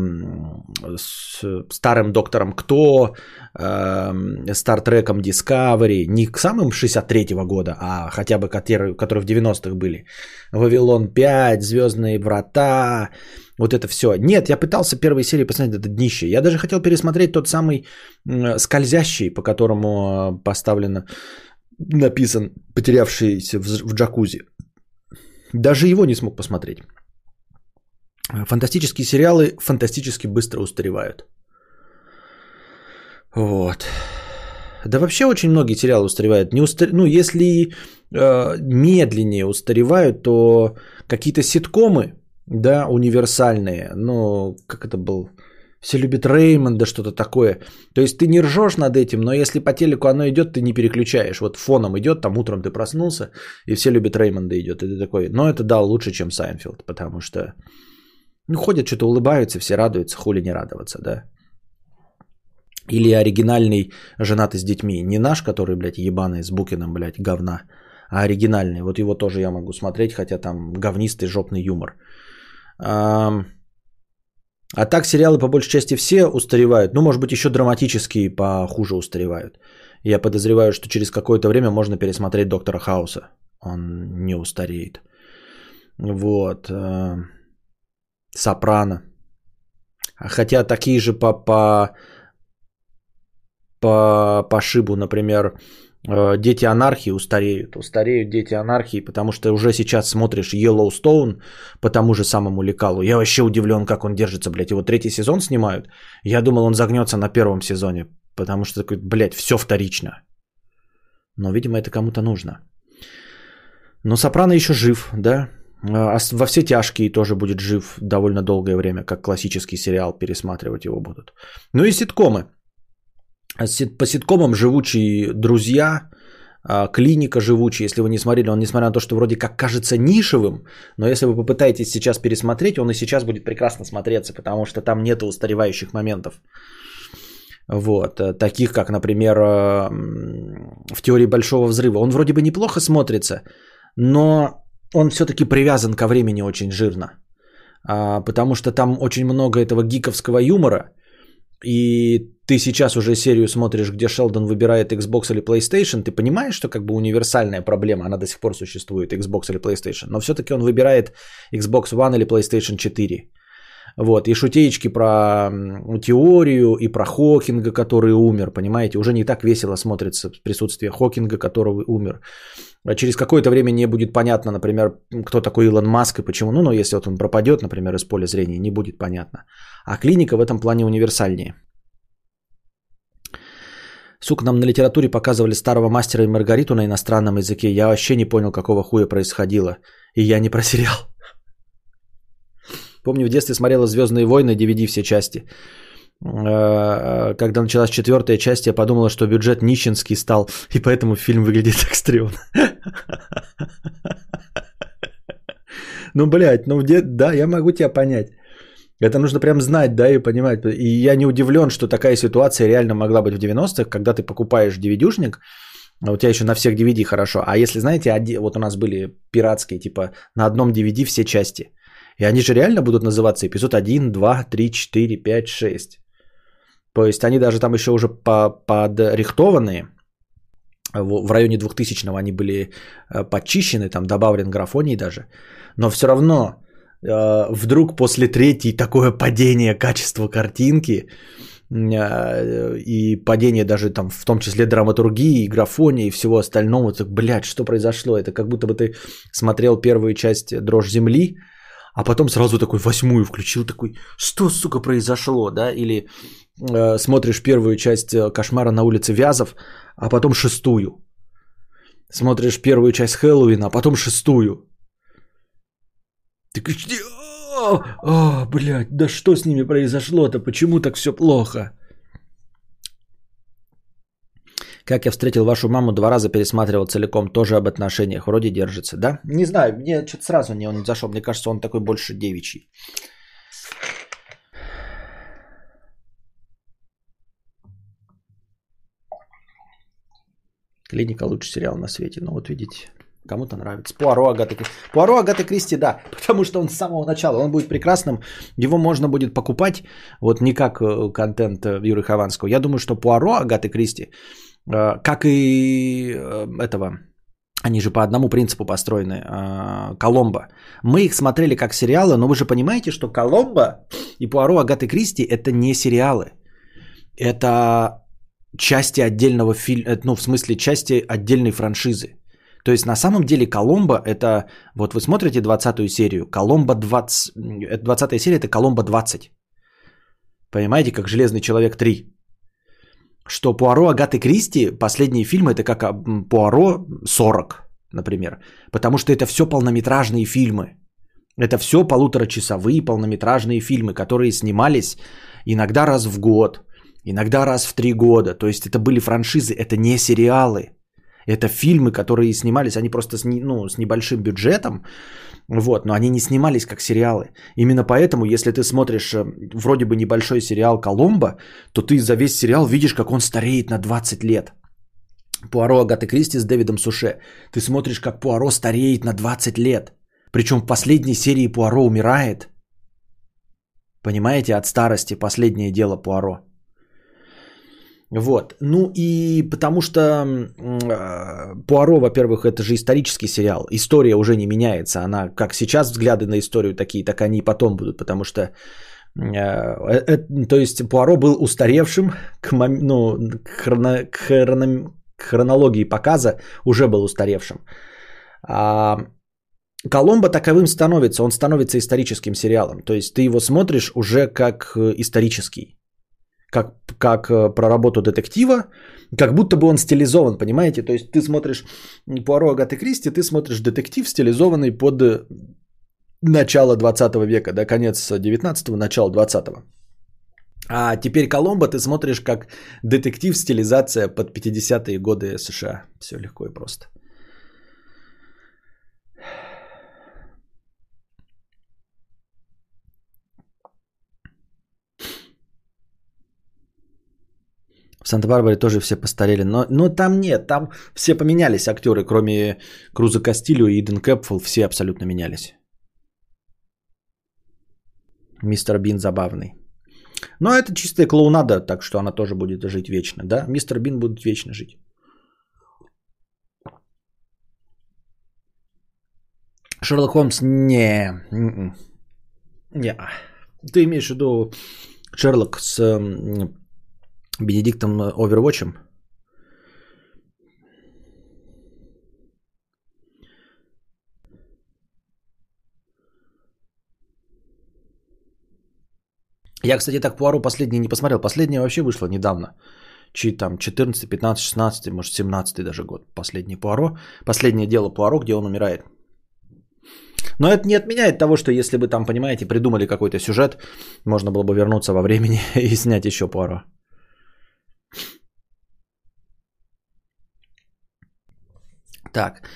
старым Доктором Кто, Стартреком Discovery, не к самым 63-го года, а хотя бы которые в 90-х были. Вавилон 5, Звездные врата, вот это все. Нет, я пытался первые серии посмотреть, это днище. Я даже хотел пересмотреть тот самый скользящий, по которому написан потерявшийся в джакузи. Даже его не смог посмотреть. Фантастические сериалы фантастически быстро устаревают. Вот. Да вообще очень многие сериалы устаревают. Ну, если медленнее устаревают, то какие-то ситкомы, да, универсальные, ну, как это был, все любят Реймонда, что-то такое. То есть ты не ржешь над этим, но если по телеку оно идет, ты не переключаешь. Вот фоном идет, там утром ты проснулся, и все любят Реймонда идет. И ты такой, но это да, лучше, чем Сайнфелд, потому что ну, ходят, что-то улыбаются, все радуются, хули не радоваться, да. Или оригинальный «Женатый с детьми». Не наш, который, блядь, ебаный, с Букиным, блядь, говна, а оригинальный. Вот его тоже я могу смотреть, хотя там говнистый жопный юмор. А так сериалы по большей части все устаревают. Ну, может быть, еще драматические похуже устаревают. Я подозреваю, что через какое-то время можно пересмотреть «Доктора Хауса». Он не устареет. Вот. «Сопрано». Хотя такие же по шибу, например, «Дети анархии» устареют. Устареют «Дети анархии», потому что уже сейчас смотришь «Йеллоустоун» по тому же самому лекалу. Я вообще удивлен, как он держится, блядь. Его 3-й сезон снимают. Я думал, он загнется на 1-м сезоне, потому что такой, блядь, все вторично. Но, видимо, это кому-то нужно. Но «Сопрано» еще жив, да? Во «Все тяжкие» тоже будет жив довольно долгое время, как классический сериал, пересматривать его будут. Ну и ситкомы. По ситкомам живучие «Друзья», «Клиника» живучий, если вы не смотрели, он, несмотря на то, что вроде как кажется нишевым, но если вы попытаетесь сейчас пересмотреть, он и сейчас будет прекрасно смотреться, потому что там нет устаревающих моментов. Вот, таких как, например, в «Теории большого взрыва». Он вроде бы неплохо смотрится, но он все-таки привязан ко времени очень жирно, потому что там очень много этого гиковского юмора, и ты сейчас уже серию смотришь, где Шелдон выбирает Xbox или PlayStation, ты понимаешь, что как бы универсальная проблема, она до сих пор существует, Xbox или PlayStation, но все-таки он выбирает Xbox One или PlayStation 4. Вот, и шутеечки про теорию, и про Хокинга, который умер, понимаете, уже не так весело смотрится присутствие Хокинга, который умер. А через какое-то время не будет понятно, например, кто такой Илон Маск и почему. Ну, если вот он пропадет, например, из поля зрения, не будет понятно. А «Клиника» в этом плане универсальнее. Сука, нам на литературе показывали «Старого мастера и Маргариту» на иностранном языке. Я вообще не понял, какого хуя происходило. И я не про сериал. Помню, в детстве смотрела «Звездные войны», DVD все части. Когда началась 4-я часть, я подумала, что бюджет нищенский стал, и поэтому фильм выглядит так стрёмно. Ну, блядь, да, я могу тебя понять. Это нужно прям знать, да, и понимать. И я не удивлен, что такая ситуация реально могла быть в 90-х, когда ты покупаешь DVD-шник, а у тебя еще на всех DVD хорошо. А если, знаете, вот у нас были пиратские, типа на одном DVD все части. И они же реально будут называться эпизод 1, 2, 3, 4, 5, 6. То есть они даже там еще уже подрихтованные. В районе 2000-го они были подчищены, там добавлен графоний даже. Но все равно вдруг после 3-й такое падение качества картинки и падение даже там в том числе драматургии, графонии и всего остального. Так, блядь, что произошло? Это как будто бы ты смотрел первую часть «Дрожь земли», а потом сразу такой 8-ю включил, такой, что, сука, произошло, да? Или смотришь первую часть «Кошмара на улице Вязов», а потом 6-ю. Смотришь первую часть «Хэллоуина», а потом 6-ю. Ты говоришь, блядь, да что с ними произошло-то? Почему так все плохо? Как я встретил вашу маму, 2 раза пересматривал целиком, тоже об отношениях, вроде держится, да? Не знаю, мне что-то сразу он не зашел, мне кажется, он такой больше девичий. Клиника лучший сериал на свете. Ну вот видите, кому-то нравится. Пуаро Агаты Кристи, да. Потому что он с самого начала, он будет прекрасным. Его можно будет покупать, вот не как контент Юры Хованского. Я думаю, что Пуаро Агаты Кристи, как и этого... Они же по одному принципу построены. Коломбо. Мы их смотрели как сериалы, но вы же понимаете, что Коломбо и Пуаро Агаты Кристи это не сериалы. Это части отдельного фильма, ну в смысле части отдельной франшизы. То есть на самом деле Коломбо это, вот вы смотрите 20-ю серию, Коломбо 20, 20-я серия это Коломбо 20. Понимаете, как Железный человек 3. Что Пуаро Агаты Кристи, последние фильмы, это как Пуаро 40, например. Потому что это все полнометражные фильмы. Это все полуторачасовые полнометражные фильмы, которые снимались иногда раз в год, иногда раз в 3 года. То есть это были франшизы, это не сериалы. Это фильмы, которые снимались, они просто с небольшим бюджетом, вот, но они не снимались как сериалы. Именно поэтому, если ты смотришь вроде бы небольшой сериал «Коломбо», то ты за весь сериал видишь, как он стареет на 20 лет. Пуаро Агаты Кристи с Дэвидом Суше. Ты смотришь, как Пуаро стареет на 20 лет. Причем в последней серии Пуаро умирает. Понимаете, от старости последнее дело Пуаро. Вот, ну и потому что Пуаро, во-первых, это же исторический сериал, история уже не меняется, она как сейчас взгляды на историю такие, так они и потом будут, потому что, то есть Пуаро был устаревшим к хронологии показа, уже был устаревшим. А Коломбо таковым становится, он становится историческим сериалом, то есть ты его смотришь уже как исторический. Как про работу детектива, как будто бы он стилизован, понимаете? То есть ты смотришь Пуаро Агаты Кристи, ты смотришь детектив, стилизованный под начало 20 века, да, конец 19-го, начало 20-го. А теперь Коломбо ты смотришь как детектив, стилизация под 50-е годы США. Все легко и просто. В Санта-Барбаре тоже все постарели, но там нет, там все поменялись актеры, кроме Круза Кастильо и Иден Кэпфелл, все абсолютно менялись. Мистер Бин забавный. Но это чистая клоунада, так что она тоже будет жить вечно, да? Мистер Бин будет вечно жить. Шерлок Холмс, не. Ты имеешь в виду Шерлок с Бенедиктом Овервотчем? Я, кстати, так Пуаро последний не посмотрел. Последнее вообще вышло недавно. Чьи там 14, 15, 16, может 17 даже год. Последний Пуаро. Последнее дело Пуаро, где он умирает. Но это не отменяет того, что если бы там, понимаете, придумали какой-то сюжет, можно было бы вернуться во времени и снять еще Пуаро. Так.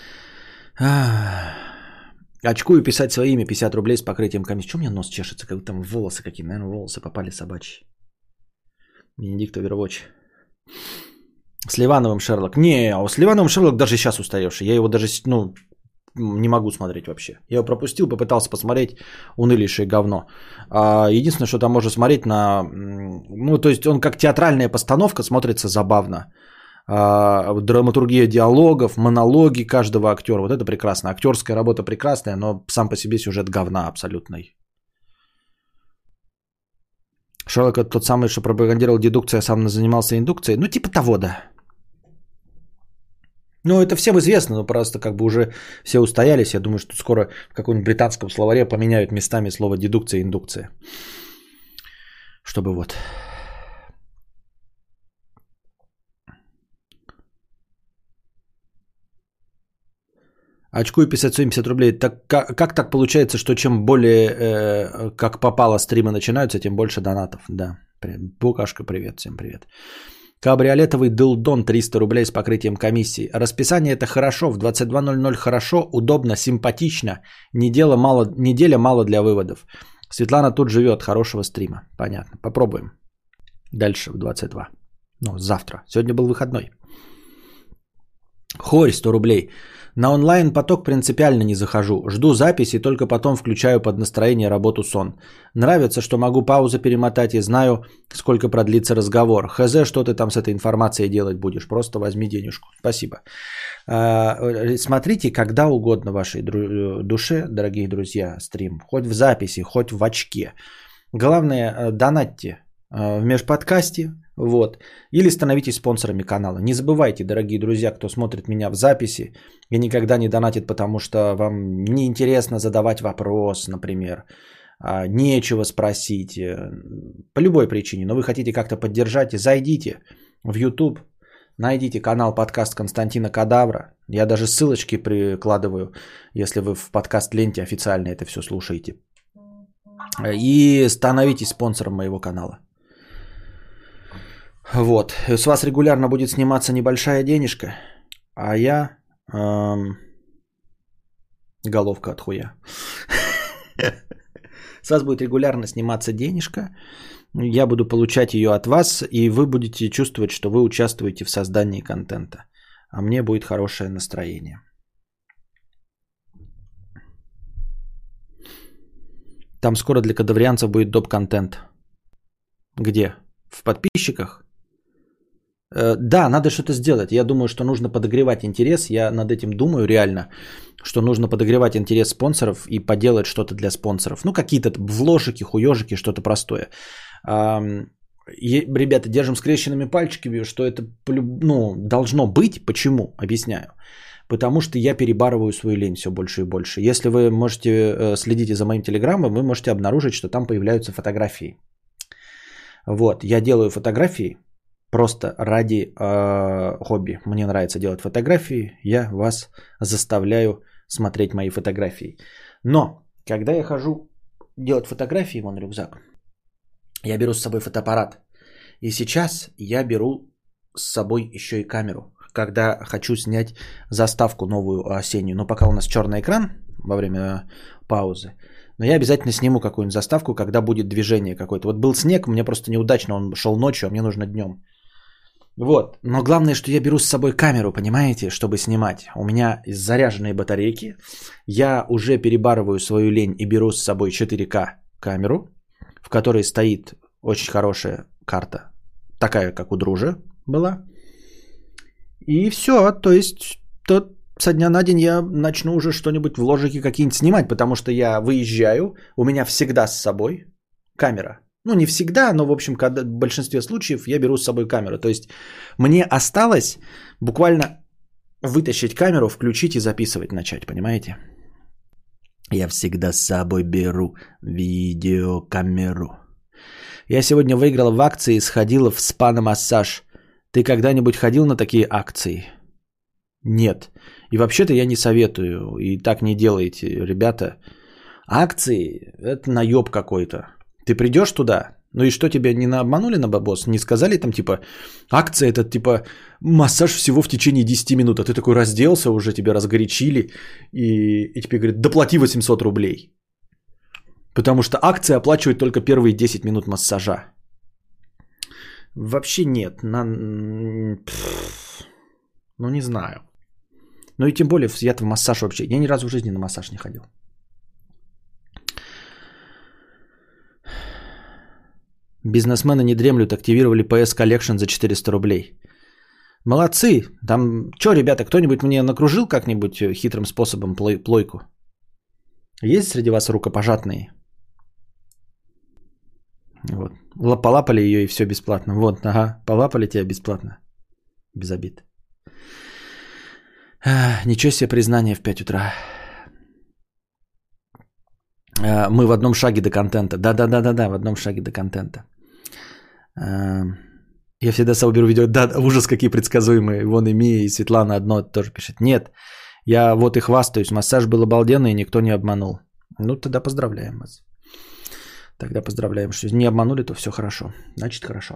Очкую писать свое имя, 50 рублей с покрытием комиссии. Чего у меня нос чешется? Как там волосы какие? Наверное, волосы попали собачьи. Бенедикт Овервотч. С Ливановым Шерлок. Не, а с Ливановым Шерлок даже сейчас устаревший. Я его даже, не могу смотреть вообще. Я его пропустил, попытался посмотреть. Унылейшее говно. Единственное, что там можно смотреть на... то есть он как театральная постановка смотрится забавно. Драматургия диалогов, монологи каждого актера. Вот это прекрасно. Актерская работа прекрасная, но сам по себе сюжет говна абсолютный. Шерлок это тот самый, что пропагандировал дедукцию, а сам занимался индукцией. Ну, типа того, да. Ну, это всем известно, но просто как бы уже все устоялись. Я думаю, что скоро в каком-нибудь британском словаре поменяют местами слово дедукция и индукция. Чтобы вот... Очку и писать 70 рублей. Так, как так получается, что чем более как попало стримы начинаются, тем больше донатов? Да. Букашка, привет, всем привет. Кабриолетовый дылдон 300 рублей с покрытием комиссии. Расписание это хорошо, в 22:00 хорошо, удобно, симпатично. Неделя мало для выводов. Светлана тут живет, хорошего стрима. Понятно, попробуем. Дальше в 22. Завтра. Сегодня был выходной. Хорь, 100 рублей. На онлайн-поток принципиально не захожу. Жду записи, только потом включаю под настроение работу сон. Нравится, что могу паузу перемотать и знаю, сколько продлится разговор. Хз, что ты там с этой информацией делать будешь. Просто возьми денежку. Спасибо. Смотрите когда угодно вашей душе, дорогие друзья, стрим. Хоть в записи, хоть в очке. Главное, донатьте в межподкасте. Вот. Или становитесь спонсорами канала. Не забывайте, дорогие друзья, кто смотрит меня в записи и никогда не донатит, потому что вам неинтересно задавать вопрос, например, нечего спросить, по любой причине, но вы хотите как-то поддержать, зайдите в YouTube, найдите канал подкаст Константина Кадавра. Я даже ссылочки прикладываю, если вы в подкаст-ленте официально это все слушаете. И становитесь спонсором моего канала. Вот. С вас регулярно будет сниматься небольшая денежка, а я головка от хуя. С вас будет регулярно сниматься денежка, я буду получать ее от вас, и вы будете чувствовать, что вы участвуете в создании контента. А мне будет хорошее настроение. Там скоро для кадаврианцев будет доп-контент. Где? В подписчиках? Да, надо что-то сделать. Я думаю, что нужно подогревать интерес. Я над этим думаю реально, что нужно подогревать интерес спонсоров и поделать что-то для спонсоров. Ну, какие-то вложики, хуежики, что-то простое. Ребята, держим скрещенными пальчиками, что это должно быть. Почему? Объясняю. Потому что я перебарываю свою лень все больше и больше. Если вы можете следить за моим телеграммом, вы можете обнаружить, что там появляются фотографии. Вот, я делаю фотографии просто ради хобби. Мне нравится делать фотографии, я вас заставляю смотреть мои фотографии. Но, когда я хожу делать фотографии, вон рюкзак, я беру с собой фотоаппарат. И сейчас я беру с собой еще и камеру, когда хочу снять заставку новую осеннюю. Но пока у нас черный экран во время паузы. Но я обязательно сниму какую-нибудь заставку, когда будет движение какое-то. Вот был снег, мне просто неудачно, он шел ночью, а мне нужно днем. Вот. Но главное, что я беру с собой камеру, понимаете, чтобы снимать. У меня заряженные батарейки. Я уже перебарываю свою лень и беру с собой 4К камеру, в которой стоит очень хорошая карта. Такая, как у дружи была. И все. То есть со дня на день я начну уже что-нибудь в ложике какие-нибудь снимать, потому что я выезжаю, у меня всегда с собой камера. Ну, не всегда, но, в общем, в большинстве случаев я беру с собой камеру. То есть мне осталось буквально вытащить камеру, включить и записывать начать, понимаете? Я всегда с собой беру видеокамеру. Я сегодня выиграл в акции и сходила в спа на массаж. Ты когда-нибудь ходил на такие акции? Нет. И вообще-то я не советую. И так не делайте, ребята. Акции – это наеб какой-то. Ты придешь туда, ну и что, тебя не обманули на бабос? Не сказали там типа, акция это типа массаж всего в течение 10 минут, а ты такой разделся, уже тебя разгорячили, и тебе говорят, доплати 800 рублей. Потому что акция оплачивает только первые 10 минут массажа. Вообще нет. Ну не знаю. Ну и тем более я-то в массаж вообще. Я ни разу в жизни на массаж не ходил. Бизнесмены не дремлют, активировали PS Collection за 400 рублей. Молодцы. Там, что, ребята, кто-нибудь мне накружил как-нибудь хитрым способом плойку? Есть среди вас рукопожатные? Вот. Полапали ее и все бесплатно. Вот, ага, полапали тебя бесплатно. Без обид. Ничего себе признание в 5 утра. Мы в одном шаге до контента. Да, в одном шаге до контента. Я всегда с собой беру видео. Да, ужас, какие предсказуемые. Вон и Мия, и Светлана одно тоже пишет. Нет, я вот и хвастаюсь. Массаж был обалденный, и никто не обманул. Ну, тогда поздравляем вас. Тогда поздравляем, что не обманули, то все хорошо. Значит, хорошо.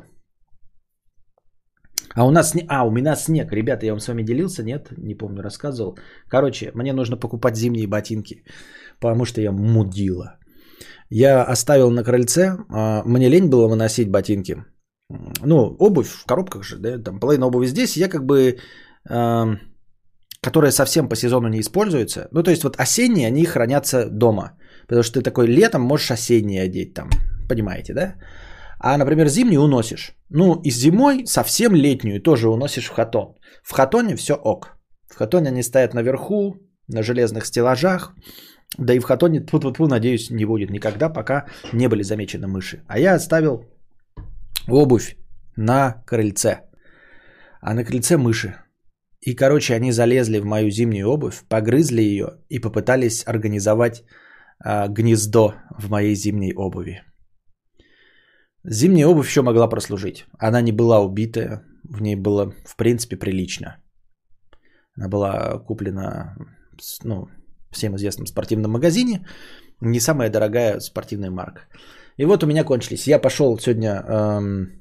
А у нас у меня снег. Ребята, я вам с вами делился, нет? Не помню, рассказывал. Короче, мне нужно покупать зимние ботинки, потому что я мудила. Я оставил на крыльце. Мне лень было выносить ботинки. Ну, обувь в коробках же, да? Там половина обуви здесь. Я как бы которые совсем по сезону не используются. Ну, то есть вот осенние, они хранятся дома. Потому что ты такой летом можешь осенние одеть там. Понимаете, да? А, например, зимнюю уносишь. Ну, и зимой совсем летнюю тоже уносишь в хатон. В хатоне все ок. В хатоне они стоят наверху, на железных стеллажах. Да и в хатоне, тьфу-тьфу-тьфу, надеюсь, не будет никогда, пока не были замечены мыши. А я оставил обувь на крыльце. А на крыльце мыши. И, короче, они залезли в мою зимнюю обувь, погрызли ее и попытались организовать гнездо в моей зимней обуви. Зимняя обувь еще могла прослужить. Она не была убитая, в ней было, в принципе, прилично. Она была куплена, ну, всем известном спортивном магазине. Не самая дорогая спортивная марка. И вот у меня кончились. Я пошел сегодня,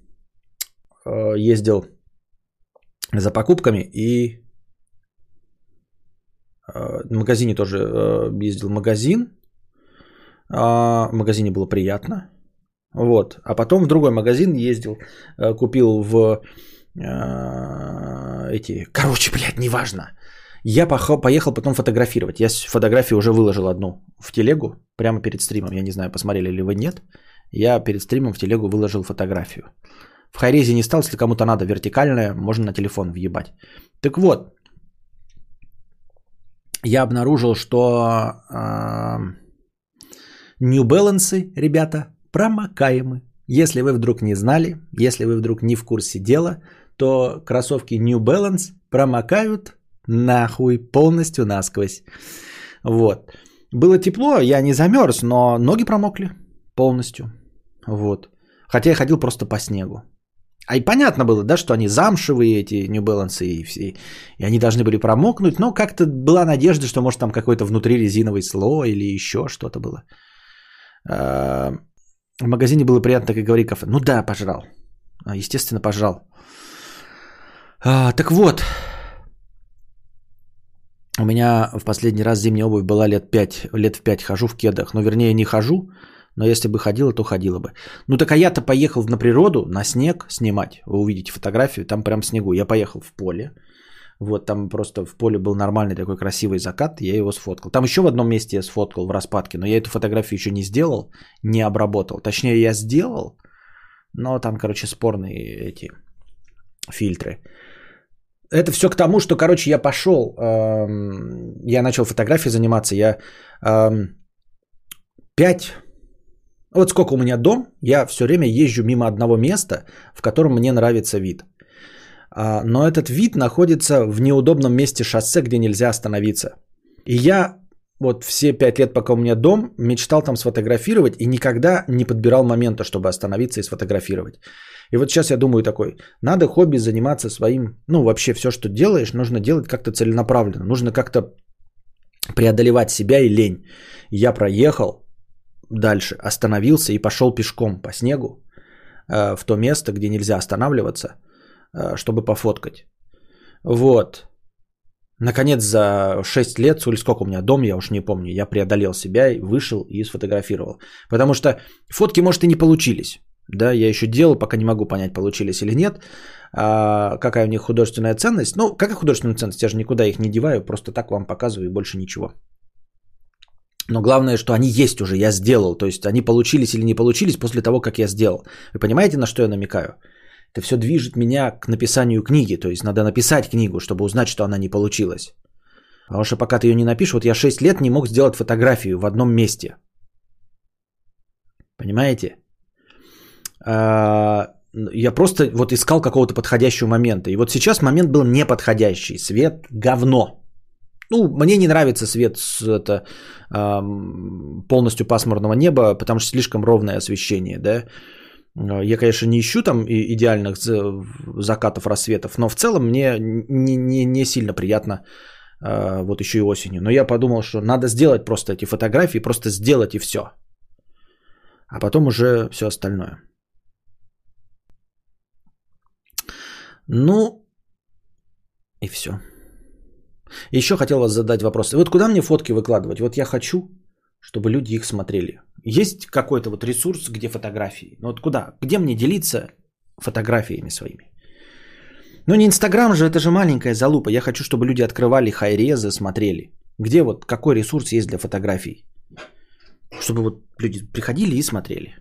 ездил за покупками и в магазине тоже ездил в магазин. В магазине было приятно. Вот. А потом в другой магазин ездил, купил в эти... Короче, блядь, неважно. Я поехал потом фотографировать. Я фотографию уже выложил одну в телегу, прямо перед стримом. Я не знаю, посмотрели ли вы, нет. Я перед стримом в телегу выложил фотографию. В хайрезе не стал, если кому-то надо вертикальная, можно на телефон въебать. Так вот, я обнаружил, что New Balance, ребята, промокаемы. Если вы вдруг не знали, если вы вдруг не в курсе дела, то кроссовки New Balance промокают нахуй полностью насквозь. Вот. Было тепло, я не замерз, но ноги промокли полностью. Вот. Хотя я ходил просто по снегу. А и понятно было, да, что они замшевые, эти New Balance, и они должны были промокнуть, но как-то была надежда, что может там какой-то внутри резиновый слой или еще что-то было. В магазине было приятно, так и говорит кафе. Ну да, пожрал. Естественно, пожрал. Так вот. У меня в последний раз зимняя обувь была лет в 5 хожу в кедах. Ну, вернее, не хожу, но если бы ходила, то ходила бы. Ну, так а я-то поехал на природу, на снег снимать. Вы увидите фотографию, там прям снегу. Я поехал в поле. Вот там просто в поле был нормальный такой красивый закат, я его сфоткал. Там еще в одном месте я сфоткал в распадке, но я эту фотографию еще не сделал, не обработал. Точнее, я сделал, но там, короче, спорные эти фильтры. Это все к тому, что, короче, я пошел, я начал фотографией заниматься, я 5... Вот сколько у меня дом, я все время езжу мимо одного места, в котором мне нравится вид. Но этот вид находится в неудобном месте шоссе, где нельзя остановиться. И я вот все 5 лет, пока у меня дом, мечтал там сфотографировать и никогда не подбирал момента, чтобы остановиться и сфотографировать. И вот сейчас я думаю такой, надо хобби заниматься своим, ну вообще все, что делаешь, нужно делать как-то целенаправленно. Нужно как-то преодолевать себя и лень. Я проехал дальше, остановился и пошел пешком по снегу в то место, где нельзя останавливаться, чтобы пофоткать. Вот. Наконец, за 6 лет, или сколько у меня дом, я уж не помню, я преодолел себя, вышел и сфотографировал. Потому что фотки, может, и не получились. Да, я еще делал, пока не могу понять, получились или нет. Какая у них художественная ценность. Ну, какая художественная ценность? Я же никуда их не деваю, просто так вам показываю и больше ничего. Но главное, что они есть уже, я сделал. То есть они получились или не получились после того, как я сделал. Вы понимаете, на что я намекаю? Это все движет меня к написанию книги. То есть надо написать книгу, чтобы узнать, что она не получилась. Потому что пока ты ее не напишешь, вот я 6 лет не мог сделать фотографию в одном месте. Понимаете? Я просто вот искал какого-то подходящего момента. И вот сейчас момент был неподходящий. Свет говно. Ну, мне не нравится свет с полностью пасмурного неба, потому что слишком ровное освещение, да. Я, конечно, не ищу там идеальных закатов, рассветов, но в целом мне не сильно приятно вот еще и осенью. Но я подумал, что надо сделать просто эти фотографии, просто сделать и все. А потом уже все остальное. Ну, и все. Еще хотел вас задать вопрос. Вот куда мне фотки выкладывать? Вот я хочу, чтобы люди их смотрели. Есть какой-то вот ресурс, где фотографии? Ну вот куда? Где мне делиться фотографиями своими? Ну не Инстаграм же, это же маленькая залупа. Я хочу, чтобы люди открывали хайрезы, смотрели. Где вот какой ресурс есть для фотографий? Чтобы вот люди приходили и смотрели.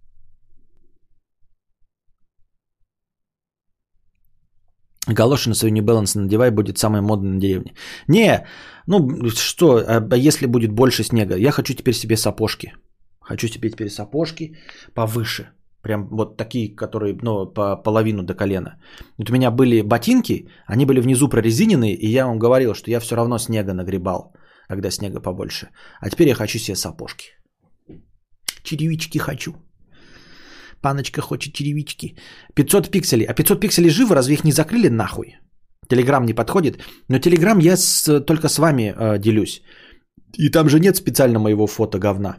Галоши на свою New Balance надевай, будет самой модной на деревне. Не, ну что, а если будет больше снега? Я хочу теперь себе сапожки. Хочу себе теперь сапожки повыше. Прям вот такие, которые, ну, по половину до колена. Вот у меня были ботинки, они были внизу прорезиненные, и я вам говорил, что я все равно снега нагребал, когда снега побольше. А теперь я хочу себе сапожки. Черевички хочу. Паночка хочет черевички. 500 пикселей. А 500 пикселей живо, разве их не закрыли нахуй? Телеграм не подходит. Но Телеграм я только с вами делюсь. И там же нет специально моего фото говна.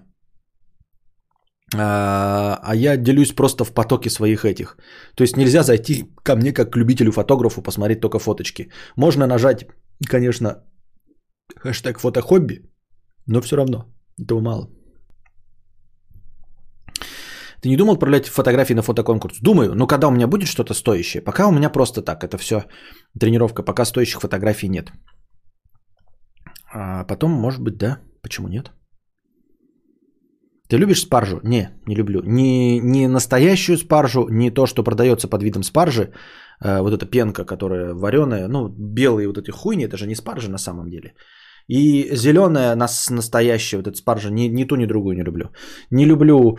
А я делюсь просто в потоке своих этих. То есть нельзя зайти ко мне как к любителю-фотографу, посмотреть только фоточки. Можно нажать, конечно, хэштег фотохобби, но все равно этого мало. Ты не думал отправлять фотографии на фотоконкурс? Думаю, но когда у меня будет что-то стоящее? Пока у меня просто так, это все тренировка, пока стоящих фотографий нет. А потом, может быть, да, почему нет? Ты любишь спаржу? Не люблю. Не настоящую спаржу, не то, что продается под видом спаржи. Вот эта пенка, которая вареная. Ну, белые вот эти хуйни, это же не спаржа на самом деле. И зеленая настоящая вот эта спаржа, ни ту, ни другую не люблю. Не люблю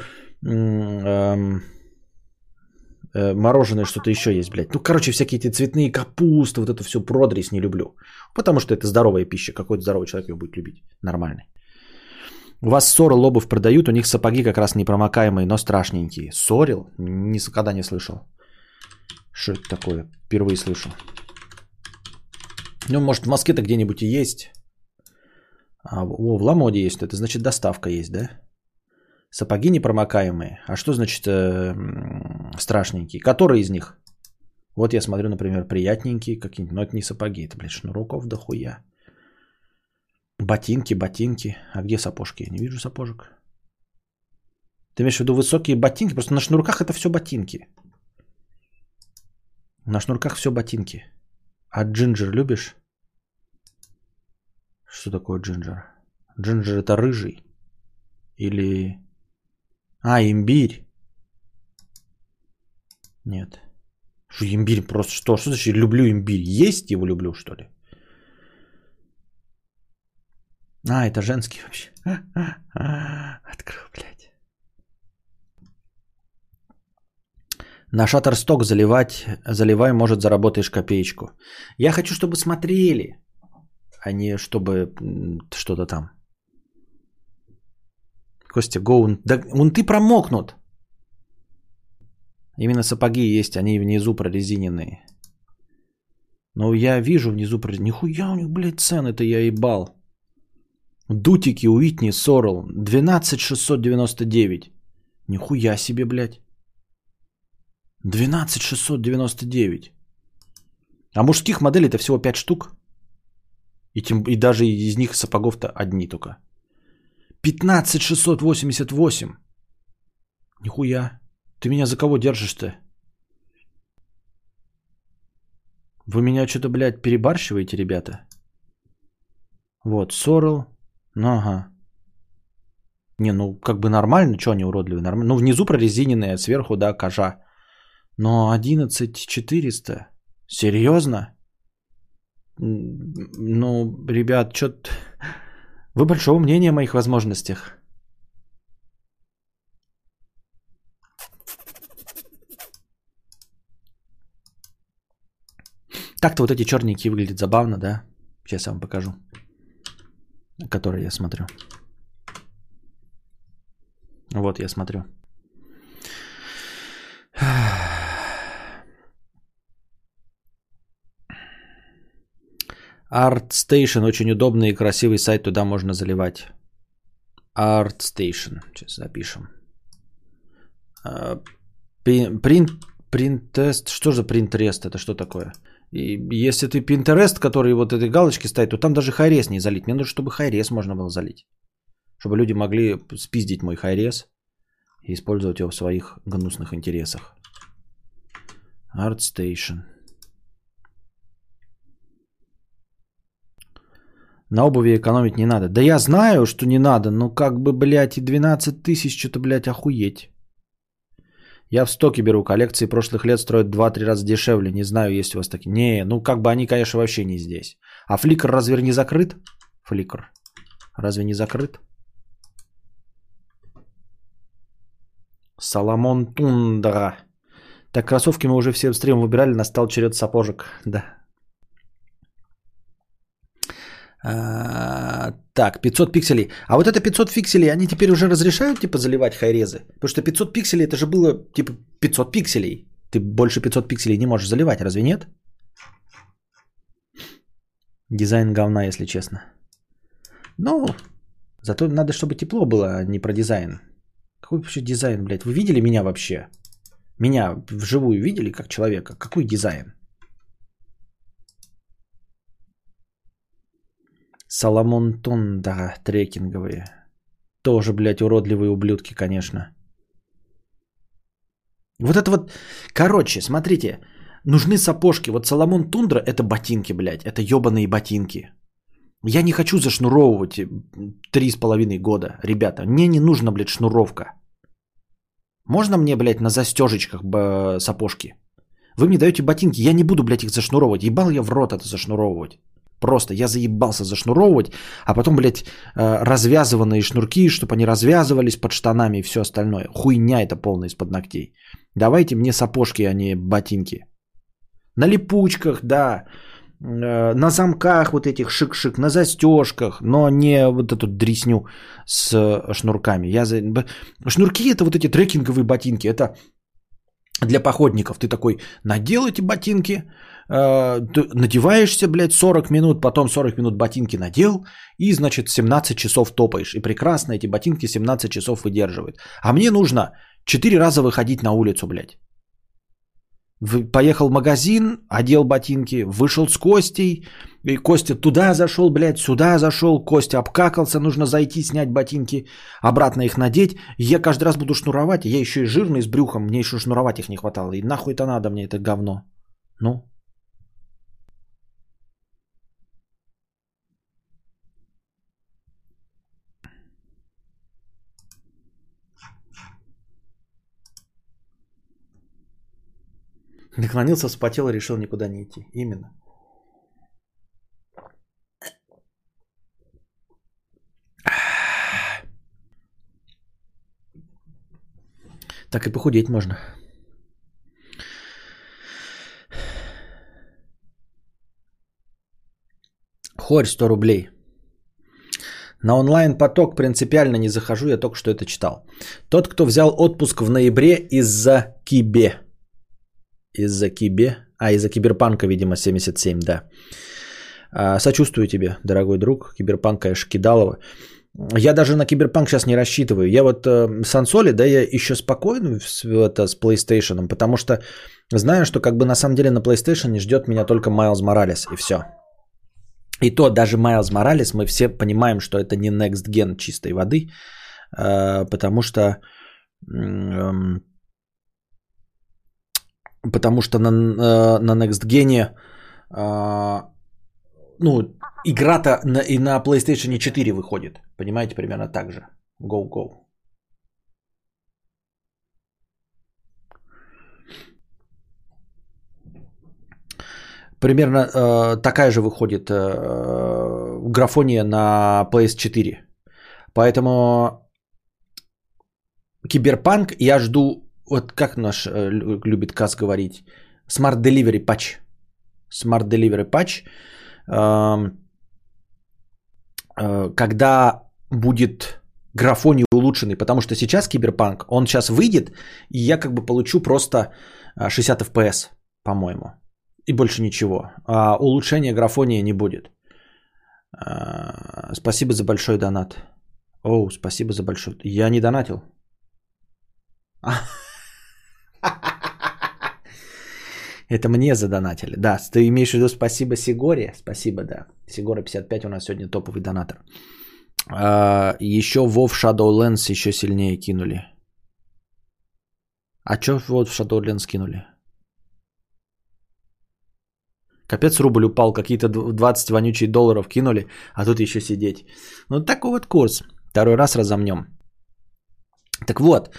мороженое, что-то еще есть, блядь. Ну, короче, всякие эти цветные капусты, вот это все продресь не люблю. Потому что это здоровая пища. Какой-то здоровый человек ее будет любить. Нормальный. У вас Сорел обувь продают, у них сапоги как раз непромокаемые, но страшненькие. Сорел? Никогда не слышал. Что это такое? Впервые слышу. Ну, может, в Москве-то где-нибудь и есть. В Ламоде есть. Это значит, доставка есть, да? Сапоги непромокаемые. А что значит страшненькие? Которые из них? Вот я смотрю, например, приятненькие какие-нибудь. Но это не сапоги, это, блядь, шнурков дохуя. Ботинки. А где сапожки? Я не вижу сапожек. Ты имеешь в виду высокие ботинки? Просто на шнурках это все ботинки. На шнурках все ботинки. А джинджер любишь? Что такое джинджер? Джинджер это рыжий. Или... имбирь. Нет. Что имбирь просто что? Что значит люблю имбирь? Есть его люблю, что ли? Это женский вообще. Открыл, блядь. На Shutterstock заливай, может, заработаешь копеечку. Я хочу, чтобы смотрели, а не чтобы что-то там. Костя, гоун. Да вон ты промокнут. Именно сапоги есть, они внизу прорезиненные. Но я вижу внизу прорезиненные. Нихуя у них, блядь, цены-то я ебал. Дутики, Уитни, Сорел. 12 699. Нихуя себе, блядь. 12 699. А мужских моделей-то всего 5 штук. И даже из них сапогов-то одни только. 15 688. Нихуя. Ты меня за кого держишь-то? Вы меня что-то, блядь, перебарщиваете, ребята? Вот, Сорел. Ага. Не, ну как бы нормально, что они уродливые? Нормально. Ну внизу прорезиненные, сверху, да, кожа. Но 11 400? Серьезно? Ну, ребят, что-то... Вы большого мнения о моих возможностях. Так-то вот эти черненькие выглядят забавно, да? Сейчас я вам покажу. Который я смотрю. Вот я смотрю. ArtStation очень удобный и красивый сайт, туда можно заливать. ArtStation. Сейчас запишем. Принтест. Что же Pinterest? Это что такое? И если ты Pinterest, который вот этой галочки ставит, то там даже хайрес не залить. Мне нужно, чтобы хайрес можно было залить. Чтобы люди могли спиздить мой хайрес и использовать его в своих гнусных интересах. ArtStation. На обуви экономить не надо. Да я знаю, что не надо, но как бы, блядь, и 12 тысяч, что-то, блядь, охуеть. Я в стоке беру, коллекции прошлых лет строят 2-3 раза дешевле. Не знаю, есть у вас такие. Не, ну как бы они, конечно, вообще не здесь. А Flickr разве не закрыт? Flickr. Разве не закрыт? Соломон Тундра. Так, кроссовки мы уже все в стрим выбирали, настал черед сапожек. Да. Так, 500 пикселей. А вот это 500 пикселей, они теперь уже разрешают, типа, заливать хайрезы? Потому что 500 пикселей, это же было, типа, 500 пикселей. Ты больше 500 пикселей не можешь заливать, разве нет? Дизайн говна, если честно. Ну, зато надо, чтобы тепло было, а не про дизайн. Какой вообще дизайн, блядь? Вы видели меня вообще? Меня вживую видели как человека? Какой дизайн? Соломон Тундра трекинговые. Тоже, блядь, уродливые ублюдки, конечно. Вот это вот... Короче, смотрите. Нужны сапожки. Вот Соломон Тундра это ботинки, блядь. Это ебаные ботинки. Я не хочу зашнуровывать 3,5 года. Ребята, мне не нужна, блядь, шнуровка. Можно мне, блядь, на застежечках сапожки? Вы мне даете ботинки, я не буду, блядь, их зашнуровывать. Ебал я в рот это зашнуровывать. Просто я заебался зашнуровывать, а потом, блядь, развязыванные шнурки, чтобы они развязывались под штанами и все остальное. Хуйня это полная из-под ногтей. Давайте мне сапожки, а не ботинки. На липучках, да, на замках вот этих шик-шик, на застежках, но не вот эту дресню с шнурками. Шнурки это вот эти трекинговые ботинки, это для походников. Ты такой надел эти ботинки, надеваешься, блядь, 40 минут, потом 40 минут ботинки надел и, значит, 17 часов топаешь. И прекрасно эти ботинки 17 часов выдерживают. А мне нужно 4 раза выходить на улицу, блядь. Поехал в магазин, одел ботинки, вышел с Костей, и Костя туда зашел, блядь, сюда зашел, Костя обкакался, нужно зайти, снять ботинки, обратно их надеть. Я каждый раз буду шнуровать, я еще и жирный с брюхом, мне еще шнуровать их не хватало. И нахуй это надо мне, это говно. Ну? Наклонился, вспотел и решил никуда не идти. Именно. Так и похудеть можно. Хорь 100 рублей. На онлайн-поток принципиально не захожу, я только что это читал. Тот, кто взял отпуск в ноябре из-за Кибе. Из-за Кибе? Из-за Киберпанка, видимо, 77, да. Сочувствую тебе, дорогой друг. Киберпанк, конечно, кидалово. Я даже на Киберпанк сейчас не рассчитываю. Я вот с Ансоли, да, я еще спокоен с PlayStation, потому что знаю, что как бы на самом деле на PlayStation ждет меня только Майлз Моралес, и все. И то даже Майлз Моралес, мы все понимаем, что это не Next Gen чистой воды, потому что на Next Gen ну, игра-то и на PlayStation 4 выходит. Понимаете, примерно так же. Go. Примерно такая же выходит графония на PS4. Поэтому Киберпанк я жду, вот как наш любит Кас говорить, Smart Delivery Patch. Smart Delivery Patch. Когда будет графоний улучшенный, потому что сейчас Киберпанк, он сейчас выйдет, и я как бы получу просто 60 FPS, по-моему. И больше ничего. А улучшения графония не будет. Спасибо за большой донат. Оу, спасибо за большой. Я не донатил. Это мне задонатили. Да, ты имеешь в виду спасибо Сигоре? Спасибо, да. Сигора 55 у нас сегодня топовый донатор. Еще WoW Shadowlands еще сильнее кинули. А что WoW Shadowlands кинули? Капец, рубль упал, какие-то 20 вонючие долларов кинули, а тут еще сидеть. Ну, такой вот курс. Второй раз разомнем. Так вот,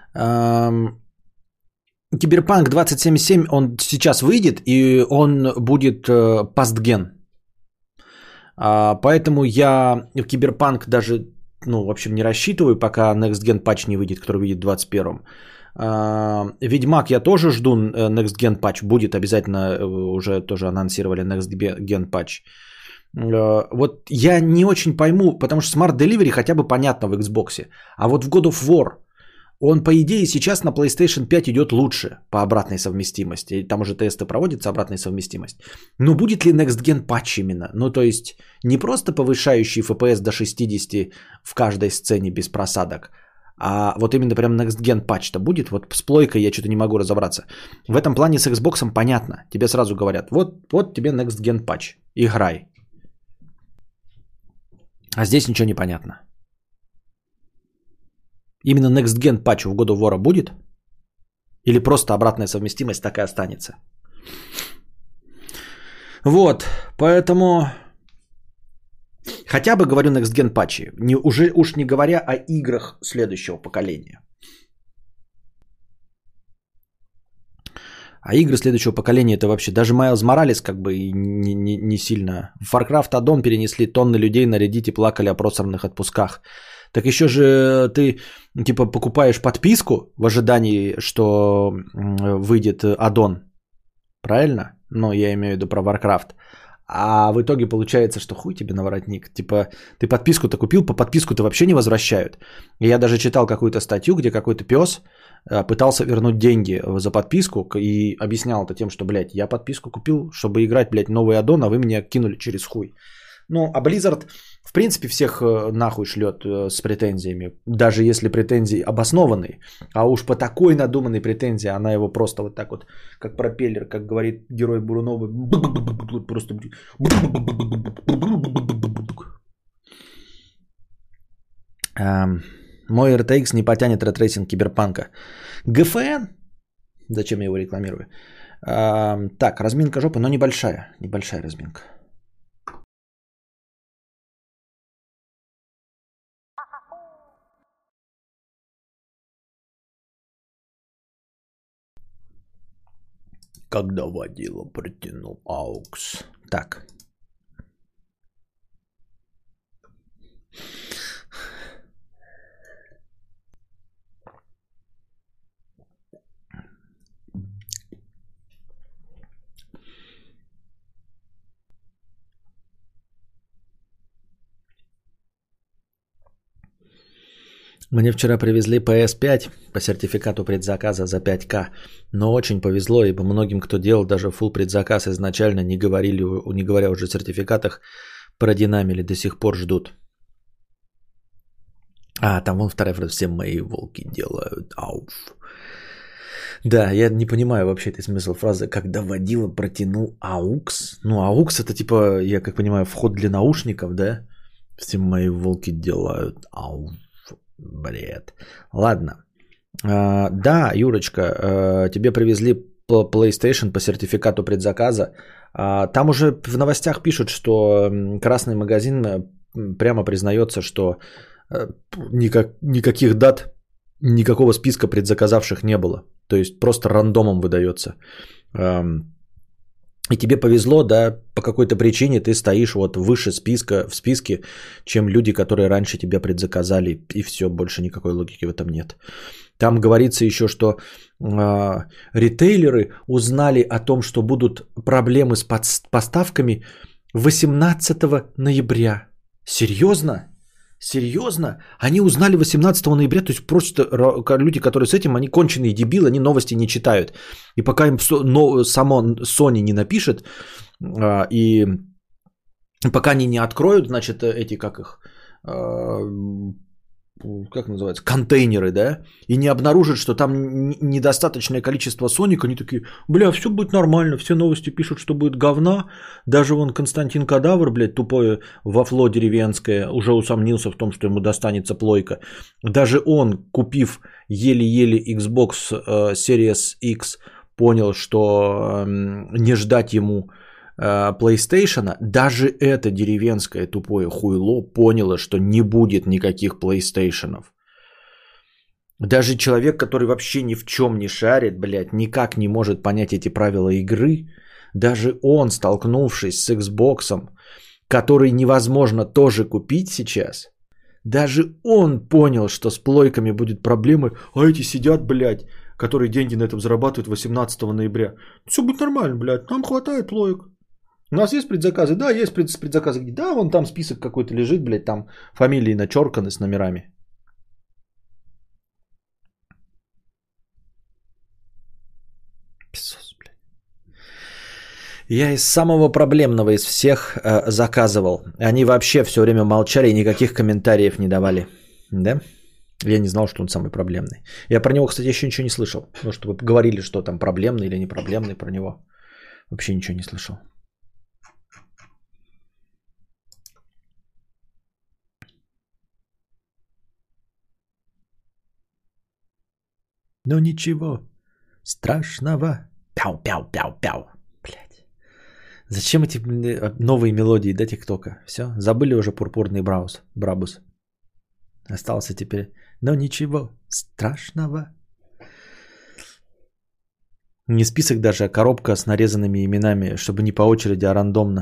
Киберпанк 2077, он сейчас выйдет, и он будет пастген. Поэтому я в Киберпанк даже, ну, в общем, не рассчитываю, пока Next Gen патч не выйдет, который выйдет в 21-м. Ведьмак я тоже жду, Next Gen патч будет обязательно, уже тоже анонсировали Next Gen патч. Вот я не очень пойму, потому что Smart Delivery хотя бы понятно в Xbox, а вот в God of War он, по идее, сейчас на PlayStation 5 идет лучше по обратной совместимости. Там уже тесты проводятся, обратная совместимость. Но будет ли Next Gen патч именно? Ну, то есть, не просто повышающий FPS до 60 в каждой сцене без просадок, а вот именно прям Next Gen патч-то будет. Вот с плойкой я что-то не могу разобраться. В этом плане с Xbox понятно. Тебе сразу говорят, вот тебе Next Gen патч. Играй. А здесь ничего не понятно. Именно Next Gen патч в God of War будет? Или просто обратная совместимость так и останется? Вот, поэтому... Хотя бы говорю Next Gen патчи. Уж не говоря о играх следующего поколения. А игры следующего поколения это вообще... Даже Miles Morales как бы не сильно... В Warcraft Add-on перенесли тонны людей на Reddit и плакали о просранных отпусках. Так еще же ты типа покупаешь подписку в ожидании, что выйдет аддон. Правильно? Ну, я имею в виду про Warcraft. А в итоге получается, что хуй тебе на воротник. Типа ты подписку-то купил, по подписку-то вообще не возвращают. И я даже читал какую-то статью, где какой-то пес пытался вернуть деньги за подписку и объяснял это тем, что, блядь, я подписку купил, чтобы играть, блядь, новый аддон, а вы меня кинули через хуй. Ну, а Blizzard, в принципе, всех нахуй шлет с претензиями, даже если претензии обоснованные. А уж по такой надуманной претензии она его просто вот так вот, как пропеллер, как говорит герой Бурунова, просто... Мой RTX не потянет ретрейсинг Киберпанка. ГФН? Зачем я его рекламирую? Так, разминка жопы, но небольшая. Небольшая разминка. Когда водила протянул аукс. Так. Мне вчера привезли PS5 по сертификату предзаказа за 5К, но очень повезло, ибо многим, кто делал даже full предзаказ изначально, не говоря уже о сертификатах, продинамили, до сих пор ждут. А, там вон вторая фраза, все мои волки делают, ауф. Да, я не понимаю вообще этот смысл фразы, когда водила протянул аукс. Ну, аукс это типа, я как понимаю, вход для наушников, да? Все мои волки делают ауф. Бред. Ладно. Да, Юрочка, тебе привезли PlayStation по сертификату предзаказа. Там уже в новостях пишут, что Красный магазин прямо признается, что никаких дат, никакого списка предзаказавших не было. То есть просто рандомом выдается. И тебе повезло, да, по какой-то причине ты стоишь вот выше в списке, чем люди, которые раньше тебя предзаказали, и все, больше никакой логики в этом нет. Там говорится еще, что ритейлеры узнали о том, что будут проблемы с поставками 18 ноября. Серьезно? Серьезно? Они узнали 18 ноября, то есть просто люди, которые с этим, они конченые дебилы, они новости не читают. И пока им само Sony не напишет, и пока они не откроют, значит, эти, как их, как называется, контейнеры, да, и не обнаружат, что там недостаточное количество Соника, они такие, бля, все будет нормально, все новости пишут, что будет говна, даже вон Константин Кадавр, блядь, тупое вафло деревенское, уже усомнился в том, что ему достанется плойка, даже он, купив еле-еле Xbox Series X, понял, что не ждать ему PlayStation, даже это деревенское тупое хуйло поняло, что не будет никаких PlayStation'ов. Даже человек, который вообще ни в чем не шарит, блядь, никак не может понять эти правила игры, даже он, столкнувшись с Xbox'ом, который невозможно тоже купить сейчас, даже он понял, что с плойками будет проблемы, а эти сидят, блядь, которые деньги на этом зарабатывают 18 ноября. Все будет нормально, блядь, нам хватает плоек. У нас есть предзаказы? Да, есть предзаказы. Да, вон там список какой-то лежит, блядь, там фамилии начерканы с номерами. Писос, блядь. Я из самого проблемного из всех заказывал. Они вообще все время молчали и никаких комментариев не давали. Да? Я не знал, что он самый проблемный. Я про него, кстати, еще ничего не слышал. Ну, чтобы говорили, что там проблемный или не проблемный про него. Вообще ничего не слышал. Ну ничего страшного. Пяу-пяу-пяу-пяу. Блядь. Зачем эти новые мелодии, да, ТикТока? Все, забыли уже пурпурный брабус. Остался теперь. Но ничего страшного. Не список даже, а коробка с нарезанными именами, чтобы не по очереди, а рандомно.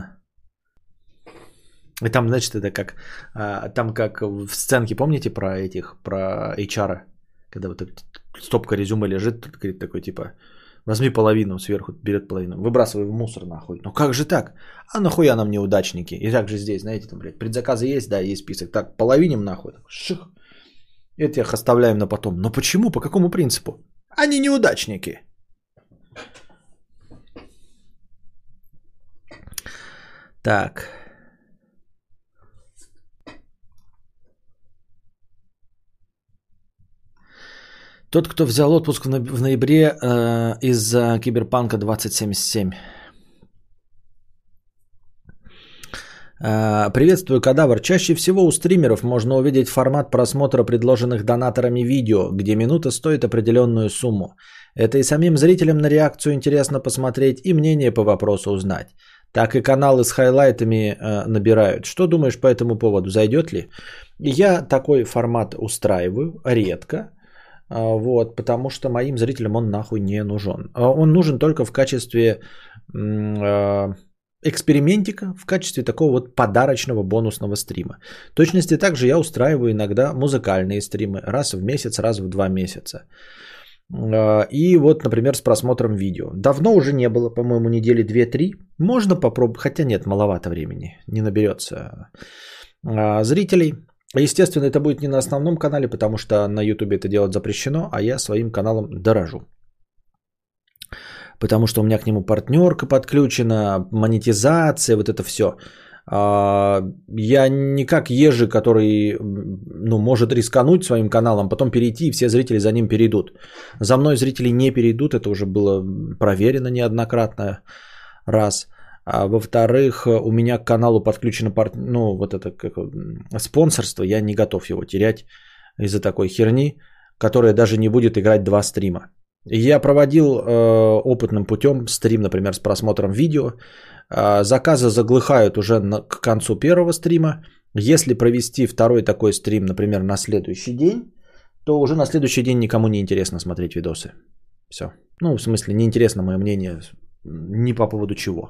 И там, значит, это как... Там как в сценке, помните про HR? Когда вот стопка резюме лежит, тут говорит такой типа... Возьми половину, сверху берет половину. Выбрасывай в мусор нахуй. Ну как же так? А нахуя нам неудачники? И так же здесь, знаете, там, блядь, предзаказы есть, да, есть список. Так, половиним нахуй. Ших. Это их оставляем на потом. Но почему? По какому принципу? Они неудачники. Так. Тот, кто взял отпуск в ноябре из-за Киберпанка 2077. Приветствую, Кадавр. Чаще всего у стримеров можно увидеть формат просмотра предложенных донаторами видео, где минута стоит определенную сумму. Это и самим зрителям на реакцию интересно посмотреть и мнение по вопросу узнать. Так и каналы с хайлайтами набирают. Что думаешь по этому поводу? Зайдет ли? Я такой формат устраиваю редко. Вот, потому что моим зрителям он нахуй не нужен. Он нужен только в качестве экспериментика, в качестве такого вот подарочного бонусного стрима. В точности также я устраиваю иногда музыкальные стримы. Раз в месяц, раз в 2 месяца. И вот, например, с просмотром видео. Давно уже не было, по-моему, недели 2-3. Можно попробовать, хотя нет, маловато времени. Не наберется зрителей. Естественно, это будет не на основном канале, потому что на YouTube это делать запрещено, а я своим каналом дорожу. Потому что у меня к нему партнерка подключена, монетизация, вот это все. Я не как Ежи, который может рискануть своим каналом, потом перейти, и все зрители за ним перейдут. За мной зрители не перейдут, это уже было проверено неоднократно, раз. А во-вторых, у меня к каналу подключено спонсорство, я не готов его терять из-за такой херни, которая даже не будет играть 2 стрима. Я проводил опытным путем стрим, например, с просмотром видео. Заказы заглыхают уже к концу первого стрима. Если провести второй такой стрим, например, на следующий день, то уже на следующий день никому не интересно смотреть видосы. Все. Ну, в смысле, неинтересно мое мнение ни по поводу чего.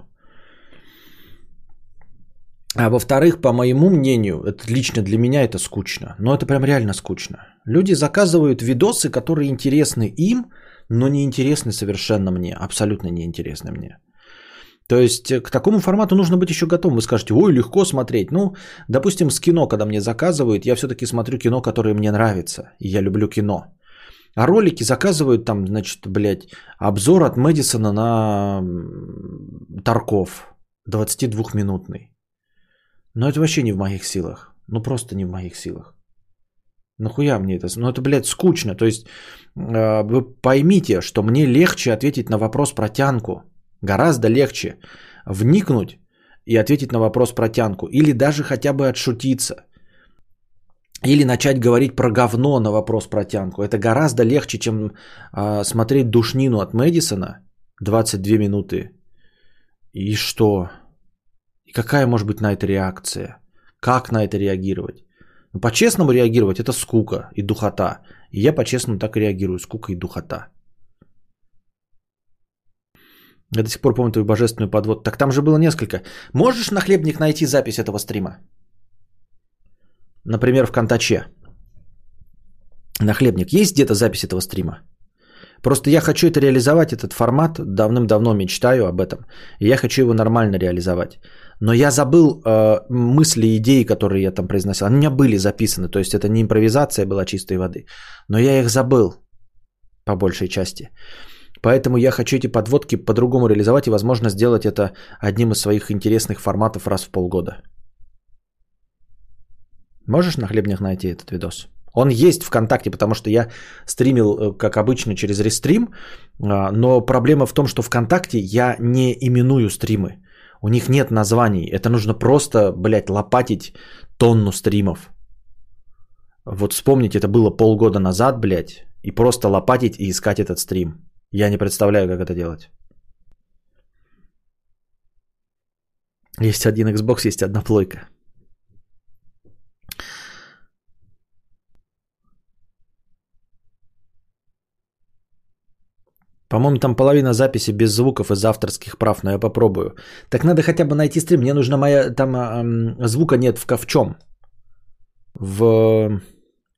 А во-вторых, по моему мнению, это лично для меня это скучно. Но это прям реально скучно. Люди заказывают видосы, которые интересны им, но не интересны совершенно мне. Абсолютно не интересны мне. То есть к такому формату нужно быть еще готовым. Вы скажете, ой, легко смотреть. Ну, допустим, с кино, когда мне заказывают, я все-таки смотрю кино, которое мне нравится. И я люблю кино. А ролики заказывают там, значит, блядь, обзор от Мэдисона на Тарков. 22-минутный. Но это вообще не в моих силах. Ну, просто не в моих силах. Нахуя мне это? Ну, это, блядь, скучно. То есть, вы поймите, что мне легче ответить на вопрос про тянку. Гораздо легче вникнуть и ответить на вопрос про тянку. Или даже хотя бы отшутиться. Или начать говорить про говно на вопрос про тянку. Это гораздо легче, чем смотреть душнину от Мэдисона 22 минуты. И что? И какая может быть на это реакция? Как на это реагировать? Ну, по-честному реагировать – это скука и духота. И я по-честному так и реагирую – скука и духота. Я до сих пор помню твою божественную подводку. Так там же было несколько. Можешь, нахлебник, найти запись этого стрима? Например, в Контаче. Нахлебник, есть где-то запись этого стрима? Просто я хочу это реализовать, этот формат, давным-давно мечтаю об этом. И я хочу его нормально реализовать. Но я забыл мысли, идеи, которые я там произносил. Они у меня были записаны, то есть это не импровизация была чистой воды. Но я их забыл по большей части. Поэтому я хочу эти подводки по-другому реализовать и, возможно, сделать это одним из своих интересных форматов раз в полгода. Можешь, нахлебник, найти этот видос? Он есть ВКонтакте, потому что я стримил, как обычно, через Рестрим, но проблема в том, что ВКонтакте я не именую стримы. У них нет названий. Это нужно просто, блядь, лопатить тонну стримов. Вот вспомните, это было полгода назад, блядь, и просто лопатить и искать этот стрим. Я не представляю, как это делать. Есть один Xbox, есть одна плойка. По-моему, там половина записи без звуков из авторских прав, но я попробую. Так надо хотя бы найти стрим. Мне нужно моя... Там звука нет в чем? В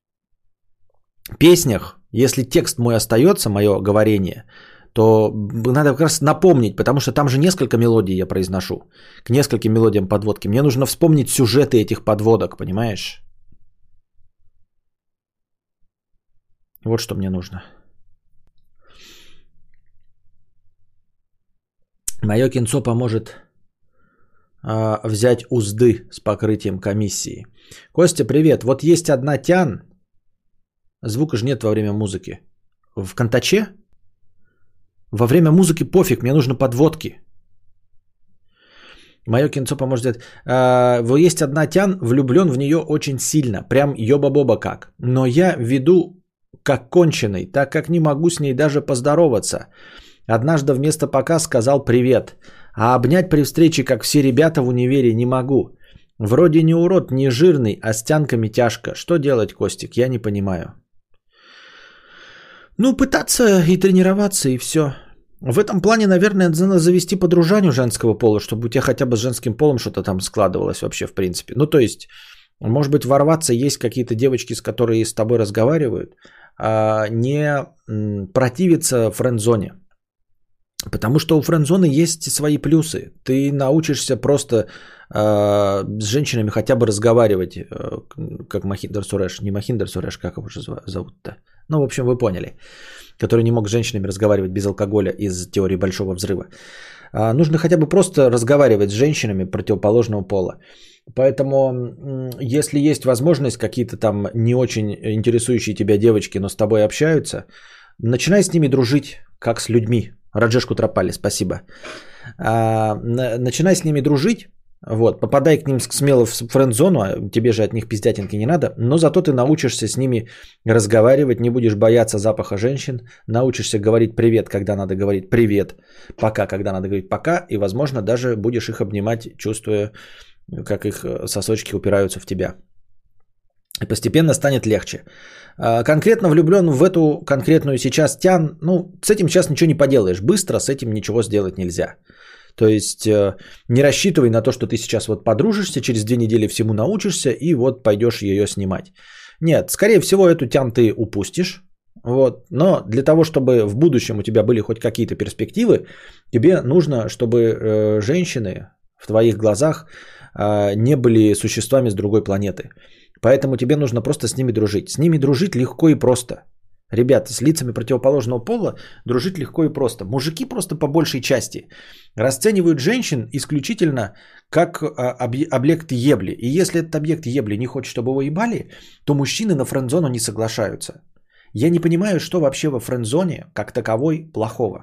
песнях, если текст мой остается, мое говорение, то надо как раз напомнить, потому что там же несколько мелодий я произношу. К нескольким мелодиям подводки. Мне нужно вспомнить сюжеты этих подводок, понимаешь? Вот что мне нужно. Мое кинцо поможет взять узды с покрытием комиссии. Костя, привет. Вот есть одна тян. Звука же нет во время музыки. В Контаче? Во время музыки пофиг, мне нужны подводки. Мое кинцо поможет взять. Есть одна тян, влюблен в нее очень сильно. Прям ёба-боба как. Но я веду как конченый, так как не могу с ней даже поздороваться. Однажды вместо пока сказал привет, а обнять при встрече, как все ребята в универе, не могу. Вроде не урод, не жирный, а с тянками тяжко. Что делать, Костик, я не понимаю. Ну, пытаться и тренироваться, и все. В этом плане, наверное, надо завести подружанию женского пола, чтобы у тебя хотя бы с женским полом что-то там складывалось вообще в принципе. Ну, то есть, может быть, ворваться, есть какие-то девочки, с которыми с тобой разговаривают, а не противиться френд-зоне. Потому что у френд-зоны есть свои плюсы. Ты научишься просто с женщинами хотя бы разговаривать, как Махиндер Суреш. Не Махиндер Суреш, как его же зовут-то? Ну, в общем, вы поняли. Который не мог с женщинами разговаривать без алкоголя из теории Большого Взрыва. Нужно хотя бы просто разговаривать с женщинами противоположного пола. Поэтому, если есть возможность, какие-то там не очень интересующие тебя девочки, но с тобой общаются, начинай с ними дружить, как с людьми. Раджешку Тропали, спасибо. Начинай с ними дружить, вот, попадай к ним смело в френд-зону, тебе же от них пиздятинки не надо, но зато ты научишься с ними разговаривать, не будешь бояться запаха женщин, научишься говорить привет, когда надо говорить привет, пока, когда надо говорить пока, и, возможно, даже будешь их обнимать, чувствуя, как их сосочки упираются в тебя. И постепенно станет легче. Конкретно влюблен в эту конкретную сейчас тян, ну, с этим сейчас ничего не поделаешь. Быстро с этим ничего сделать нельзя. То есть не рассчитывай на то, что ты сейчас вот подружишься, через 2 недели всему научишься и вот пойдешь ее снимать. Нет, скорее всего, эту тян ты упустишь. Вот. Но для того, чтобы в будущем у тебя были хоть какие-то перспективы, тебе нужно, чтобы женщины в твоих глазах не были существами с другой планеты. Поэтому тебе нужно просто с ними дружить. С ними дружить легко и просто. Ребята, с лицами противоположного пола дружить легко и просто. Мужики просто по большей части расценивают женщин исключительно как объект ебли. И если этот объект ебли не хочет, чтобы его ебали, то мужчины на френд-зону не соглашаются. Я не понимаю, что вообще во френд-зоне как таковой плохого.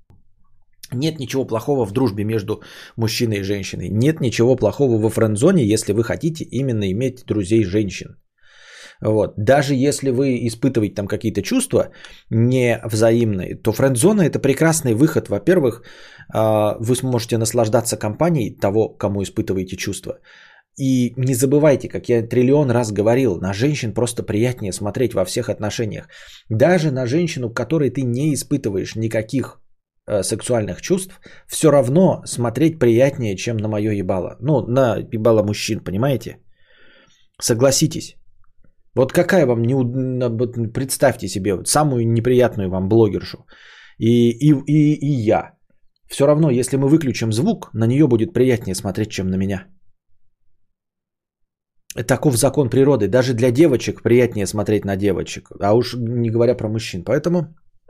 Нет ничего плохого в дружбе между мужчиной и женщиной. Нет ничего плохого во френд-зоне, если вы хотите именно иметь друзей женщин. Вот. Даже если вы испытываете там какие-то чувства невзаимные, то френд-зона это прекрасный выход. Во-первых, вы сможете наслаждаться компанией того, кому испытываете чувства. И не забывайте, как я триллион раз говорил, на женщин просто приятнее смотреть во всех отношениях. Даже на женщину, которой ты не испытываешь никаких сексуальных чувств, все равно смотреть приятнее, чем на мое ебало. Ну, на ебало мужчин, понимаете? Согласитесь. Вот какая вам, представьте себе, самую неприятную вам блогершу. И я. Все равно, если мы выключим звук, на нее будет приятнее смотреть, чем на меня. Таков закон природы. Даже для девочек приятнее смотреть на девочек. А уж не говоря про мужчин. Поэтому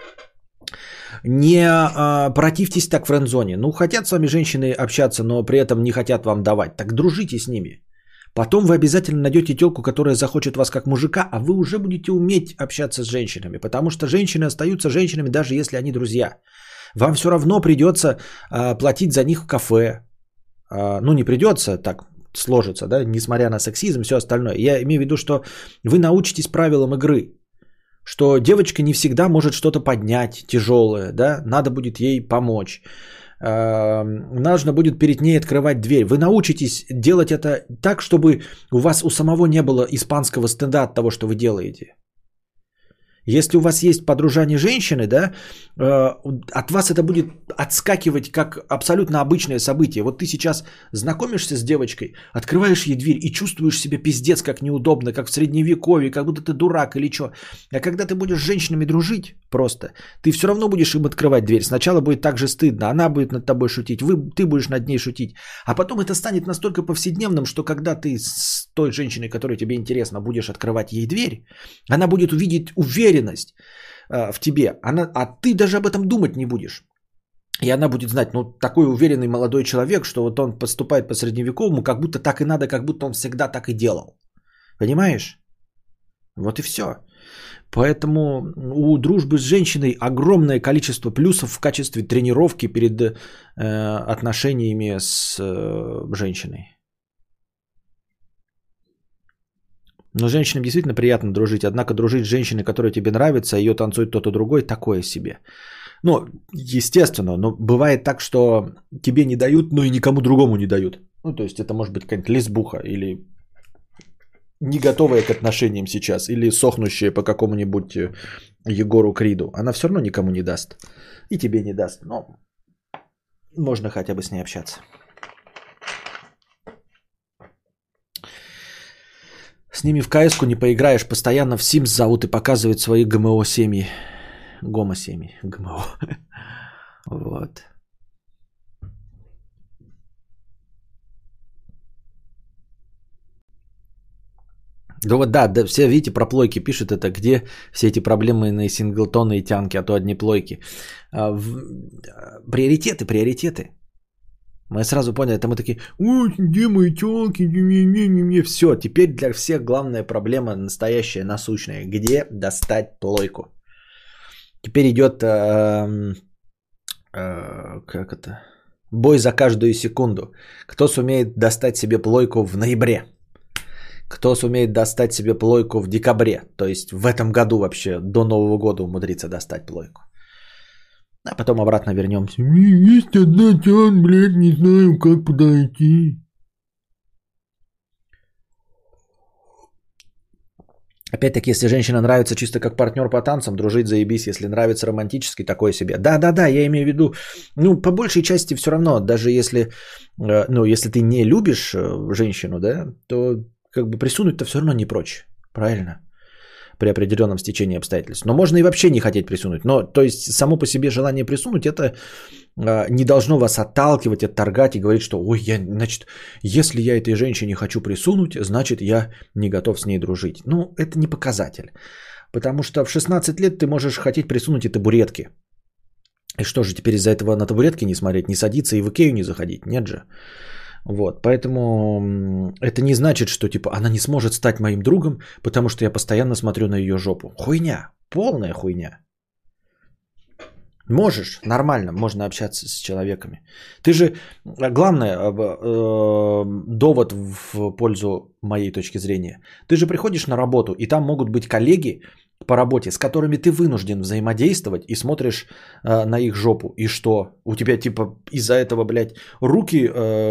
не противьтесь так в френд-зоне. Ну, хотят с вами женщины общаться, но при этом не хотят вам давать. Так дружите с ними. Потом вы обязательно найдете тёлку, которая захочет вас как мужика, а вы уже будете уметь общаться с женщинами. Потому что женщины остаются женщинами, даже если они друзья. Вам все равно придется платить за них в кафе. Ну, не придется, так сложится, да, несмотря на сексизм и все остальное. Я имею в виду, что вы научитесь правилам игры. Что девочка не всегда может что-то поднять тяжелое, да, надо будет ей помочь. Нужно будет перед ней открывать дверь. Вы научитесь делать это так, чтобы у вас у самого не было испанского стыда от того, что вы делаете. Если у вас есть подружане женщины, да, от вас это будет отскакивать как абсолютно обычное событие. Вот ты сейчас знакомишься с девочкой, открываешь ей дверь и чувствуешь себя пиздец как неудобно, как в средневековье, как будто ты дурак или что. А когда ты будешь с женщинами дружить просто, ты все равно будешь им открывать дверь. Сначала будет так же стыдно, она будет над тобой шутить, ты будешь над ней шутить. А потом это станет настолько повседневным, что когда ты с той женщиной, которая тебе интересна, будешь открывать ей дверь, она будет увидеть уверенность в тебе, а ты даже об этом думать не будешь. И она будет знать, ну, такой уверенный молодой человек, что вот он поступает по средневековому, как будто так и надо, как будто он всегда так и делал. Понимаешь? Вот и все. Поэтому у дружбы с женщиной огромное количество плюсов в качестве тренировки перед отношениями с женщиной. Но женщинам действительно приятно дружить. Однако дружить с женщиной, которая тебе нравится, ее танцует кто-то другой, такое себе. Ну, естественно, но бывает так, что тебе не дают, но и никому другому не дают. Ну, то есть это может быть какая-нибудь лесбуха или не готовая к отношениям сейчас, или сохнущая по какому-нибудь Егору Криду. Она все равно никому не даст. И тебе не даст. Но можно хотя бы с ней общаться. С ними в КС-ку не поиграешь, постоянно в Sims зовут и показывают свои ГМО-семьи. Гомо-семьи. ГМО. Вот. Да вот да, все, видите, про плойки пишут это, где все эти проблемы на синглтоны и тянки, а то одни плойки. Приоритеты. Мы сразу поняли, это мы такие, ой, где мои тёлки, все, теперь для всех главная проблема настоящая, насущная, где достать плойку. Теперь идет, как это, бой за каждую секунду. Кто сумеет достать себе плойку в ноябре? Кто сумеет достать себе плойку в декабре? То есть в этом году вообще до Нового года умудриться достать плойку. А потом обратно вернемся. Есть одна тян, блядь, не знаю, как подойти. Опять-таки, если женщина нравится чисто как партнер по танцам, дружить заебись. Если нравится романтически, такое себе. Да, я имею в виду, ну, по большей части все равно, даже если, ну, если ты не любишь женщину, да, то как бы присунуть-то все равно не прочь. Правильно? При определенном стечении обстоятельств. Но можно и вообще не хотеть присунуть. Но, то есть, само по себе желание присунуть, это не должно вас отталкивать, отторгать и говорить, что, ой, значит, если я этой женщине хочу присунуть, значит, я не готов с ней дружить. Ну, это не показатель. Потому что в 16 лет ты можешь хотеть присунуть и табуретки. И что же, теперь из-за этого на табуретки не смотреть, не садиться и в Икею не заходить? Нет же. Вот, поэтому это не значит, что типа она не сможет стать моим другом, потому что я постоянно смотрю на ее жопу. Хуйня, полная хуйня. Можешь, нормально, можно общаться с человеками. Ты же, главное, довод в пользу моей точки зрения. Ты же приходишь на работу, и там могут быть коллеги по работе, с которыми ты вынужден взаимодействовать, и смотришь на их жопу. И что? У тебя типа из-за этого, блядь, руки,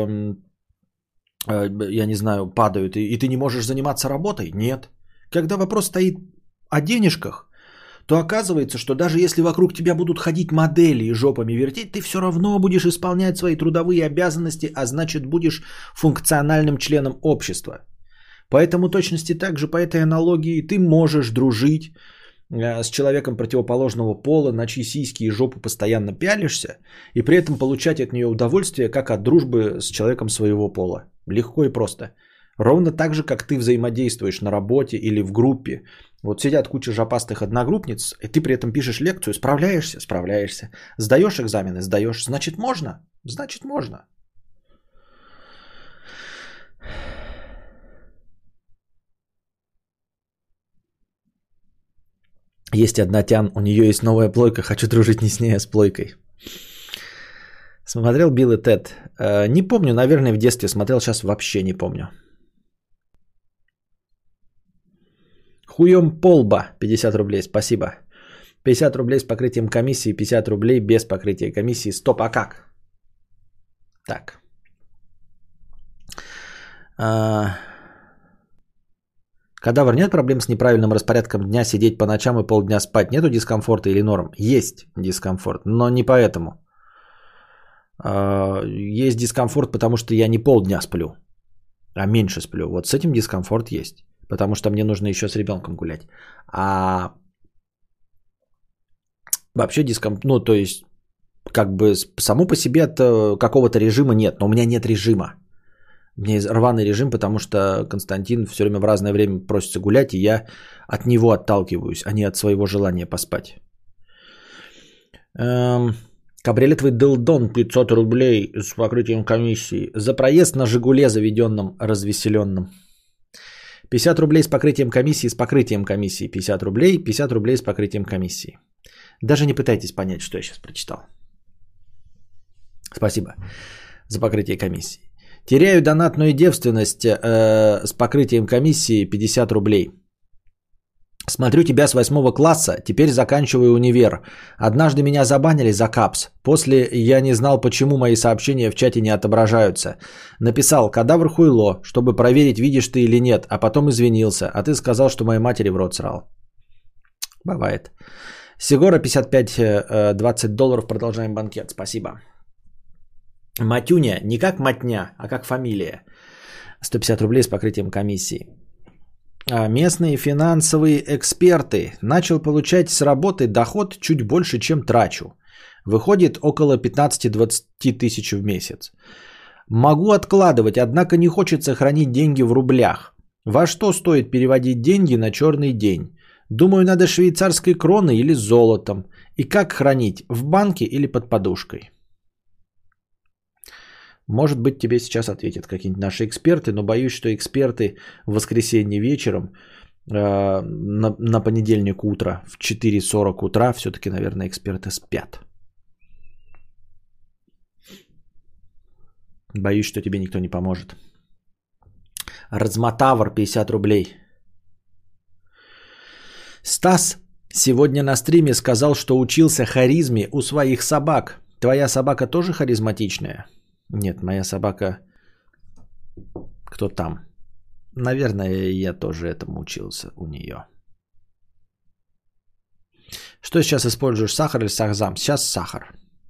я не знаю, падают, и ты не можешь заниматься работой? Нет. Когда вопрос стоит о денежках, то оказывается, что даже если вокруг тебя будут ходить модели и жопами вертеть, ты все равно будешь исполнять свои трудовые обязанности, а значит будешь функциональным членом общества. Поэтому точности так же, по этой аналогии, ты можешь дружить с человеком противоположного пола, на чьи сиськи и жопу постоянно пялишься, и при этом получать от нее удовольствие, как от дружбы с человеком своего пола. Легко и просто. Ровно так же, как ты взаимодействуешь на работе или в группе. Вот сидят куча жопастых одногруппниц, и ты при этом пишешь лекцию, справляешься, справляешься. Сдаешь экзамены, сдаешь. Значит, можно? Значит, можно. Есть одна тян, у нее есть новая плойка, хочу дружить не с ней, а с плойкой. Смотрел Билл и Тед. Не помню, наверное, в детстве смотрел, сейчас вообще не помню. Хуем Полба, 50 рублей, спасибо. 50 рублей с покрытием комиссии, 50 рублей без покрытия комиссии. Стоп, а как? Так. Кадавр, нет проблем с неправильным распорядком дня, сидеть по ночам и полдня спать? Нету дискомфорта или норм? Есть дискомфорт, но не поэтому. Есть дискомфорт, потому что я не полдня сплю, а меньше сплю. Вот с этим дискомфорт есть. Потому что мне нужно еще с ребенком гулять. А вообще дискомфорт, ну то есть как бы само по себе от какого-то режима нет. Но у меня нет режима. У меня есть рваный режим, потому что Константин все время в разное время просится гулять, и я от него отталкиваюсь, а не от своего желания поспать. Кабриолетовый Дылдон, 500 рублей с покрытием комиссии. За проезд на Жигуле, заведенном, развеселенном. 50 рублей с покрытием комиссии, с покрытием комиссии 50 рублей, 50 рублей с покрытием комиссии. Даже не пытайтесь понять, что я сейчас прочитал. Спасибо за покрытие комиссии. Теряю донатную девственность с покрытием комиссии 50 рублей. Смотрю тебя с 8 класса, теперь заканчиваю универ. Однажды меня забанили за капс. После я не знал, почему мои сообщения в чате не отображаются. Написал «Кадавр хуйло», чтобы проверить, видишь ты или нет, а потом извинился. А ты сказал, что моей матери в рот срал. Бывает. Сигора 55, 20 долларов, продолжаем банкет. Спасибо. Матюня, не как матня, а как фамилия. 150 рублей с покрытием комиссии. Местные финансовые эксперты. Начал получать с работы доход чуть больше, чем трачу. Выходит около 15-20 тысяч в месяц. Могу откладывать, однако не хочется хранить деньги в рублях. Во что стоит переводить деньги на черный день? Думаю, надо швейцарской кроной или золотом. И как хранить? В банке или под подушкой? Может быть, тебе сейчас ответят какие-нибудь наши эксперты, но боюсь, что эксперты в воскресенье вечером, на понедельник утро, в 4:40 утра, все-таки, наверное, эксперты спят. Боюсь, что тебе никто не поможет. Размотавр, 50 рублей. Стас сегодня на стриме сказал, что учился харизме у своих собак. Твоя собака тоже харизматичная? Нет, моя собака... Кто там? Наверное, я тоже этому учился у нее. Что сейчас используешь, сахар или сахзам? Сейчас сахар.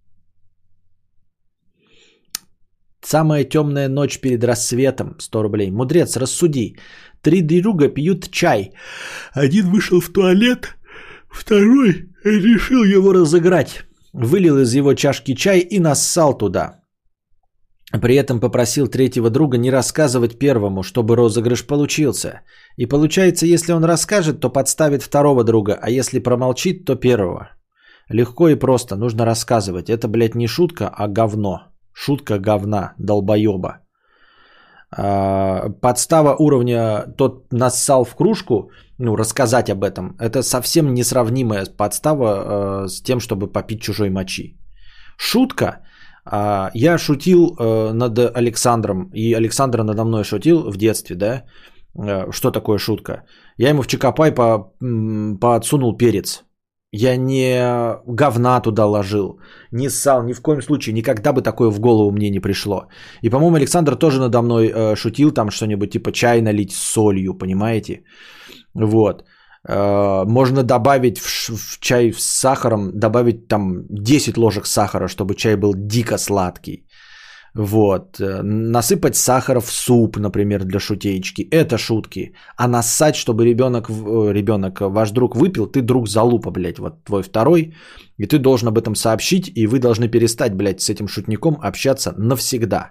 Самая темная ночь перед рассветом. 100 рублей. Мудрец, рассуди. 3 друга пьют чай. Один вышел в туалет, второй решил его разыграть. Вылил из его чашки чай и нассал туда. При этом попросил третьего друга не рассказывать первому, чтобы розыгрыш получился. И получается, если он расскажет, то подставит второго друга, а если промолчит, то первого. Легко и просто, нужно рассказывать. Это, блядь, не шутка, а говно. Шутка говна, долбоеба. Подстава уровня «тот нассал в кружку», ну, рассказать об этом, это совсем несравнимая подстава с тем, чтобы попить чужой мочи. Шутка. Я шутил над Александром, и Александр надо мной шутил в детстве, да? Что такое шутка? Я ему в чокопай подсунул перец. Я не говна туда ложил, не ссал, ни в коем случае, никогда бы такое в голову мне не пришло. И, по-моему, Александр тоже надо мной шутил, там что-нибудь типа чай налить с солью, понимаете? Вот. Можно добавить в чай с сахаром, добавить там 10 ложек сахара, чтобы чай был дико сладкий. Вот. Насыпать сахара в суп, например, для шутеечки. Это шутки. А нассать, чтобы ребенок, ваш друг выпил, ты друг залупа, блядь, вот твой второй. И ты должен об этом сообщить, и вы должны перестать, блядь, с этим шутником общаться навсегда.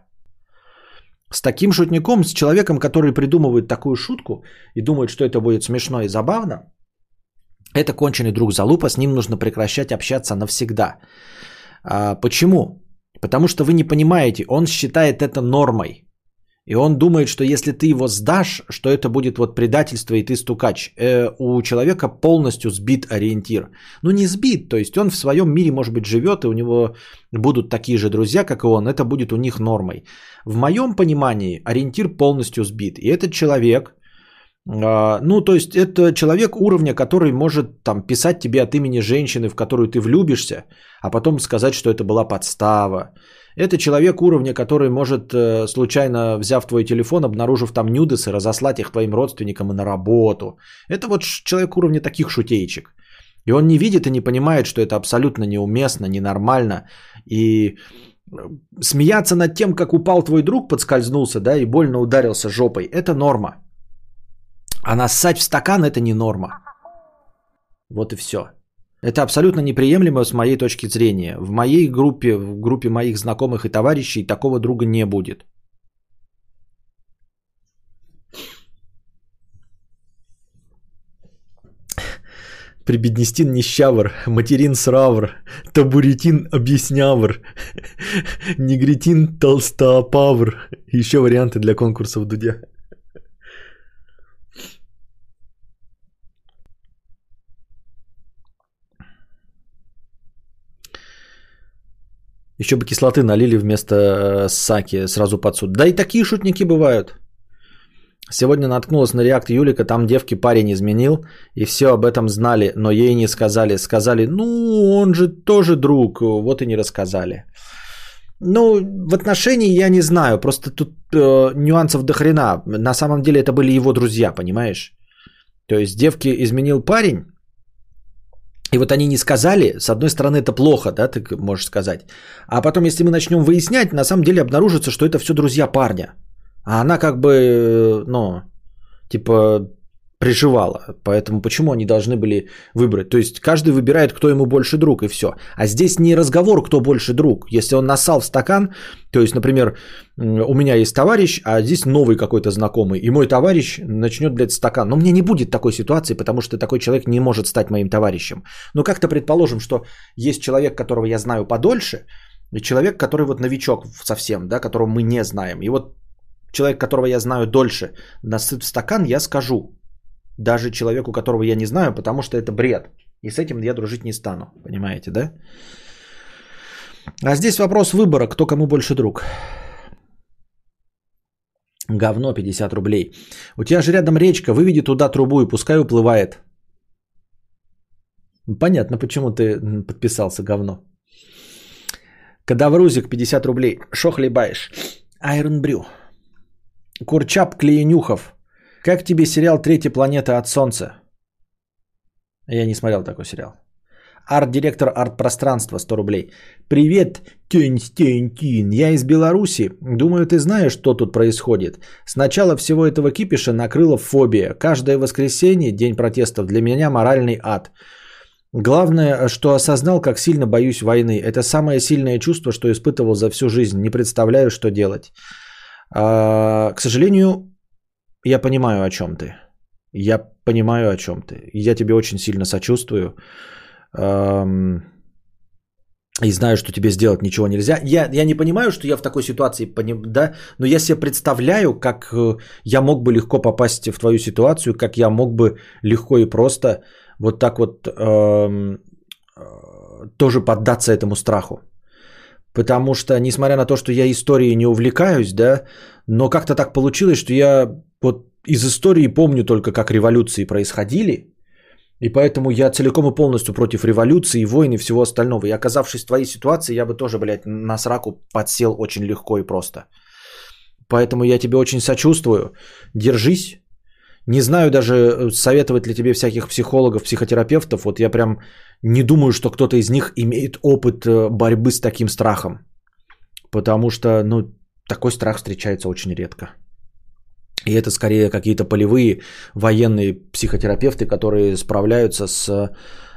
С таким шутником, с человеком, который придумывает такую шутку и думает, что это будет смешно и забавно, это конченый друг залупа, с ним нужно прекращать общаться навсегда. Почему? Потому что вы не понимаете, он считает это нормой. И он думает, что если ты его сдашь, что это будет вот предательство и ты стукач. У человека полностью сбит ориентир. Ну не сбит, то есть он в своем мире, может быть, живет, и у него будут такие же друзья, как и он. Это будет у них нормой. В моем понимании ориентир полностью сбит. И этот человек, ну то есть это человек уровня, который может там писать тебе от имени женщины, в которую ты влюбишься, а потом сказать, что это была подстава. Это человек уровня, который может, случайно взяв твой телефон, обнаружив там нюдесы, разослать их твоим родственникам и на работу. Это вот человек уровня таких шутеечек. И он не видит и не понимает, что это абсолютно неуместно, ненормально. И смеяться над тем, как упал твой друг, подскользнулся, да, и больно ударился жопой, это норма. А нассать в стакан – это не норма. Вот и все. Это абсолютно неприемлемо с моей точки зрения. В моей группе, в группе моих знакомых и товарищей такого друга не будет. Прибеднестин нищавр, материн сравр, табуретин объяснявр, негритин толстопавр. Еще варианты для конкурсов Дудя. Еще бы кислоты налили вместо саки сразу под суд. Да и такие шутники бывают. Сегодня наткнулась на реакт Юлика, там девке парень изменил, и все об этом знали, но ей не сказали. Сказали, ну он же тоже друг, вот и не рассказали. Ну, в отношении я не знаю, просто тут нюансов до хрена. На самом деле это были его друзья, понимаешь? То есть девке изменил парень, и вот они не сказали, с одной стороны это плохо, да, ты можешь сказать. А потом, если мы начнем выяснять, на самом деле обнаружится, что это все друзья парня. А она как бы, ну, типа приживала. Поэтому почему они должны были выбрать? То есть каждый выбирает, кто ему больше друг, и все. А здесь не разговор, кто больше друг. Если он нассал в стакан, то есть, например, у меня есть товарищ, а здесь новый какой-то знакомый, и мой товарищ начнет, блядь, стакан. Но у меня не будет такой ситуации, потому что такой человек не может стать моим товарищем. Но как-то предположим, что есть человек, которого я знаю подольше, и человек, который вот новичок совсем, да, которого мы не знаем. И вот человек, которого я знаю дольше, насыпь в стакан, я скажу. Даже человеку, которого я не знаю, потому что это бред. И с этим я дружить не стану. Понимаете, да? А здесь вопрос выбора, кто кому больше друг. Говно 50 рублей. У тебя же рядом речка, выведи туда трубу и пускай уплывает. Понятно, почему ты подписался, говно. Кадаврузик 50 рублей. Шо хлебаешь? Iron Brew. Курчап Клеенюхов. Как тебе сериал «Третья планета от Солнца»? Я не смотрел такой сериал. Арт-директор арт-пространства 100 рублей. Привет, Константин. Я из Беларуси. Думаю, ты знаешь, что тут происходит. С начала всего этого кипиша накрыла фобия. Каждое воскресенье, день протестов, для меня моральный ад. Главное, что осознал, как сильно боюсь войны. Это самое сильное чувство, что испытывал за всю жизнь. Не представляю, что делать. К сожалению, я понимаю, о чем ты. Я понимаю, о чем ты. Я тебе очень сильно сочувствую. и знаю, что тебе сделать ничего нельзя. Я не понимаю, что я в такой ситуации, да, но я себе представляю, как я мог бы легко попасть в твою ситуацию, как я мог бы легко и просто вот так вот тоже поддаться этому страху. Потому что, несмотря на то, что я историей не увлекаюсь, да, но как-то так получилось, что я вот из истории помню только, как революции происходили, и поэтому я целиком и полностью против революции, войн и всего остального. И оказавшись в твоей ситуации, я бы тоже, блядь, на сраку подсел очень легко и просто. Поэтому я тебе очень сочувствую. Держись. Не знаю даже, советовать ли тебе всяких психологов, психотерапевтов. Вот я прям не думаю, что кто-то из них имеет опыт борьбы с таким страхом. Потому что, ну, такой страх встречается очень редко. И это скорее какие-то полевые военные психотерапевты, которые справляются с...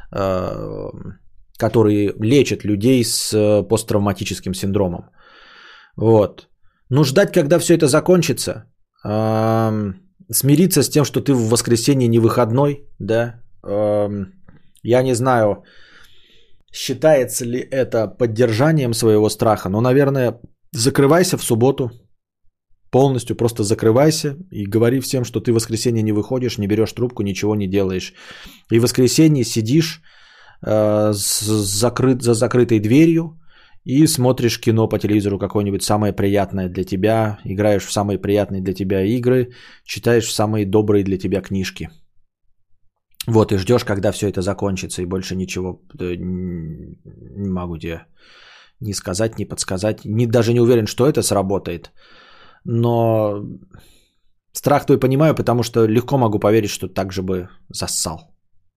которые лечат людей с посттравматическим синдромом. Вот. Ну, ждать, когда все это закончится. Смириться с тем, что ты в воскресенье не выходной, да. Я не знаю, считается ли это поддержанием своего страха, но, наверное, закрывайся в субботу. Полностью просто закрывайся и говори всем, что ты в воскресенье не выходишь, не берешь трубку, ничего не делаешь. И в воскресенье сидишь за закрытой дверью и смотришь кино по телевизору какое-нибудь самое приятное для тебя, играешь в самые приятные для тебя игры, читаешь самые добрые для тебя книжки. Вот, и ждешь, когда все это закончится, и больше ничего не могу тебе ни сказать, ни подсказать. Даже не уверен, что это сработает. Но страх твой понимаю, потому что легко могу поверить, что так же бы зассал.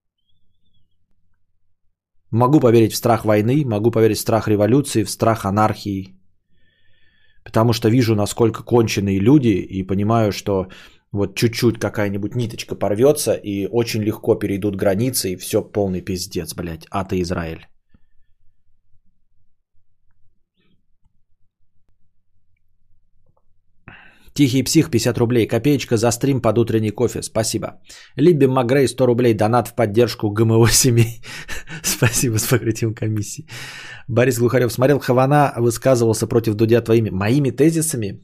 Могу поверить в страх войны, могу поверить в страх революции, в страх анархии. Потому что вижу, насколько конченые люди, и понимаю, что вот чуть-чуть какая-нибудь ниточка порвется, и очень легко перейдут границы, и все полный пиздец, блядь, ад и Израиль. Тихий псих, 50 рублей. Копеечка за стрим под утренний кофе. Спасибо. Либби Макгрей, 100 рублей. Донат в поддержку ГМО семей. Спасибо с покрытием комиссии. Борис Глухарев. Смотрел, Хавана высказывался против Дудя твоими. Моими тезисами?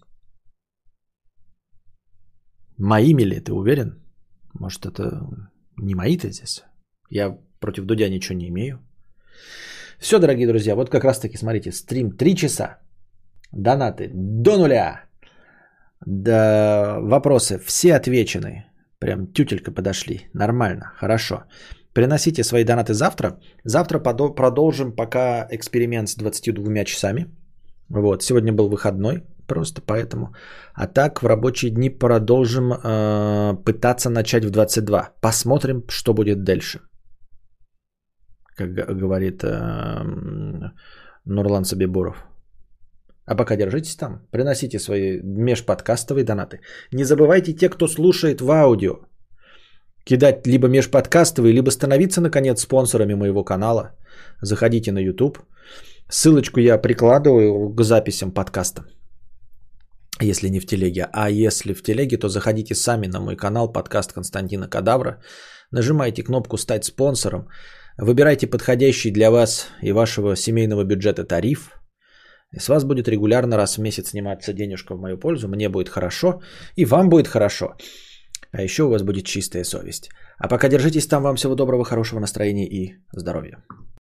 Моими ли, ты уверен? Может, это не мои тезисы? Я против Дудя ничего не имею. Все, дорогие друзья. Вот как раз таки, смотрите. Стрим 3 часа. Донаты до нуля. Да, вопросы все отвечены. Прям тютелька подошли. Нормально, хорошо. Приносите свои донаты завтра. Завтра продолжим пока эксперимент с 22 часами. Вот, сегодня был выходной, просто поэтому. А так в рабочие дни продолжим пытаться начать в 22. Посмотрим, что будет дальше. Как говорит Нурлан Сабибуров. А пока держитесь там, приносите свои межподкастовые донаты. Не забывайте, те, кто слушает в аудио, кидать либо межподкастовые, либо становиться, наконец, спонсорами моего канала. Заходите на YouTube. Ссылочку я прикладываю к записям подкаста, если не в телеге. А если в телеге, то заходите сами на мой канал, подкаст Константина Кадавра. Нажимайте кнопку «Стать спонсором». Выбирайте подходящий для вас и вашего семейного бюджета тариф. И с вас будет регулярно раз в месяц сниматься денежка в мою пользу. Мне будет хорошо, и вам будет хорошо. А еще у вас будет чистая совесть. А пока держитесь там. Вам всего доброго, хорошего настроения и здоровья.